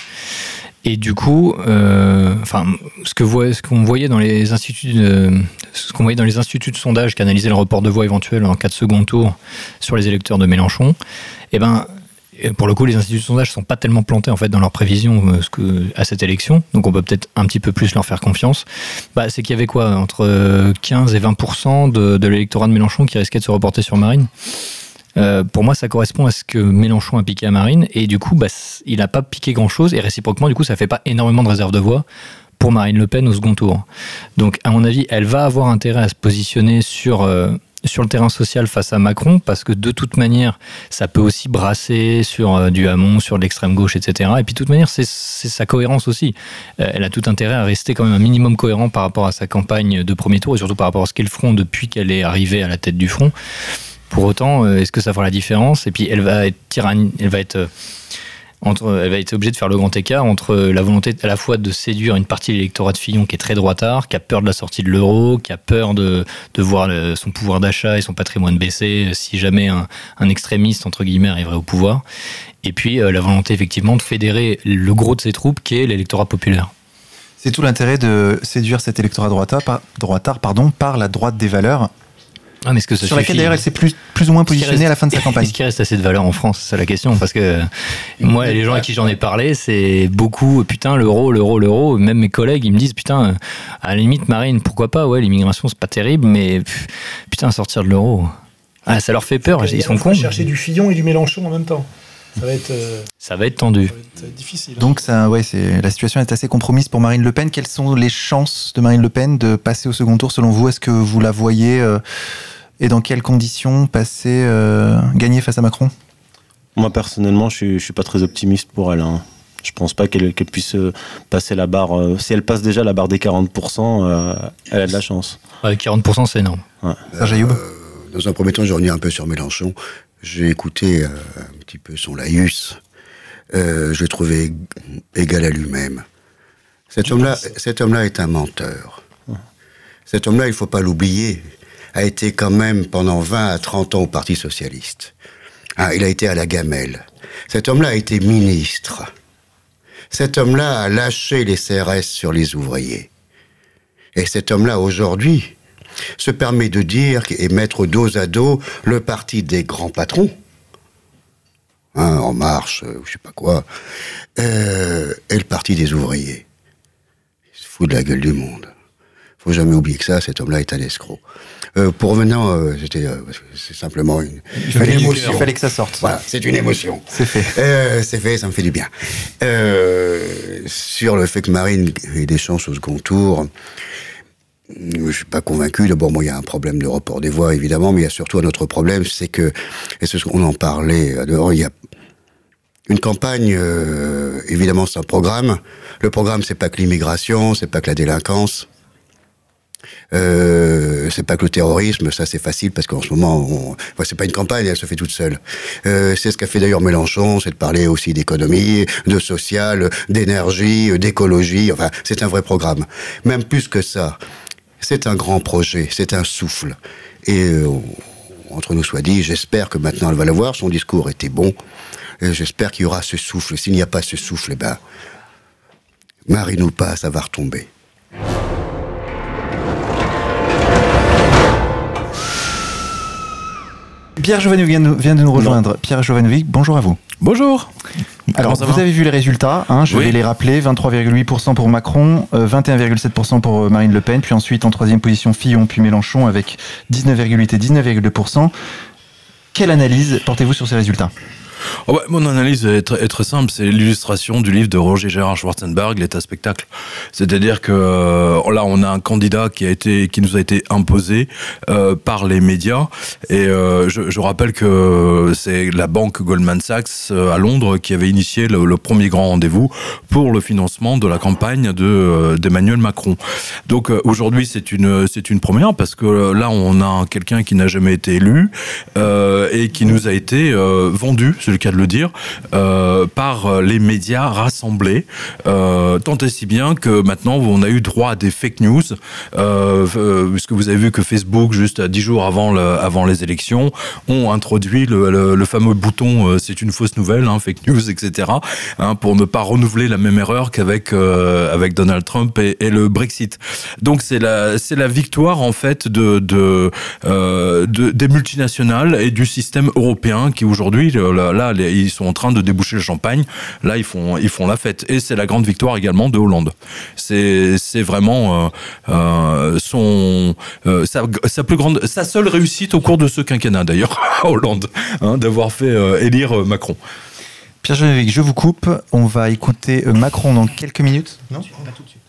Et du coup, euh, enfin, ce que voit, ce qu'on voyait dans les instituts, de, ce qu'on voyait dans les instituts de sondage qui analysaient le report de voix éventuel en cas de second tour sur les électeurs de Mélenchon, eh ben, pour le coup, les instituts de sondage ne sont pas tellement plantés en fait dans leurs prévisions euh, que, à cette élection, donc on peut peut-être un petit peu plus leur faire confiance. Bah, c'est qu'il y avait quoi, entre quinze et vingt pour cent de, de l'électorat de Mélenchon qui risquait de se reporter sur Marine. Euh, pour moi, ça correspond à ce que Mélenchon a piqué à Marine, et du coup, bah, il n'a pas piqué grand-chose, et réciproquement, du coup, ça fait pas énormément de réserve de voix pour Marine Le Pen au second tour. Donc, à mon avis, elle va avoir intérêt à se positionner sur, euh, sur le terrain social face à Macron, parce que de toute manière, ça peut aussi brasser sur euh, du Hamon, sur l'extrême gauche, et cetera. Et puis, de toute manière, c'est, c'est sa cohérence aussi. Euh, elle a tout intérêt à rester quand même un minimum cohérent par rapport à sa campagne de premier tour, et surtout par rapport à ce qu'est le front depuis qu'elle est arrivée à la tête du front. Pour autant, est-ce que ça fera la différence ? Et puis, elle va être tyrannie, elle va être, entre, elle va être obligée de faire le grand écart entre la volonté à la fois de séduire une partie de l'électorat de Fillon qui est très droitard, qui a peur de la sortie de l'euro, qui a peur de, de voir le, son pouvoir d'achat et son patrimoine baisser si jamais un, un extrémiste, entre guillemets, arriverait au pouvoir. Et puis, la volonté, effectivement, de fédérer le gros de ses troupes, qui est l'électorat populaire. C'est tout l'intérêt de séduire cet électorat droitard, par, droitard pardon, par la droite des valeurs. Ah, mais est-ce que ça sur suffit, laquelle d'ailleurs elle s'est plus, plus ou moins positionnée reste, à la fin de sa campagne. Est-ce qu'il reste assez de valeur en France ? C'est ça la question. Parce que moi, les gens à qui j'en ai parlé, c'est beaucoup, putain, l'euro, l'euro, l'euro. Même mes collègues, ils me disent, putain, à la limite, Marine, pourquoi pas ? Ouais, l'immigration, c'est pas terrible, mais putain, sortir de l'euro. Ah, ça leur fait peur, ils sont cons. Chercher du Fillon et du Mélenchon en même temps. Ça va être, euh, ça va être tendu. Ça va être difficile. Hein. Donc ça, ouais, c'est, la situation est assez compromise pour Marine Le Pen. Quelles sont les chances de Marine Le Pen de passer au second tour selon vous ? Est-ce que vous la voyez euh, et dans quelles conditions passer, euh, gagner face à Macron ? Moi personnellement, je suis, je suis pas très optimiste pour elle. Hein. Je pense pas qu'elle, qu'elle puisse passer la barre. Euh, si elle passe déjà la barre des quarante pour cent, euh, elle a de la chance. Ouais, quarante pour cent, c'est énorme. Ouais. Serge Ayoub ? euh, Dans un premier temps, je vais revenir un peu sur Mélenchon. J'ai écouté euh, un petit peu son laïus. Euh, je l'ai trouvé égal à lui-même. Cet homme-là, cet homme-là est un menteur. Cet homme-là, il ne faut pas l'oublier, a été quand même pendant vingt à trente ans au Parti Socialiste. Ah, il a été à la gamelle. Cet homme-là a été ministre. Cet homme-là a lâché les C R S sur les ouvriers. Et cet homme-là, aujourd'hui, se permet de dire et mettre dos à dos le parti des grands patrons, hein, En Marche, euh, je sais pas quoi, euh, et le parti des ouvriers. Il se fout de la gueule du monde. Faut jamais oublier que ça, cet homme-là est un escroc. Euh, pour revenant, euh, c'était, euh, c'est simplement une, une émotion. Il fallait que ça sorte. Voilà, c'est une émotion. C'est fait. Euh, c'est fait, ça me fait du bien. Euh, sur le fait que Marine ait des chances au second tour, je suis pas convaincu. D'abord, moi, il y a un problème de report des voix, évidemment, mais il y a surtout un autre problème, c'est que, et c'est ce qu'on en parlait, dehors, il y a une campagne, euh, évidemment, c'est un programme. Le programme, c'est pas que l'immigration, c'est pas que la délinquance. Euh, c'est pas que le terrorisme, ça c'est facile parce qu'en ce moment, on... enfin, c'est pas une campagne, elle se fait toute seule. Euh, c'est ce qu'a fait d'ailleurs Mélenchon, c'est de parler aussi d'économie, de social, d'énergie, d'écologie. Enfin, c'est un vrai programme. Même plus que ça, c'est un grand projet, c'est un souffle. Et euh, entre nous soit dit, j'espère que maintenant elle va l'avoir. Son discours était bon. Et j'espère qu'il y aura ce souffle. S'il n'y a pas ce souffle, eh ben, Marine ou pas, ça va retomber. Pierre Jovanovic vient de nous rejoindre. Non. Pierre Jovanovic, bonjour à vous. Bonjour. Alors, vous avez vu les résultats, hein, je oui. vais les rappeler. vingt-trois virgule huit pour cent pour Macron, euh, vingt et un virgule sept pour cent pour Marine Le Pen, puis ensuite en troisième position Fillon, puis Mélenchon avec dix-neuf virgule huit et dix-neuf virgule deux pour cent. Quelle analyse portez-vous sur ces résultats ? Oh ouais, mon analyse est très, est très simple, c'est l'illustration du livre de Roger Gérard Schwarzenberg, L'État spectacle. C'est-à-dire que euh, là, on a un candidat qui a été, qui nous a été imposé euh, par les médias. Et euh, je, je rappelle que c'est la banque Goldman Sachs euh, à Londres qui avait initié le, le premier grand rendez-vous pour le financement de la campagne de euh, d'Emmanuel Macron. Donc euh, aujourd'hui, c'est une c'est une première parce que euh, là, on a quelqu'un qui n'a jamais été élu euh, et qui nous a été euh, vendu. C'est le cas de le dire, euh, par les médias rassemblés, euh, tant et si bien que maintenant on a eu droit à des fake news, euh, euh, puisque vous avez vu que Facebook, juste dix jours avant, le, avant les élections, ont introduit le, le, le fameux bouton euh, c'est une fausse nouvelle, hein, fake news, et cetera, hein, pour ne pas renouveler la même erreur qu'avec euh, avec Donald Trump et, et le Brexit. Donc c'est la, c'est la victoire en fait de, de, euh, de, des multinationales et du système européen qui aujourd'hui, là, Là, ils sont en train de déboucher le champagne. Là, ils font, ils font la fête. Et c'est la grande victoire également de Hollande. C'est, c'est vraiment euh, euh, son, euh, sa, sa plus grande, sa seule réussite au cours de ce quinquennat d'ailleurs, Hollande, hein, d'avoir fait euh, élire Macron. Pierre Jovanovic, je vous coupe. On va écouter Macron dans quelques minutes. Non ? On a tout de suite.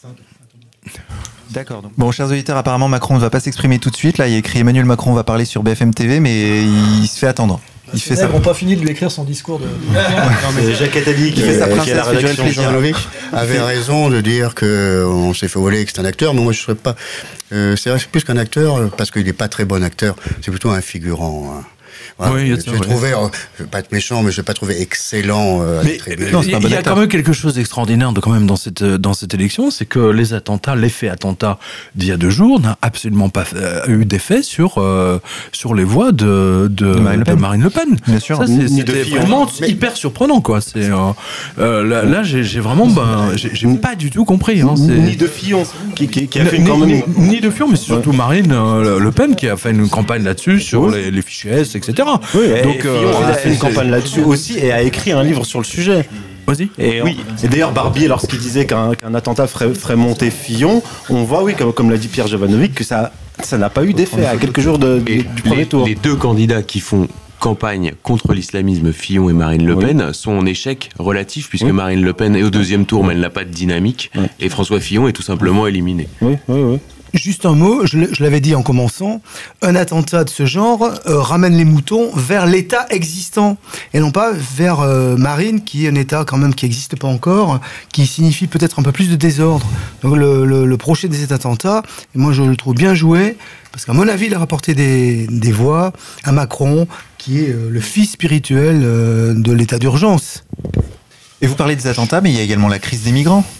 D'accord. Donc. Bon, chers auditeurs, apparemment Macron ne va pas s'exprimer tout de suite. Là, il y a écrit Emmanuel Macron va parler sur B F M T V, mais il se fait attendre. Il fait ça. Ils n'ont pas fini de lui écrire son discours de. Non, mais Jacques Attali qui fait sa princesse. Pierre Jovanovic avait raison de dire qu'on s'est fait voler, que c'est un acteur, mais moi je ne serais pas. Euh, c'est plus qu'un acteur, parce qu'il n'est pas très bon acteur, c'est plutôt un figurant. Hein. Voilà, oui, je l'ai trouvé, euh, je ne vais pas être méchant, mais je ne l'ai pas trouvé excellent. Euh, mais non, il y, y a quand même quelque chose d'extraordinaire de, quand même dans cette, dans cette élection, c'est que les attentats, l'effet attentat d'il y a deux jours n'a absolument pas euh, eu d'effet sur, euh, sur les voix de, de, de, Marine, Le de Marine Le Pen. Bien sûr. Ça, c'est, c'était vraiment mais... hyper surprenant, quoi. C'est, euh, euh, là, là j'ai, j'ai vraiment, ben, j'ai, j'ai pas du tout compris. Hein, c'est... Ni de Fillon, qui, qui, qui a fait une ni, quand même... ni, ni de Fillon, mais surtout ouais. Marine euh, Le Pen qui a fait une campagne là-dessus sur ouais. les, les fichiers S, et cetera. Oui, donc euh, Fillon a fait une campagne là-dessus aussi et a écrit un livre sur le sujet. Vas-y. Et, oui. et d'ailleurs, Barbier, lorsqu'il disait qu'un, qu'un attentat ferait, ferait monter Fillon, on voit, oui, comme, comme l'a dit Pierre Jovanovic, que ça, ça n'a pas eu d'effet à quelques jours de, du premier les, tour. Les deux candidats qui font campagne contre l'islamisme, Fillon et Marine Le Pen, oui. sont en échec relatif, puisque oui. Marine Le Pen est au deuxième tour, mais elle n'a pas de dynamique, oui. et François Fillon est tout simplement éliminé. Oui, oui, oui. Juste un mot, je l'avais dit en commençant, un attentat de ce genre euh, ramène les moutons vers l'État existant et non pas vers euh, Marine, qui est un État quand même qui n'existe pas encore, qui signifie peut-être un peu plus de désordre. Donc le, le, le projet de cet attentat, et moi je le trouve bien joué, parce qu'à mon avis, il a rapporté des, des voix à Macron, qui est euh, le fils spirituel euh, de l'état d'urgence. Et vous parlez des attentats, mais il y a également la crise des migrants.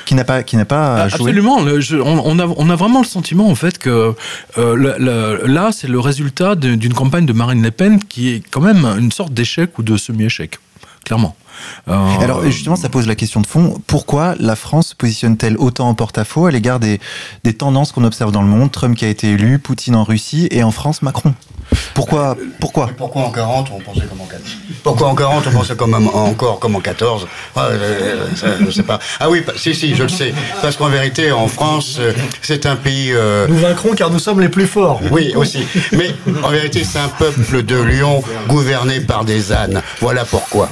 qui n'a pas, qui n'a pas joué. Absolument. Le, je, on, on, a, on a vraiment le sentiment en fait que euh, le, le, là, c'est le résultat de, d'une campagne de Marine Le Pen qui est quand même une sorte d'échec ou de semi-échec, clairement. Euh... Alors justement, ça pose la question de fond. Pourquoi la France se positionne-t-elle autant en porte-à-faux à l'égard des, des tendances qu'on observe dans le monde? Trump qui a été élu, Poutine en Russie et en France, Macron. Pourquoi, pourquoi Pourquoi en quarante on pensait comme en quatorze? Pourquoi en quarante on pensait comme en, encore comme en quatorze? ah, Je ne sais pas. Ah oui, si, si, je le sais. Parce qu'en vérité, en France, c'est un pays... Euh... Nous vaincrons car nous sommes les plus forts. Oui, aussi. Mais en vérité, c'est un peuple de lions gouverné par des ânes. Voilà pourquoi.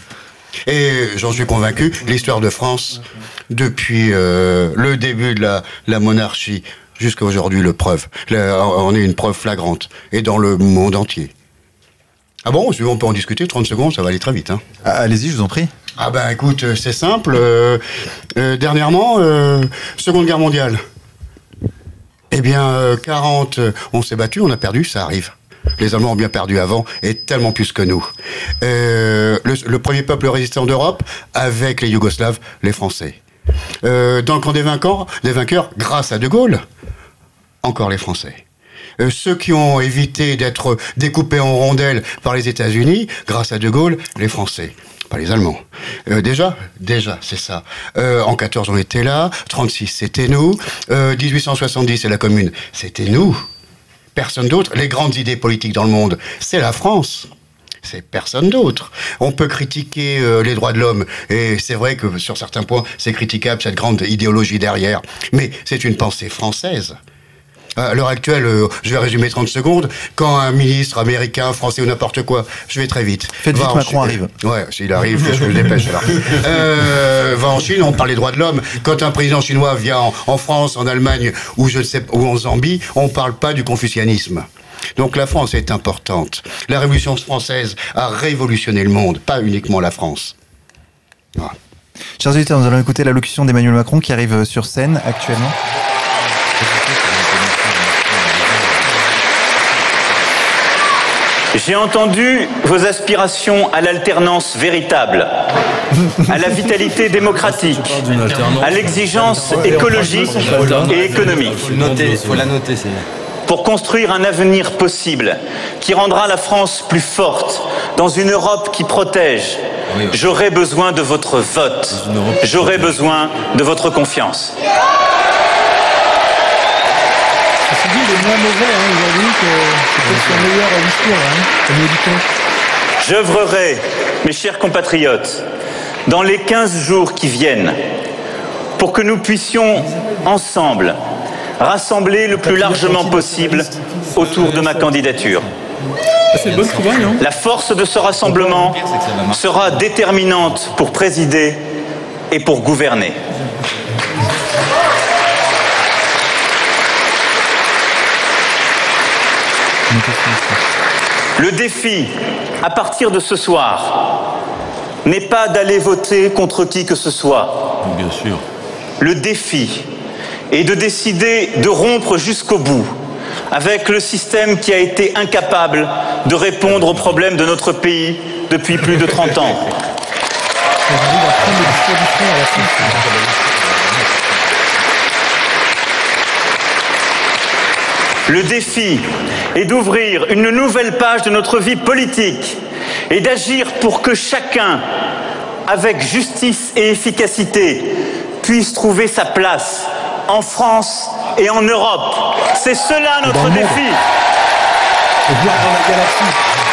Et j'en suis convaincu, l'histoire de France, depuis euh, le début de la, la monarchie jusqu'à aujourd'hui, le preuve. Là, on est une preuve flagrante. Et dans le monde entier. Ah bon, on peut en discuter, trente secondes, ça va aller très vite. Hein. Ah, allez-y, je vous en prie. Ah ben écoute, c'est simple. Euh, euh, dernièrement, euh, Seconde Guerre mondiale. Eh bien, euh, quarante, on s'est battu, on a perdu, ça arrive. Les Allemands ont bien perdu avant, et tellement plus que nous. Euh, le, le premier peuple résistant d'Europe, avec les Yougoslaves, les Français. Euh, dans le camp des vainqueurs, des vainqueurs, grâce à De Gaulle, encore les Français. Euh, ceux qui ont évité d'être découpés en rondelles par les États-Unis, grâce à De Gaulle, les Français. Pas les Allemands. Euh, déjà, déjà, c'est ça. Euh, en quatorze, on était là. trente-six, c'était nous. Euh, dix-huit cent soixante-dix, c'est la Commune. C'était nous. Personne d'autre. Les grandes idées politiques dans le monde, c'est la France. C'est personne d'autre. On peut critiquer euh, les droits de l'homme, et c'est vrai que sur certains points, c'est critiquable, cette grande idéologie derrière. Mais c'est une pensée française. À l'heure actuelle, euh, je vais résumer trente secondes, quand un ministre américain, français ou n'importe quoi, je vais très vite. Faites vite, Macron arrive. Ouais, s'il arrive, je me dépêche là. Euh, va en Chine, on parle des droits de l'homme. Quand un président chinois vient en, en France, en Allemagne, ou je ne sais, ou en Zambie, on parle pas du confucianisme. Donc la France est importante. La Révolution française a révolutionné le monde, pas uniquement la France. Voilà. Chers auditeurs, nous allons écouter l'allocution d'Emmanuel Macron qui arrive sur scène actuellement. J'ai entendu vos aspirations à l'alternance véritable, à la vitalité démocratique, à l'exigence écologique et économique. Il faut la noter, c'est pour construire un avenir possible qui rendra la France plus forte dans une Europe qui protège. J'aurai besoin de votre vote. J'aurai besoin de votre confiance. C'est dit, il est moins mauvais hein, aujourd'hui que c'était son meilleur discours, hein, comme éditeur. J'œuvrerai, mes chers compatriotes, dans les quinze jours qui viennent, pour que nous puissions ensemble rassembler le plus largement possible autour de ma candidature. C'est bonne trouvaille, hein. La force de ce rassemblement sera déterminante pour présider et pour gouverner. Le défi, à partir de ce soir, n'est pas d'aller voter contre qui que ce soit. Bien sûr. Le défi est de décider de rompre jusqu'au bout avec le système qui a été incapable de répondre aux problèmes de notre pays depuis plus de trente ans. Le défi est d'ouvrir une nouvelle page de notre vie politique et d'agir pour que chacun, avec justice et efficacité, puisse trouver sa place en France et en Europe. C'est cela notre défi. Et voir dans la galaxie.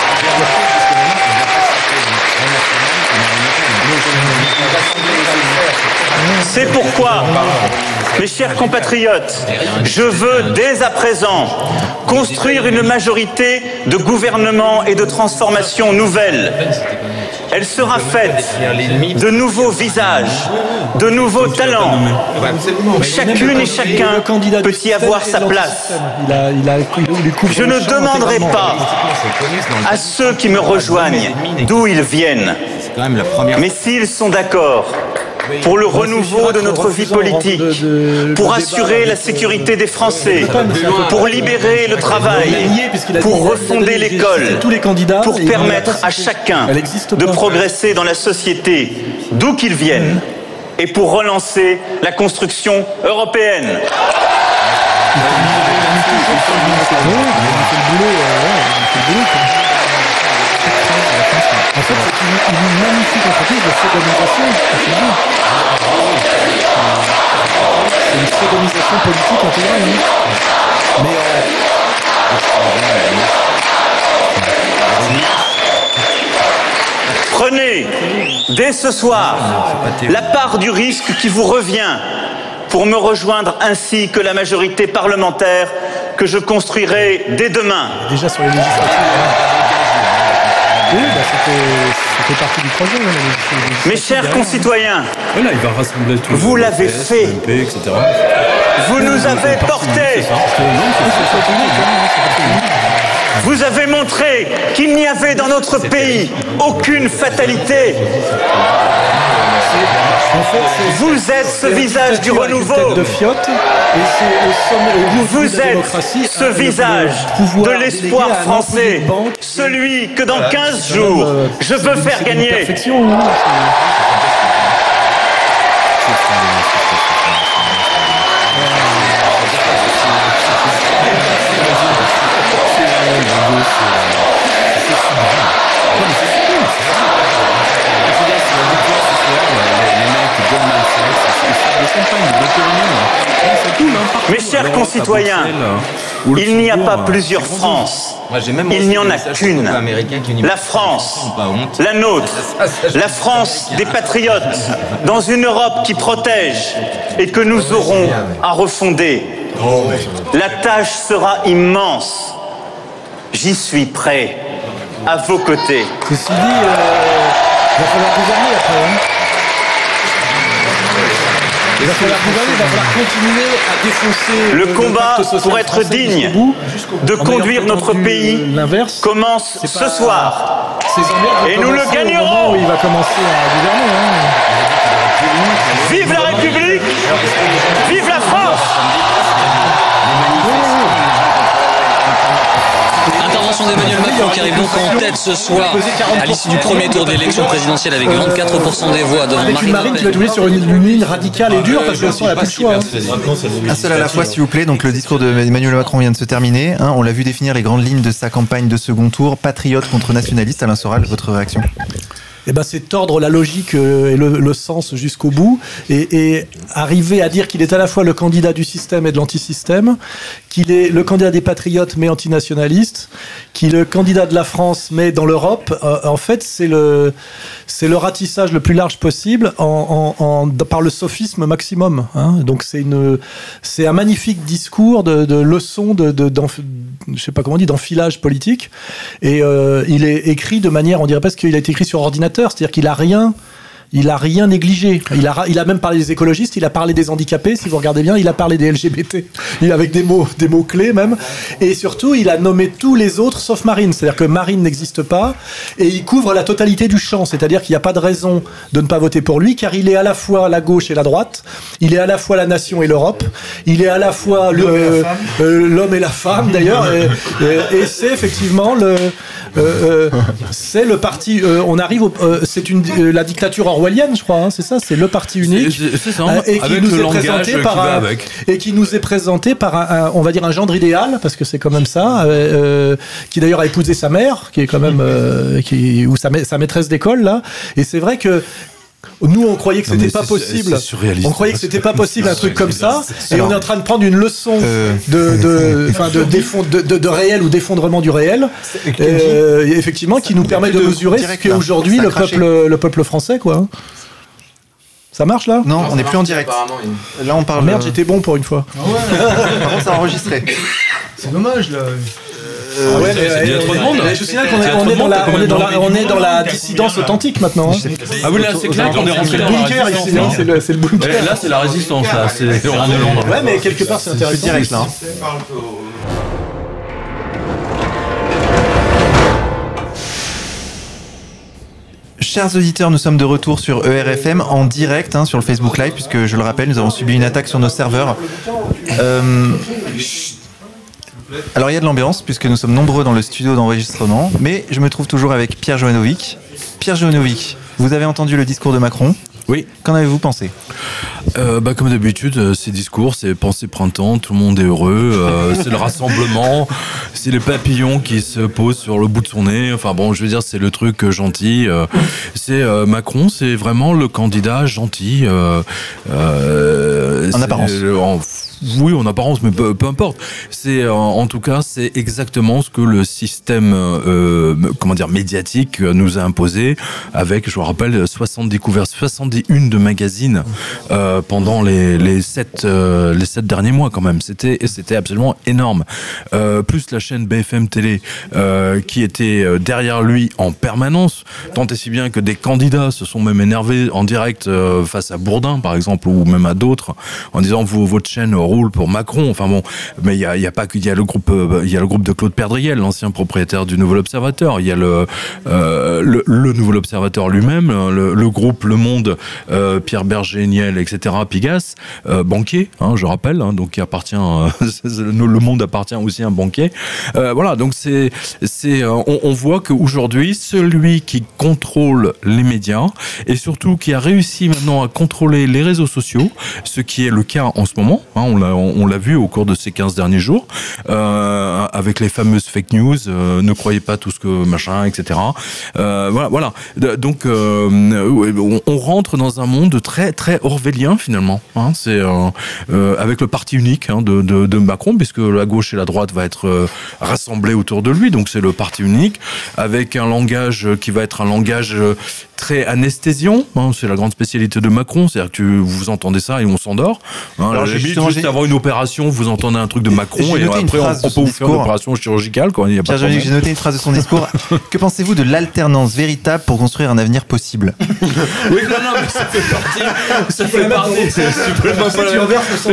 C'est pourquoi, mes chers compatriotes, je veux dès à présent construire une majorité de gouvernement et de transformation nouvelle. Elle sera faite de nouveaux visages, de nouveaux talents. Chacune et chacun peut y avoir sa place. Je ne demanderai pas à ceux qui me rejoignent d'où ils viennent, mais s'ils sont d'accord pour le renouveau de notre vie politique, pour assurer la sécurité des Français, pour libérer le travail, pour refonder l'école, pour permettre à chacun de progresser dans la société, d'où qu'il vienne. et pour relancer la construction européenne. En fait, c'est une, une magnifique entreprise de sodomisation. C'est une sodomisation politique intégrale. Hein. Mais euh... prenez dès ce soir la part du risque qui vous revient pour me rejoindre ainsi que la majorité parlementaire que je construirai dès demain. Déjà sur les législatives. Oui, bah c'était partie du projet. Là, mes chers concitoyens, là, il va rassembler tout vous l'avez fait. M P, et cetera. Vous nous avez portés. Vous avez montré qu'il n'y avait dans notre pays aucune fatalité. Vous êtes ce visage du renouveau. Vous êtes ce visage de l'espoir français. Celui que dans quinze jours, je veux faire gagner. Mes chers concitoyens, il n'y a pas plusieurs France. Il n'y en a qu'une. La France, la nôtre, la France des patriotes, dans une Europe qui protège et que nous aurons à refonder. La tâche sera immense. J'y suis prêt, à vos côtés. Ceci dit, euh, il va falloir gouverner après. Hein. Il va falloir gouverner, il va falloir continuer à défoncer le combat pour être digne de conduire notre pays commence ce soir. Et nous le gagnerons. Il va commencer à gouverner. Hein. Vive la République! Vive la France! Intervention d'Emmanuel Macron qui arrive donc en tête ce soir à l'issue du premier tour de l'élection présidentielle avec vingt-quatre pour cent des voix devant avec Marine une Marine Le qui va Pen. jouer sur une, une ligne radicale et dure parce que elle n'a plus le choix. Hein. Un seul à la fois, s'il vous plaît. Donc le discours d'Emmanuel Macron vient de se terminer. Hein. On l'a vu définir les grandes lignes de sa campagne de second tour, patriote contre nationaliste. Alain Soral, votre réaction? Eh ben, c'est tordre la logique euh, et le, le sens jusqu'au bout et, et arriver à dire qu'il est à la fois le candidat du système et de l'antisystème, qu'il est le candidat des patriotes mais antinationaliste, qu'il est le candidat de la France mais dans l'Europe. Euh, en fait, c'est le, c'est le ratissage le plus large possible en, en, en, par le sophisme maximum. Hein. Donc c'est une, c'est un magnifique discours de, de leçon de, de, je sais pas comment on dit, d'enfilage politique. Et euh, il est écrit de manière, on dirait presque qu'il a été écrit sur ordinateur. C'est-à-dire qu'il a rien, il a rien négligé. Il a, il a même parlé des écologistes, il a parlé des handicapés, si vous regardez bien, il a parlé des L G B T, il avec des mots, des mots clés même. Et surtout, il a nommé tous les autres sauf Marine. C'est-à-dire que Marine n'existe pas et il couvre la totalité du champ. C'est-à-dire qu'il n'y a pas de raison de ne pas voter pour lui, car il est à la fois la gauche et la droite, il est à la fois la nation et l'Europe, il est à la fois le, euh, euh, l'homme et la femme d'ailleurs, et, et, et c'est effectivement le, euh, euh, c'est le parti. Euh, on arrive, au, euh, c'est une euh, la dictature orwellienne, je crois. Hein, c'est ça, c'est le parti unique, c'est, c'est ça, euh, et qui avec nous le est présenté par un, et qui nous est présenté par un, un, on va dire un gendre idéal, parce que c'est quand même ça, euh, euh, qui d'ailleurs a épousé sa mère, qui est quand même, euh, qui ou sa, sa maîtresse d'école là. Et c'est vrai que nous, on croyait que c'était pas possible. On croyait que c'était pas possible un truc comme ça, et on est en train de prendre une leçon de, de, enfin, de, de, de, de réel ou d'effondrement du réel, euh, effectivement, qui nous permet de mesurer ce qu'est aujourd'hui le peuple, le peuple français, quoi. Ça marche là? Non, on n'est plus en direct. Là, on parle. Merde, j'étais bon pour une fois. Par contre, ça a enregistré. C'est dommage là. Euh, ouais, mais, il y a trop de monde. Je suis là qu'on est, on est dans la, on est dans la, on est dans la dissidence authentique maintenant. Hein. Ah oui, là c'est clair qu'on est rentré dans le bunker ici. C'est le, c'est le bunker. Là c'est la résistance. Là, c'est rien de Londres. Ouais, mais quelque part c'est intéressant. Direct là. Chers auditeurs, nous sommes de retour sur E R F M en direct hein, sur le Facebook Live, puisque je le rappelle, nous avons subi une attaque sur nos serveurs. Euh... Alors il y a de l'ambiance, puisque nous sommes nombreux dans le studio d'enregistrement, mais je me trouve toujours avec Pierre Jovanovic. Pierre Jovanovic, vous avez entendu le discours de Macron. Oui. Qu'en avez-vous pensé ? Euh, bah, comme d'habitude, ces discours, c'est pensée printemps, tout le monde est heureux, euh, c'est le rassemblement, c'est les papillons qui se posent sur le bout de son nez. Enfin bon, je veux dire, c'est le truc gentil. Euh, c'est euh, Macron, c'est vraiment le candidat gentil. Euh, euh, en apparence. Euh, en, Oui, en apparence, mais peu, peu importe. C'est euh, en tout cas, c'est exactement ce que le système, euh, comment dire, médiatique nous a imposé, avec, je vous rappelle, soixante-dix couvertures, soixante-et-un de magazines euh, pendant les les sept euh, les sept derniers mois quand même. C'était c'était absolument énorme. Euh, plus la chaîne B F M Télé euh, qui était derrière lui en permanence, tant et si bien que des candidats se sont même énervés en direct euh, face à Bourdin, par exemple, ou même à d'autres, en disant vous votre chaîne roule pour Macron. Enfin bon, mais il y a, y a pas que il y a le groupe, il y a le groupe de Claude Perdriel, l'ancien propriétaire du Nouvel Observateur. Il y a le, euh, le le Nouvel Observateur lui-même, le, le groupe Le Monde, euh, Pierre Berger, Niel, et cetera. Pigasse, euh, banquier, hein, je rappelle, hein, donc qui appartient, euh, le Monde appartient aussi à un banquier. Euh, voilà, donc c'est c'est euh, on, on voit qu'aujourd'hui celui qui contrôle les médias et surtout qui a réussi maintenant à contrôler les réseaux sociaux, ce qui est le cas en ce moment. Hein, on l'a on l'a vu au cours de ces quinze derniers jours, euh, avec les fameuses fake news, euh, ne croyez pas tout ce que machin, et cetera. Euh, voilà, voilà. Donc euh, on, on rentre dans un monde très très orwellien finalement. Hein, c'est euh, euh, avec le parti unique hein, de, de, de Macron, puisque la gauche et la droite va être euh, rassemblées autour de lui. Donc c'est le parti unique avec un langage qui va être un langage très anesthésiant. Hein, c'est la grande spécialité de Macron, c'est-à-dire que tu, vous entendez ça et on s'endort. Hein, alors, j'ai juste j'ai... avoir une opération, vous entendez un truc de Macron et après on, on peut vous faire une opération chirurgicale. Quoi, y a pas j'ai noté une phrase de son discours. Que pensez-vous de l'alternance véritable pour construire un avenir possible ? Oui, non, non, mais ça fait partie. Ça fait partie. C'est super pas tu renverses le son.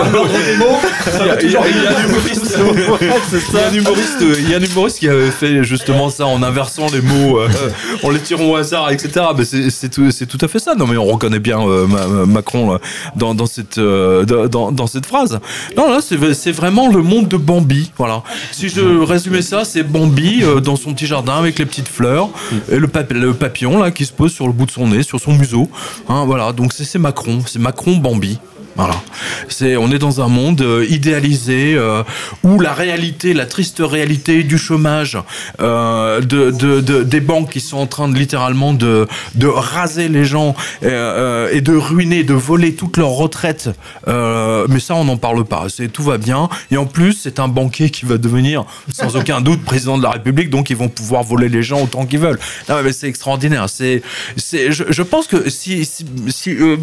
Il y a un humoriste. Il y a un humoriste. Il y a un humoriste qui avait fait justement ça en inversant les mots, en les tirant au hasard, et cetera. Mais c'est c'est tout, c'est tout à fait ça. Non, mais on reconnaît bien Macron dans dans cette dans dans cette phrase. Non, là, c'est c'est vraiment le monde de Bambi. Voilà. Si je résumais ça, c'est Bambi euh, dans son petit jardin avec les petites fleurs et le, pap- le papillon là qui se pose sur le bout de son nez, sur son museau. Hein, voilà. Donc c'est, c'est Macron, c'est Macron Bambi. Voilà. C'est, on est dans un monde euh, idéalisé euh, où la réalité, la triste réalité du chômage, euh, de, de, de, des banques qui sont en train de littéralement de, de raser les gens euh, et de ruiner, de voler toute leur retraite. Euh, mais ça, on n'en parle pas. C'est, tout va bien. Et en plus, c'est un banquier qui va devenir, sans aucun doute, président de la République. Donc, ils vont pouvoir voler les gens autant qu'ils veulent. Non, mais c'est extraordinaire. C'est, c'est, je, je pense que si, si, si euh,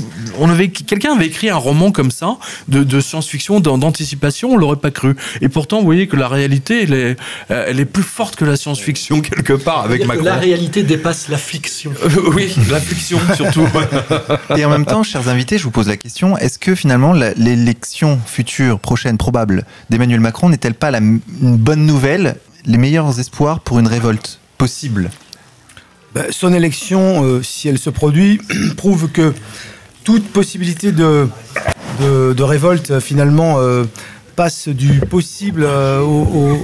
on avait, quelqu'un avait écrit un roman comme ça, de, de science-fiction, d'anticipation, on l'aurait pas cru. Et pourtant, vous voyez que la réalité, elle est, elle est plus forte que la science-fiction quelque part avec Macron. La réalité dépasse la fiction. Euh, oui, la fiction surtout. Et en même temps, chers invités, je vous pose la question, est-ce que finalement la, l'élection future, prochaine, probable d'Emmanuel Macron n'est-elle pas la, une bonne nouvelle, les meilleurs espoirs pour une révolte possible ? Ben, son élection, euh, si elle se produit, prouve que toute possibilité de, de, de révolte, finalement, euh, passe du possible euh, au,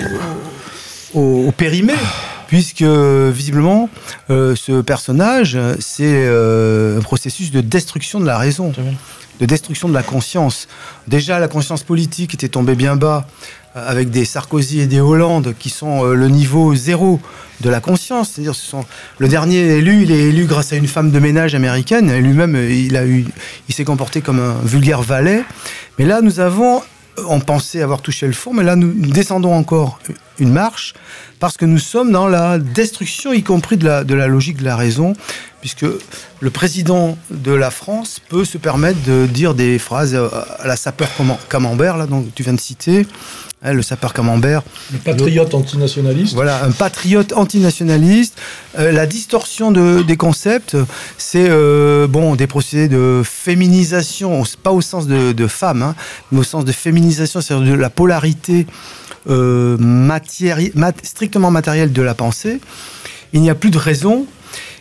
au, au, au périmé, puisque, visiblement, euh, ce personnage, c'est euh, un processus de destruction de la raison, de destruction de la conscience. Déjà, la conscience politique était tombée bien bas, avec des Sarkozy et des Hollande qui sont euh, le niveau zéro de la conscience. C'est-à-dire, ce sont le dernier élu, il est élu grâce à une femme de ménage américaine. Et lui-même, il a eu, il s'est comporté comme un vulgaire valet. Mais là, nous avons, on pensait avoir touché le fond, mais là, nous, nous descendons encore une marche parce que nous sommes dans la destruction, y compris de la, de la logique de la raison, puisque le président de la France peut se permettre de dire des phrases à la sapeur Camembert, là, donc tu viens de citer. Le sapeur Camembert. Un patriote antinationaliste. Voilà, un patriote antinationaliste. Euh, la distorsion de, des concepts, c'est euh, bon, des procédés de féminisation, pas au sens de, de femme, hein, mais au sens de féminisation, c'est-à-dire de la polarité euh, matière, mat, strictement matérielle de la pensée. Il n'y a plus de raison.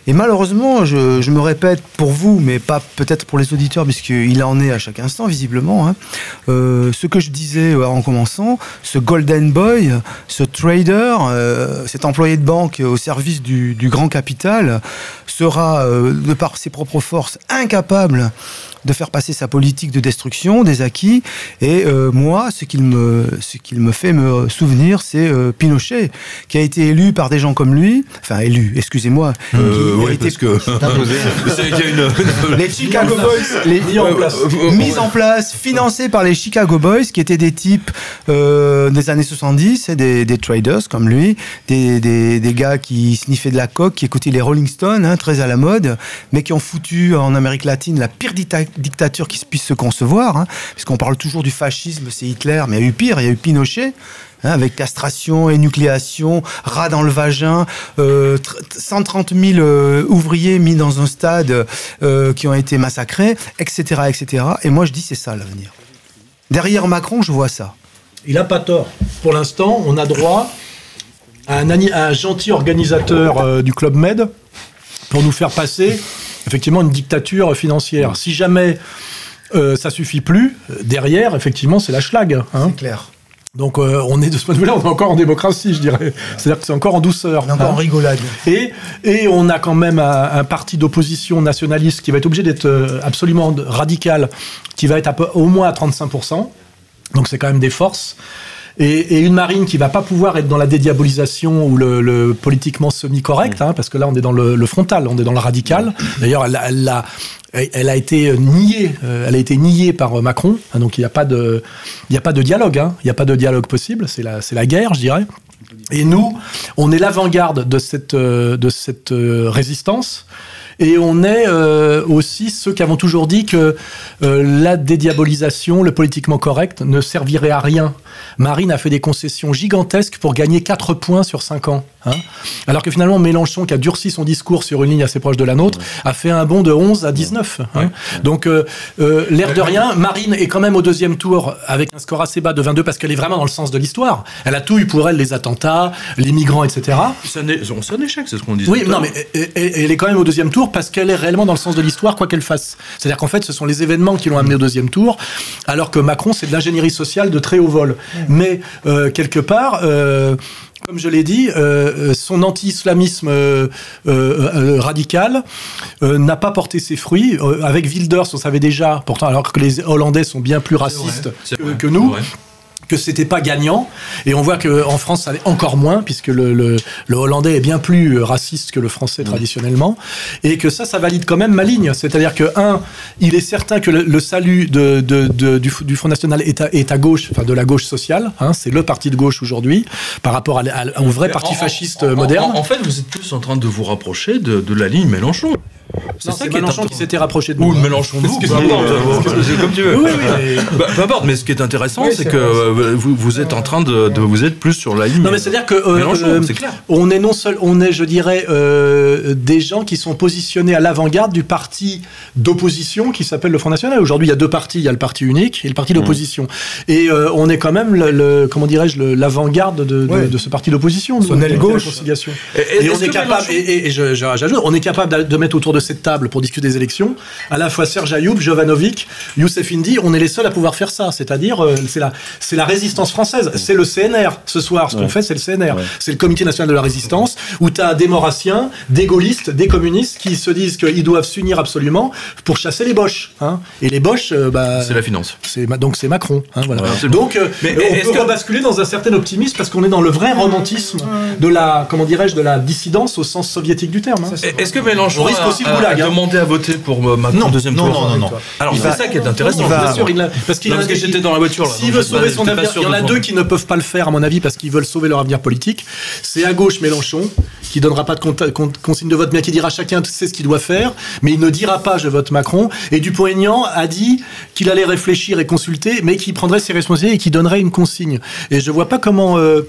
Et malheureusement, je, je me répète pour vous, mais pas peut-être pour les auditeurs, puisqu'il en est à chaque instant, visiblement. Hein. Euh, ce que je disais en commençant, ce golden boy, ce trader, euh, cet employé de banque au service du, du grand capital, sera, euh, de par ses propres forces, incapable de faire passer sa politique de destruction des acquis. Et euh, moi, ce qu'il me, ce qu'il me fait me souvenir, c'est euh, Pinochet, qui a été élu par des gens comme lui, enfin élu, excusez-moi. Euh, oui, été... parce que c'est qu'il y a une... les Chicago Boys, les mis en place, mis en place, financés par les Chicago Boys, qui étaient des types euh, des années soixante-dix, des, des traders comme lui, des, des, des gars qui sniffaient de la coke, qui écoutaient les Rolling Stones, hein, très à la mode, mais qui ont foutu en Amérique latine la pire dictature dictature qui puisse se concevoir, hein, puisqu'on parle toujours du fascisme, c'est Hitler, mais il y a eu pire, il y a eu Pinochet, hein, avec castration, énucléation, rats dans le vagin, euh, cent trente mille euh, ouvriers mis dans un stade euh, qui ont été massacrés, et cetera, et cetera. Et moi je dis c'est ça l'avenir. Derrière Macron, je vois ça. Il n'a pas tort. Pour l'instant, on a droit à un, à un gentil organisateur euh, du Club Med pour nous faire passer effectivement une dictature financière. Si jamais euh, ça suffit plus, derrière, effectivement, c'est la schlag. Hein. C'est clair. Donc euh, on est de ce point de vue-là, on est encore en démocratie, je dirais. C'est-à-dire que c'est encore en douceur. On est encore hein. en rigolade. Et, et on a quand même un, un parti d'opposition nationaliste qui va être obligé d'être euh, absolument radical, qui va être à peu, au moins à trente-cinq pour cent. Donc c'est quand même des forces. Et, et une marine qui va pas pouvoir être dans la dédiabolisation ou le, le politiquement semi-correct, hein, parce que là on est dans le, le frontal, on est dans le radical. D'ailleurs, elle, elle, a, elle a été niée, euh, elle a été niée par Macron. Hein, donc il n'y a pas de, il y a pas de dialogue, hein, il n'y a pas de dialogue possible. C'est la, c'est la guerre, je dirais. Et nous, on est l'avant-garde de cette, de cette euh, résistance. Et on est euh, aussi ceux qui avons toujours dit que euh, la dédiabolisation, le politiquement correct, ne servirait à rien. Marine a fait des concessions gigantesques pour gagner quatre points sur cinq ans. Hein, alors que finalement, Mélenchon, qui a durci son discours sur une ligne assez proche de la nôtre, a fait un bond de onze à dix-neuf. Hein. Donc, euh, euh, l'air de rien, Marine est quand même au deuxième tour avec un score assez bas de vingt-deux parce qu'elle est vraiment dans le sens de l'histoire. Elle a tout eu pour elle, les attentats, les migrants, et cetera. C'est un, c'est un échec, c'est ce qu'on disait. Oui, non, mais elle, elle est quand même au deuxième tour parce qu'elle est réellement dans le sens de l'histoire, quoi qu'elle fasse. C'est-à-dire qu'en fait, ce sont les événements qui l'ont amenée au deuxième tour, alors que Macron, c'est de l'ingénierie sociale de très haut vol. Mmh. Mais, euh, quelque part... Euh, Comme je l'ai dit, euh, son anti-islamisme euh, euh, radical euh, n'a pas porté ses fruits. Euh, avec Wilders, on savait déjà, pourtant, alors que les Hollandais sont bien plus racistes que, que nous, que c'était pas gagnant. Et on voit qu'en France, ça l'est encore moins, puisque le, le, le Hollandais est bien plus raciste que le Français traditionnellement. Et que ça, ça valide quand même ma ligne. C'est-à-dire que, un, il est certain que le, le salut de, de, de, du, du Front National est à, est à gauche, enfin de la gauche sociale. Hein, c'est le parti de gauche aujourd'hui, par rapport à, à, au vrai parti en, fasciste en, moderne. En, en fait, vous êtes plus en train de vous rapprocher de, de la ligne Mélenchon. C'est ça qui est Mélenchon qui s'était rapproché de nous. Ou Mélenchon de vous, peu importe. C'est comme tu veux. Oui, oui, mais... bah, peu importe, mais ce qui est intéressant, oui, c'est, c'est que euh, vous, vous êtes en train de, de vous êtes plus sur la ligne. Non, mais c'est-à-dire que euh, Mélenchon, euh, c'est clair. On est non seul, on est, je dirais, euh, des gens qui sont positionnés à l'avant-garde du parti d'opposition qui s'appelle le Front National. Aujourd'hui, il y a deux partis, il y a le parti unique et le parti d'opposition. Mmh. Et euh, on est quand même le, le comment dirais-je, le, l'avant-garde de, ouais. de, de ce parti d'opposition. Son aile gauche. Et, et on est capable, et, et, et je, j'ajoute, on est capable de mettre autour de cette table pour discuter des élections, à la fois Serge Ayoub, Jovanovic, Youssef Indy, on est les seuls à pouvoir faire ça. C'est-à-dire, euh, c'est la, c'est la résistance française. C'est le C N R. Ce soir, ce ouais. qu'on fait, c'est le C N R. Ouais. C'est le Comité national de la résistance, où tu as des maurassiens, des gaullistes, des communistes qui se disent qu'ils doivent s'unir absolument pour chasser les boches. Hein. Et les boches, euh, bah, c'est la finance. C'est, donc c'est Macron. Hein, voilà. Ouais, donc, euh, mais, on peut que... rebasculer dans un certain optimisme parce qu'on est dans le vrai romantisme de la, comment dirais-je, de la dissidence au sens soviétique du terme. Hein. Est-ce que Mélenchon on risque aussi a, le goulag, a hein. demandé à voter pour Macron non, deuxième non, tour? Non, non, non. Alors, c'est ça qui est intéressant. Va... Bien sûr, il a... Parce, qu'il non, parce que j'étais dans la voiture. S'il veut sauver son avenir, il y en a deux qui ne peuvent pas le faire, à mon avis, parce qu'ils veulent sauver leur avenir politique. C'est à gauche Mélenchon, qui donnera pas de compte, compte, consigne de vote, bien qu'il dira chacun sait ce qu'il doit faire, mais il ne dira pas je vote Macron. Et Dupont-Aignan a dit qu'il allait réfléchir et consulter, mais qu'il prendrait ses responsabilités et qu'il donnerait une consigne. Et je vois pas comment... Euh,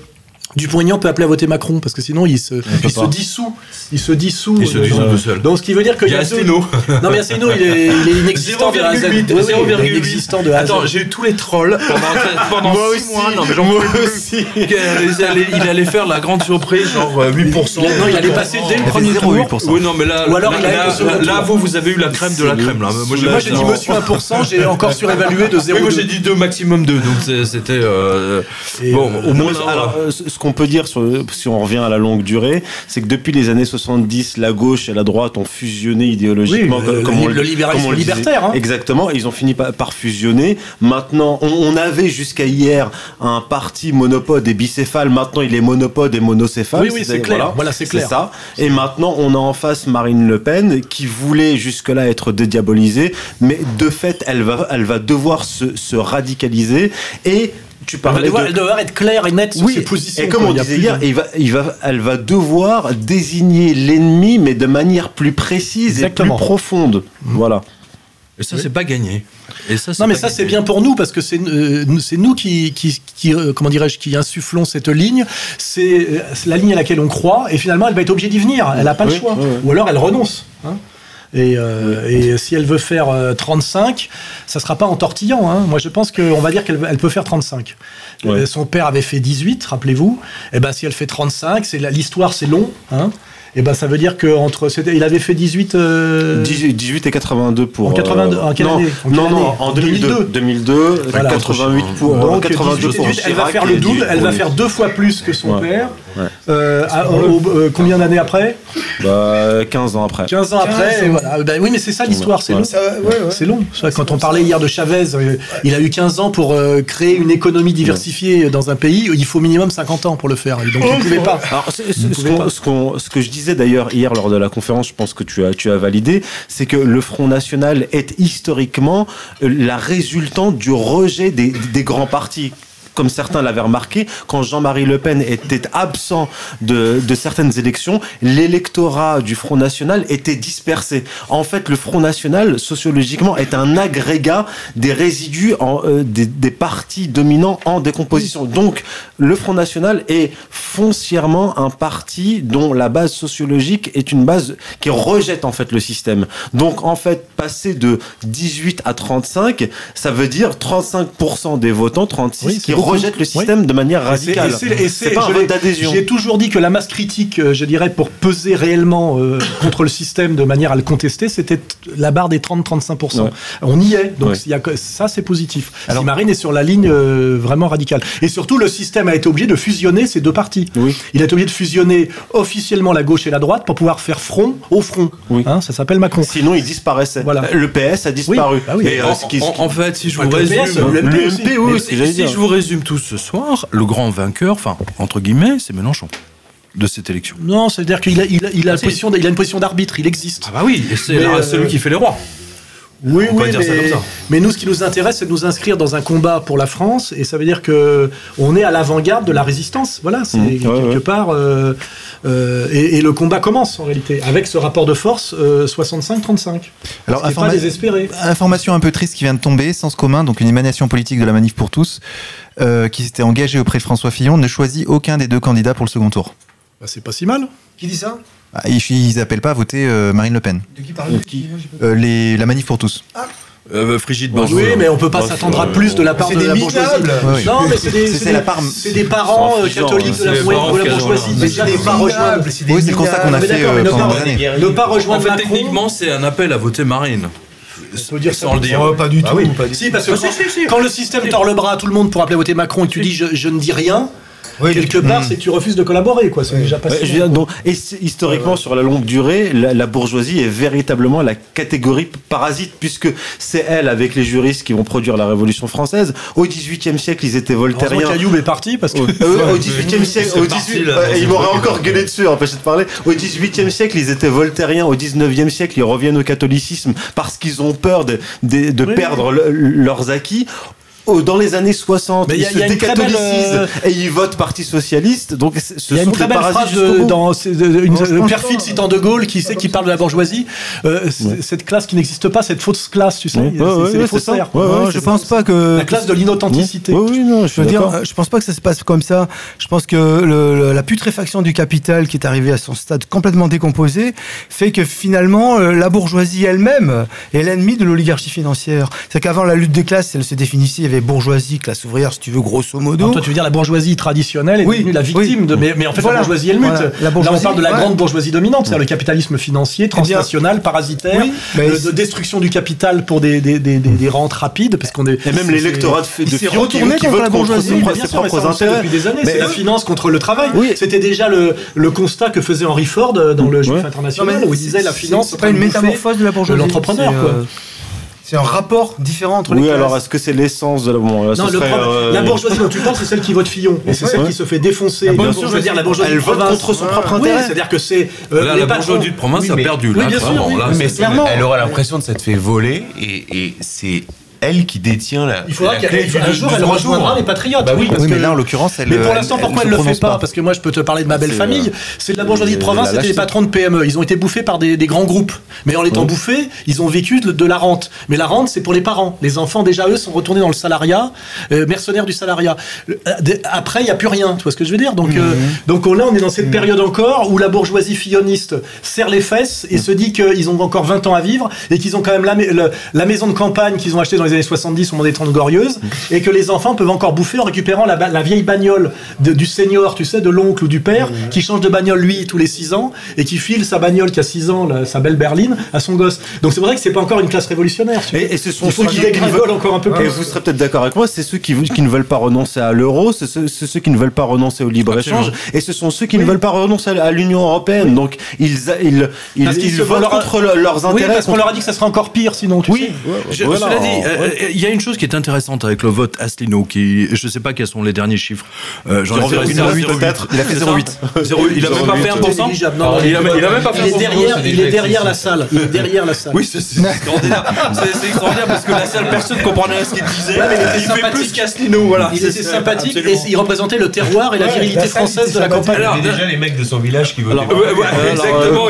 Dupont-Aignan peut appeler à voter Macron parce que sinon il se, il se dissout. Il se dissout. Il se dissout tout seul. Donc ce qui veut dire qu'il y a Asselineau. Non mais Asselineau il est, il est inexistant de A à Z. zéro virgule huit. Inexistant de A à Z. Attends, j'ai eu tous les trolls pendant, pendant moi six aussi. mois. Non mais j'en peux aussi. Il allait, il allait faire la grande surprise, genre huit pour cent. Non, il allait passer dès le premier tour. Oui, non mais là, Ou alors là, il allait là, au là, second là, tour. vous, vous avez eu la crème de la crème là. Moi j'ai, moi, j'ai dit monsieur un pour cent, j'ai encore surévalué de zéro virgule deux. Oui, moi j'ai dit deux, maximum deux. Donc c'était. Euh, bon, euh, au moins, non, alors, euh, ce qu'on peut dire, sur, si on revient à la longue durée, c'est que depuis les années soixante-dix, la gauche et la droite ont fusionné idéologiquement. Oui, comme, le, comme on, le libéralisme comme on le libertaire. disait. Hein. Exactement, et ils ont fini par, par fusionner. Maintenant, on, on avait jusqu'à hier un parti monopode et bicéphale. Maintenant, il est monopode et monocéphale. Oui, oui, c'est clair. Voilà, voilà c'est clair. C'est ça. Et maintenant, on a en face Marine Le Pen qui voulait jusque-là être dédiabolisée, mais de fait, elle va, elle va devoir se, se radicaliser et tu parlais elle, va devoir, de... elle doit être claire et nette sur oui, ses positions. et comme quoi, on disait hier, de... il va, il va, elle va devoir désigner l'ennemi, mais de manière plus précise Exactement. et plus profonde. Mmh. Voilà. Et ça, oui. c'est pas gagné. Et ça, c'est non, mais pas ça, gagné. c'est bien pour nous parce que c'est, euh, c'est nous qui, qui, qui euh, comment dirais-je, qui insufflons cette ligne. C'est, euh, c'est la ligne à laquelle on croit et finalement, elle va être obligée d'y venir. Elle n'a pas oui, le choix. Oui, oui. Ou alors, elle renonce. Hein. Et, euh, et si elle veut faire euh, trente-cinq, ça sera pas en tortillant. Hein. Moi, je pense qu'on va dire qu'elle elle peut faire trente-cinq. Ouais. Euh, son père avait fait dix-huit, rappelez-vous. Et ben, si elle fait trente-cinq, c'est la, l'histoire, c'est long. Hein. Et ben, ça veut dire que entre, il avait fait dix-huit, euh... dix-huit et quatre-vingt-deux pour. En quatre-vingt-deux. En quelle non, année en non, année non, en deux mille deux. deux mille deux, voilà, quatre-vingt-huit pour. Donc, quatre-vingt-deux dix-huit, pour dix-huit, elle va faire le double. Elle va faire deux fois plus que son ouais. père. Ouais. Euh, à, au, euh, combien d'années après? Bah, quinze ans après. quinze ans après. quinze ans. Voilà. Bah, oui, mais c'est ça l'histoire, c'est ouais. long. Ça, ouais, ouais. C'est long. Quand on parlait hier de Chavez, euh, il a eu quinze ans pour euh, créer une économie diversifiée ouais. dans un pays. Il faut minimum cinquante ans pour le faire. Donc il ne pouvait pas. Alors, c'est, c'est, ce, qu'on, ce, qu'on, ce que je disais d'ailleurs hier lors de la conférence, je pense que tu as, tu as validé, c'est que le Front National est historiquement la résultante du rejet des, des grands partis. Comme certains l'avaient remarqué, quand Jean-Marie Le Pen était absent de, de certaines élections, l'électorat du Front National était dispersé. En fait, le Front National, sociologiquement, est un agrégat des résidus en, euh, des, des partis dominants en décomposition. Donc, le Front National est foncièrement un parti dont la base sociologique est une base qui rejette en fait le système. Donc, en fait, passer de dix-huit à trente-cinq, ça veut dire trente-cinq pour cent des votants, trente-six, oui, qui rejette le système oui. de manière radicale. Et c'est, et c'est, et c'est, c'est pas un vote d'adhésion. J'ai toujours dit que la masse critique, je dirais, pour peser réellement euh, contre le système de manière à le contester, c'était la barre des trente à trente-cinq pour cent. Ouais. On y est, donc ouais. y a, ça c'est positif. Alors, si Marine est sur la ligne euh, vraiment radicale. Et surtout, le système a été obligé de fusionner ces deux partis. Oui. Il a été obligé de fusionner officiellement la gauche et la droite pour pouvoir faire front au front. Oui. Hein, ça s'appelle Macron. Sinon, il disparaissait. Voilà. Le P S a disparu. Oui. Ah oui. Et, en, ce qui, en, en fait, si je vous le résume... P S, le M P, le M P oui, si, si dire. je vous résume tout ce soir, le grand vainqueur, enfin, entre guillemets, c'est Mélenchon de cette élection. Non, c'est-à-dire qu'il a, il a, il a, ah, position, il a une position d'arbitre, il existe. Ah bah oui, et c'est là, euh, celui qui fait les rois. Oui, oui, mais, mais nous, ce qui nous intéresse, c'est de nous inscrire dans un combat pour la France, et ça veut dire que on est à l'avant-garde de la résistance. Voilà, c'est mmh, quelque ouais, part, euh, euh, et, et le combat commence en réalité avec ce rapport de force euh, soixante-cinq trente-cinq. Alors, informa- pas désespéré. Information un peu triste qui vient de tomber. Sens commun, donc une émanation politique de la Manif pour tous, euh, qui s'était engagée auprès de François Fillon, ne choisit aucun des deux candidats pour le second tour. Bah, c'est pas si mal. Qui dit ça? Ah, ils n'appellent pas à voter euh, Marine LePen. De qui parle qui euh, les, La Manif pour tous. Ah. Euh, Frigide bon, oui, mais on peut pas s'attendre à plus de la part c'est de la bourgeoisie. Oui. Non, mais c'est des, c'est, c'est des, part... c'est des parents euh, catholiques de la, de la bourgeoisie. Mais c'est des pas rejoindre. C'est oui, c'est le constat qu'on a fait euh, pendant des années. Ne pas rejoindre en fait, Macron. Techniquement, c'est un appel à voter Marine. On peut dire ça. Sans le dire. Oh, pas du tout. Ah oui. Pas du si, parce que ah, quand, si, si, si. quand le système tord le bras à tout le monde pour appeler à voter Macron et tu dis je, je ne dis rien. Oui, quelque part, mmh. c'est que tu refuses de collaborer, quoi. C'est oui. déjà passé. Ouais, je veux dire, donc, et historiquement, ouais, ouais. sur la longue durée, la, la bourgeoisie est véritablement la catégorie parasite, puisque c'est elle, avec les juristes, qui vont produire la Révolution française. Au dix-huitième siècle, ils étaient voltairiens. Cailloub est parti parce que. Au, au dix-huitième siècle, au dix-huit, euh, il m'aurait encore gueulé dessus, empêché de parler. Au dix-huitième siècle, ils étaient voltairiens. Au dix-neuvième siècle, ils reviennent au catholicisme parce qu'ils ont peur de, de, de oui, perdre oui. Le, leurs acquis. oh, dans les années soixante, mais ils y a, se y a décatholicisent euh... et ils votent Parti Socialiste. Donc, ce il y a une sont très des belle phrase de, dans une non, perfide citant De Gaulle qui sait qui parle de la bourgeoisie. Euh, ouais. Cette classe qui n'existe pas, cette fausse classe, tu sais, ouais, c'est ouais, les ouais, faussaires. Ouais, ouais, je pense pas que la classe de l'inauthenticité. Oui, oui, non, je, je veux dire, je pense pas que ça se passe comme ça. Je pense que le, le, la putréfaction du capital qui est arrivée à son stade complètement décomposé fait que finalement la bourgeoisie elle-même est l'ennemi de l'oligarchie financière. C'est qu'avant la lutte des classes, elle se définissait, il y avait bourgeoisie, classe ouvrière, si tu veux, grosso modo. Alors toi, tu veux dire la bourgeoisie traditionnelle est oui, devenue la victime oui. de. Mais, mais en fait, voilà. la bourgeoisie est le mythe. Voilà. La Là, on parle de la ouais. grande bourgeoisie dominante, c'est-à-dire le capitalisme financier, transnational, parasitaire, oui, de, de destruction du capital pour des, des, des, des, des rentes rapides, parce qu'on est. Et même l'électorat de, de Fillon qui, qui vote contre ses, oui, ses propres intérêts. Depuis des années, mais c'est la finance contre le travail. Oui. C'était déjà le, le constat que faisait Henry Ford dans le Juif ouais. international, non, où il disait la finance. C'est pas une métamorphose de la bourgeoisie. De l'entrepreneur, quoi. Euh... C'est un rapport différent entre les oui, classes. alors est-ce que c'est l'essence de la... Bon, là, non, le serait, problème, euh... la bourgeoisie dont tu parles, c'est celle qui vote Fillon. Et c'est ouais. celle qui se fait défoncer. Bien sûr, je veux dire, la bourgeoisie elle de province. vote contre son propre oui, intérêt. C'est-à-dire que c'est... Euh, là, la bourgeoisie de province oui, a perdu. Oui, là, bien sûr. Oui, là, mais clairement. Elle aura l'impression de s'être fait voler et, et c'est... elle qui détient la. Il faudra la qu'un jour elle rejoindra les patriotes. Bah oui, parce parce que que là en l'occurrence, elle. Mais pour l'instant, elle, pourquoi elle ne le fait pas, pas Parce que moi, je peux te parler de ma belle famille. C'est de la bourgeoisie de province, c'était les patrons de P M E. Ils ont été bouffés par des, des grands groupes. Mais en étant ouais. bouffés, ils ont vécu de, de la rente. Mais la rente, c'est pour les parents. Les enfants, déjà, eux, sont retournés dans le salariat, euh, mercenaires du salariat. Après, il n'y a plus rien. Tu vois ce que je veux dire Donc, mmh. euh, donc là, on est dans cette mmh. période encore où la bourgeoisie filloniste serre les fesses et mmh. se dit qu'ils ont encore vingt ans à vivre et qu'ils ont quand même la, la, la maison de campagne qu'ils ont achetée dans les années soixante-dix au moment des trente glorieuses et que les enfants peuvent encore bouffer en récupérant la, la vieille bagnole de, du senior, tu sais, de l'oncle ou du père mmh. qui change de bagnole lui tous les six ans et qui file sa bagnole qui a six ans, la, sa belle berline, à son gosse. Donc c'est vrai que c'est pas encore une classe révolutionnaire. Et, et ce sont il faut qu'ils dégringolent encore un peu plus. Et vous serez peut-être d'accord avec moi, c'est ceux qui, qui ne veulent pas renoncer à l'euro, c'est ceux, ceux qui ne veulent pas renoncer au libre-échange et ce sont ceux qui oui. ne veulent pas renoncer à l'Union européenne. Oui. Donc ils, ils, ils, ils, ils votent contre leur, leurs intérêts. Oui, parce qu'on leur a dit que ça serait encore pire sinon, tu oui. sais. Ouais, je, voilà, cela dit, il ouais. euh, y a une chose qui est intéressante avec le vote Asselineau, qui, je ne sais pas quels sont les derniers chiffres. Euh, J'en ai zéro virgule huit peut-être. Il a fait zéro virgule huit. Il a même pas fait un pour cent. Il a même pas fait derrière. Il est derrière la salle. Il est derrière la salle. Oui, c'est extraordinaire. C'est extraordinaire parce que la salle, personne ne comprenait ce qu'il disait. Il fait plus qu'Asselineau. Voilà. Il était sympathique et il représentait le terroir et la virilité française de la campagne. Il y avait déjà les mecs de son village qui votaient. Exactement.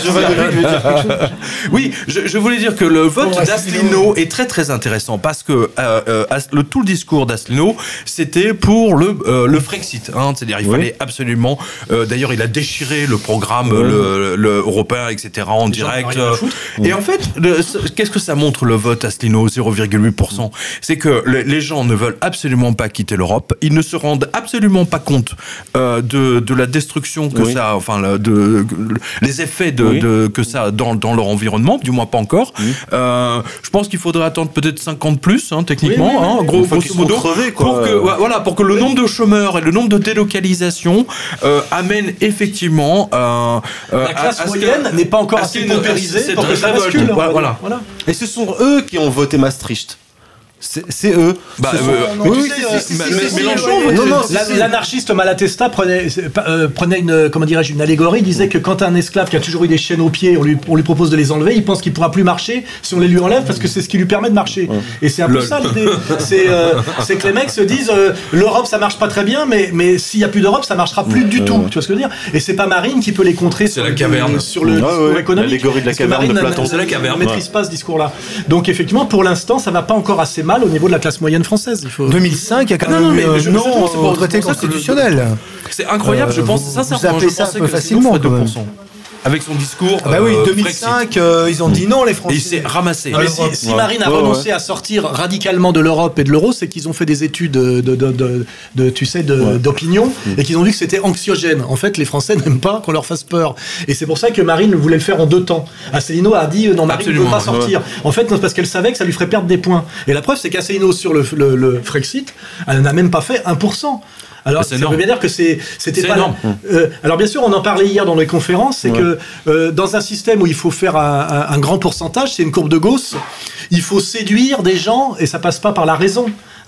Oui, je voulais dire que le vote d'Asselineau est très très intéressant parce que euh, le tout le discours d'Asselineau c'était pour le euh, le Frexit, hein, c'est-à-dire il oui. fallait absolument. Euh, D'ailleurs, il a déchiré le programme oui. le, le européen, et cetera en Les direct. Euh, et en fait, qu'est-ce que ça montre le vote Asselineau zéro virgule huit pour cent C'est que le, les gens ne veulent absolument pas quitter l'Europe. Ils ne se rendent absolument pas compte euh, de de la destruction que oui. ça, enfin de, de les effets de, oui. de que ça a dans dans leur environnement, du moins pas encore. Oui. Euh, je pense qu'il faudrait attendre peut-être cinquante plus, hein, techniquement, oui, oui, oui. hein, gros, grosso modo, crevés, quoi. Pour que voilà, pour que le oui. nombre de chômeurs et le nombre de délocalisations euh, amènent effectivement euh, la classe à, à moyenne n'est pas encore assez paupérisée pour que ça bascule. Voilà. voilà. Et ce sont eux qui ont voté Maastricht. C'est eux. Bah, euh, oui, l'anarchiste Malatesta prenait, euh, prenait une, comment dirais-je, une allégorie, disait que quand un esclave qui a toujours eu des chaînes aux pieds, on lui, on lui propose de les enlever, il pense qu'il pourra plus marcher si on les lui enlève parce que c'est ce qui lui permet de marcher. Ouais. Et c'est un peu Lol. ça l'idée. C'est euh, que les mecs se disent euh, l'Europe ça marche pas très bien, mais, mais s'il y a plus d'Europe ça marchera plus ouais. du tout. Ouais. Tu vois ce que je veux dire? Et c'est pas Marine qui peut les contrer sur, la caverne. sur le discours ouais, ouais. économique. L'allégorie de la caverne de Platon. C'est la caverne. On ne maîtrise pas ce discours-là. Donc effectivement, pour l'instant, ça va pas encore assez mal au niveau de la classe moyenne française. Il faut... deux mille cinq, il y a quand même eu un non au traité constitutionnel. C'est incroyable, je pense. Sincèrement, je pensais que facilement deux pour cent. Avec son discours. Ah bah oui, deux mille cinq, euh, ils ont dit non, les Français. Et il s'est ramassé. Mais si, si Marine a ouais, renoncé ouais. à sortir radicalement de l'Europe et de l'euro, c'est qu'ils ont fait des études de, de, de, de, de tu sais, d'opinion ouais. et qu'ils ont vu que c'était anxiogène. En fait, les Français n'aiment pas qu'on leur fasse peur. Et c'est pour ça que Marine voulait le faire en deux temps. Asselineau a dit non, Marine ne veut pas sortir. Ouais. En fait, non, parce qu'elle savait que ça lui ferait perdre des points. Et la preuve, c'est qu'Asselineau sur le, le, le Frexit, elle n'a même pas fait un pour cent. Alors, ça veut bien dire que c'est, c'était pas. Euh, alors, bien sûr, on en parlait hier dans les conférences, c'est ouais. que euh, dans un système où il faut faire un, un, un grand pourcentage, c'est une courbe de Gauss, il faut séduire des gens et ça passe pas par la raison.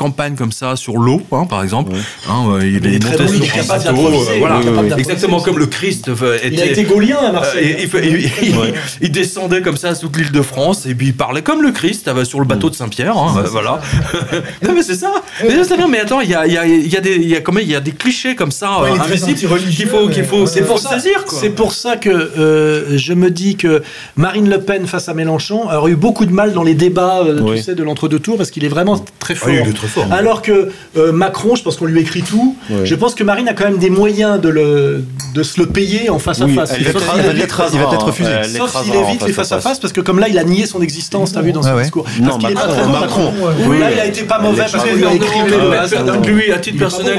campagne comme ça sur l'eau, hein, par exemple, Hein, il, il est, est monté sur un bateau, euh, voilà, oui, oui. exactement comme le Christ. Euh, était, il a été gaulien à Marseille. Euh, il, il, il, ouais. il descendait comme ça toute l'île de France et puis il parlait comme le Christ euh, sur le bateau de Saint-Pierre. Hein, euh, voilà. Non mais c'est ça. Mais, non, mais attends, il y a, il y a, il y a des, il y a quand même, il y a des clichés comme ça ouais, euh, invisibles qu'il faut, qu'il faut, c'est pour ça, saisir. C'est pour ça que euh, je me dis que Marine Le Pen face à Mélenchon aurait eu beaucoup de mal dans les débats, euh, oui. tu sais, de l'entre-deux tours parce qu'il est vraiment très fort. Ah, il est très fort. Alors que euh, Macron, je pense qu'on lui écrit tout. Oui. Je pense que Marine a quand même des moyens de le, de se le payer en face oui, à face. Il va peut-être refuser. Sauf s'il évite les face à face parce que comme là, il a nié son existence. T'as vu dans son discours. Non, Macron. Là, il a été pas mauvais parce qu'il a écrit. Lui, à titre personnel,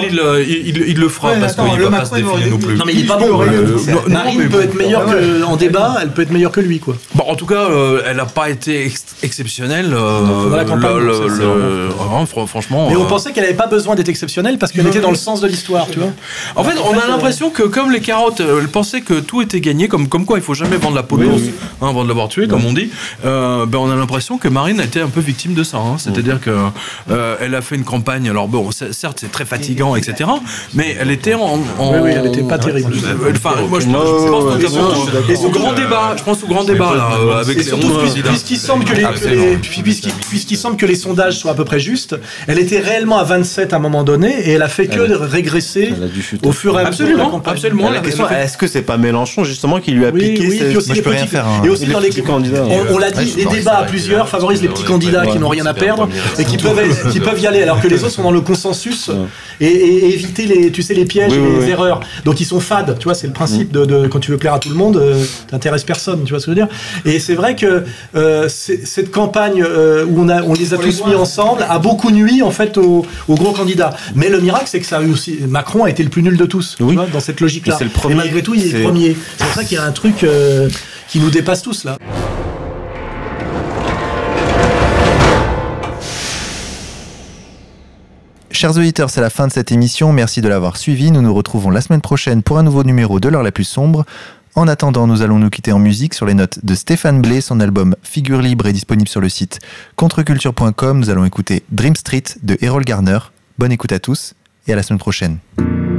il le fera parce qu'il va pas se défiler non plus. Non, mais il est pas bon. Marine peut être meilleure en débat, elle peut être meilleure que lui, quoi. Bon, en tout cas, elle n'a pas été exceptionnelle dans la campagne. Franchement. Mais on pensait qu'elle n'avait pas besoin d'être exceptionnelle parce qu'elle était dans le sens de l'histoire, tu vois. En fait, on a l'impression que comme les carottes, elle pensait que tout était gagné, comme comme quoi il faut jamais vendre la peau de l'ours avant de l'avoir tué, comme on dit. Ben on a l'impression que Marine a été un peu victime de ça. C'est-à-dire que elle a fait une campagne. Alors bon, certes, c'est très fatigant, et cetera. Mais elle était en, en oui, oui, elle était pas terrible. Enfin, moi je, no, je pense notamment au grand débat. Je pense au grand débat là, euh, avec et surtout puisqu'il semble que les, les puisqu'il, puisqu'il semble que les sondages soient à peu près justes, elle était réellement à vingt-sept à un moment donné et elle a fait que elle, régresser au fur et à mesure. Absolument, absolument. La question, est-ce que c'est pas Mélenchon justement qui lui a piqué oui, oui, moi je peux rien faire. Et aussi dans les candidats. On l'a dit, les débats à plusieurs favorisent les petits candidats qui n'ont rien à perdre et qui peuvent qui peuvent y aller alors que les autres sont dans le consensus et éviter les tu sais les pièges et les erreurs. Donc ils sont fades, tu vois, c'est le principe de, de quand tu veux plaire à tout le monde, euh, t'intéresses personne, tu vois ce que je veux dire. Et c'est vrai que euh, cette campagne euh, où on a, on les a tous mis ensemble a beaucoup nui en fait aux, aux gros candidats. Mais le miracle, c'est que ça a eu aussi Macron a été le plus nul de tous, oui. tu vois, dans cette logique-là. Et, et malgré tout, il est, est... le premier. C'est pour ça qu'il y a un truc euh, qui nous dépasse tous là. Chers auditeurs, c'est la fin de cette émission. Merci de l'avoir suivi. Nous nous retrouvons la semaine prochaine pour un nouveau numéro de l'heure la plus sombre. En attendant, nous allons nous quitter en musique sur les notes de Stéphane Blé. Son album Figure libre est disponible sur le site contreculture point com. Nous allons écouter Dream Street de Errol Garner. Bonne écoute à tous et à la semaine prochaine.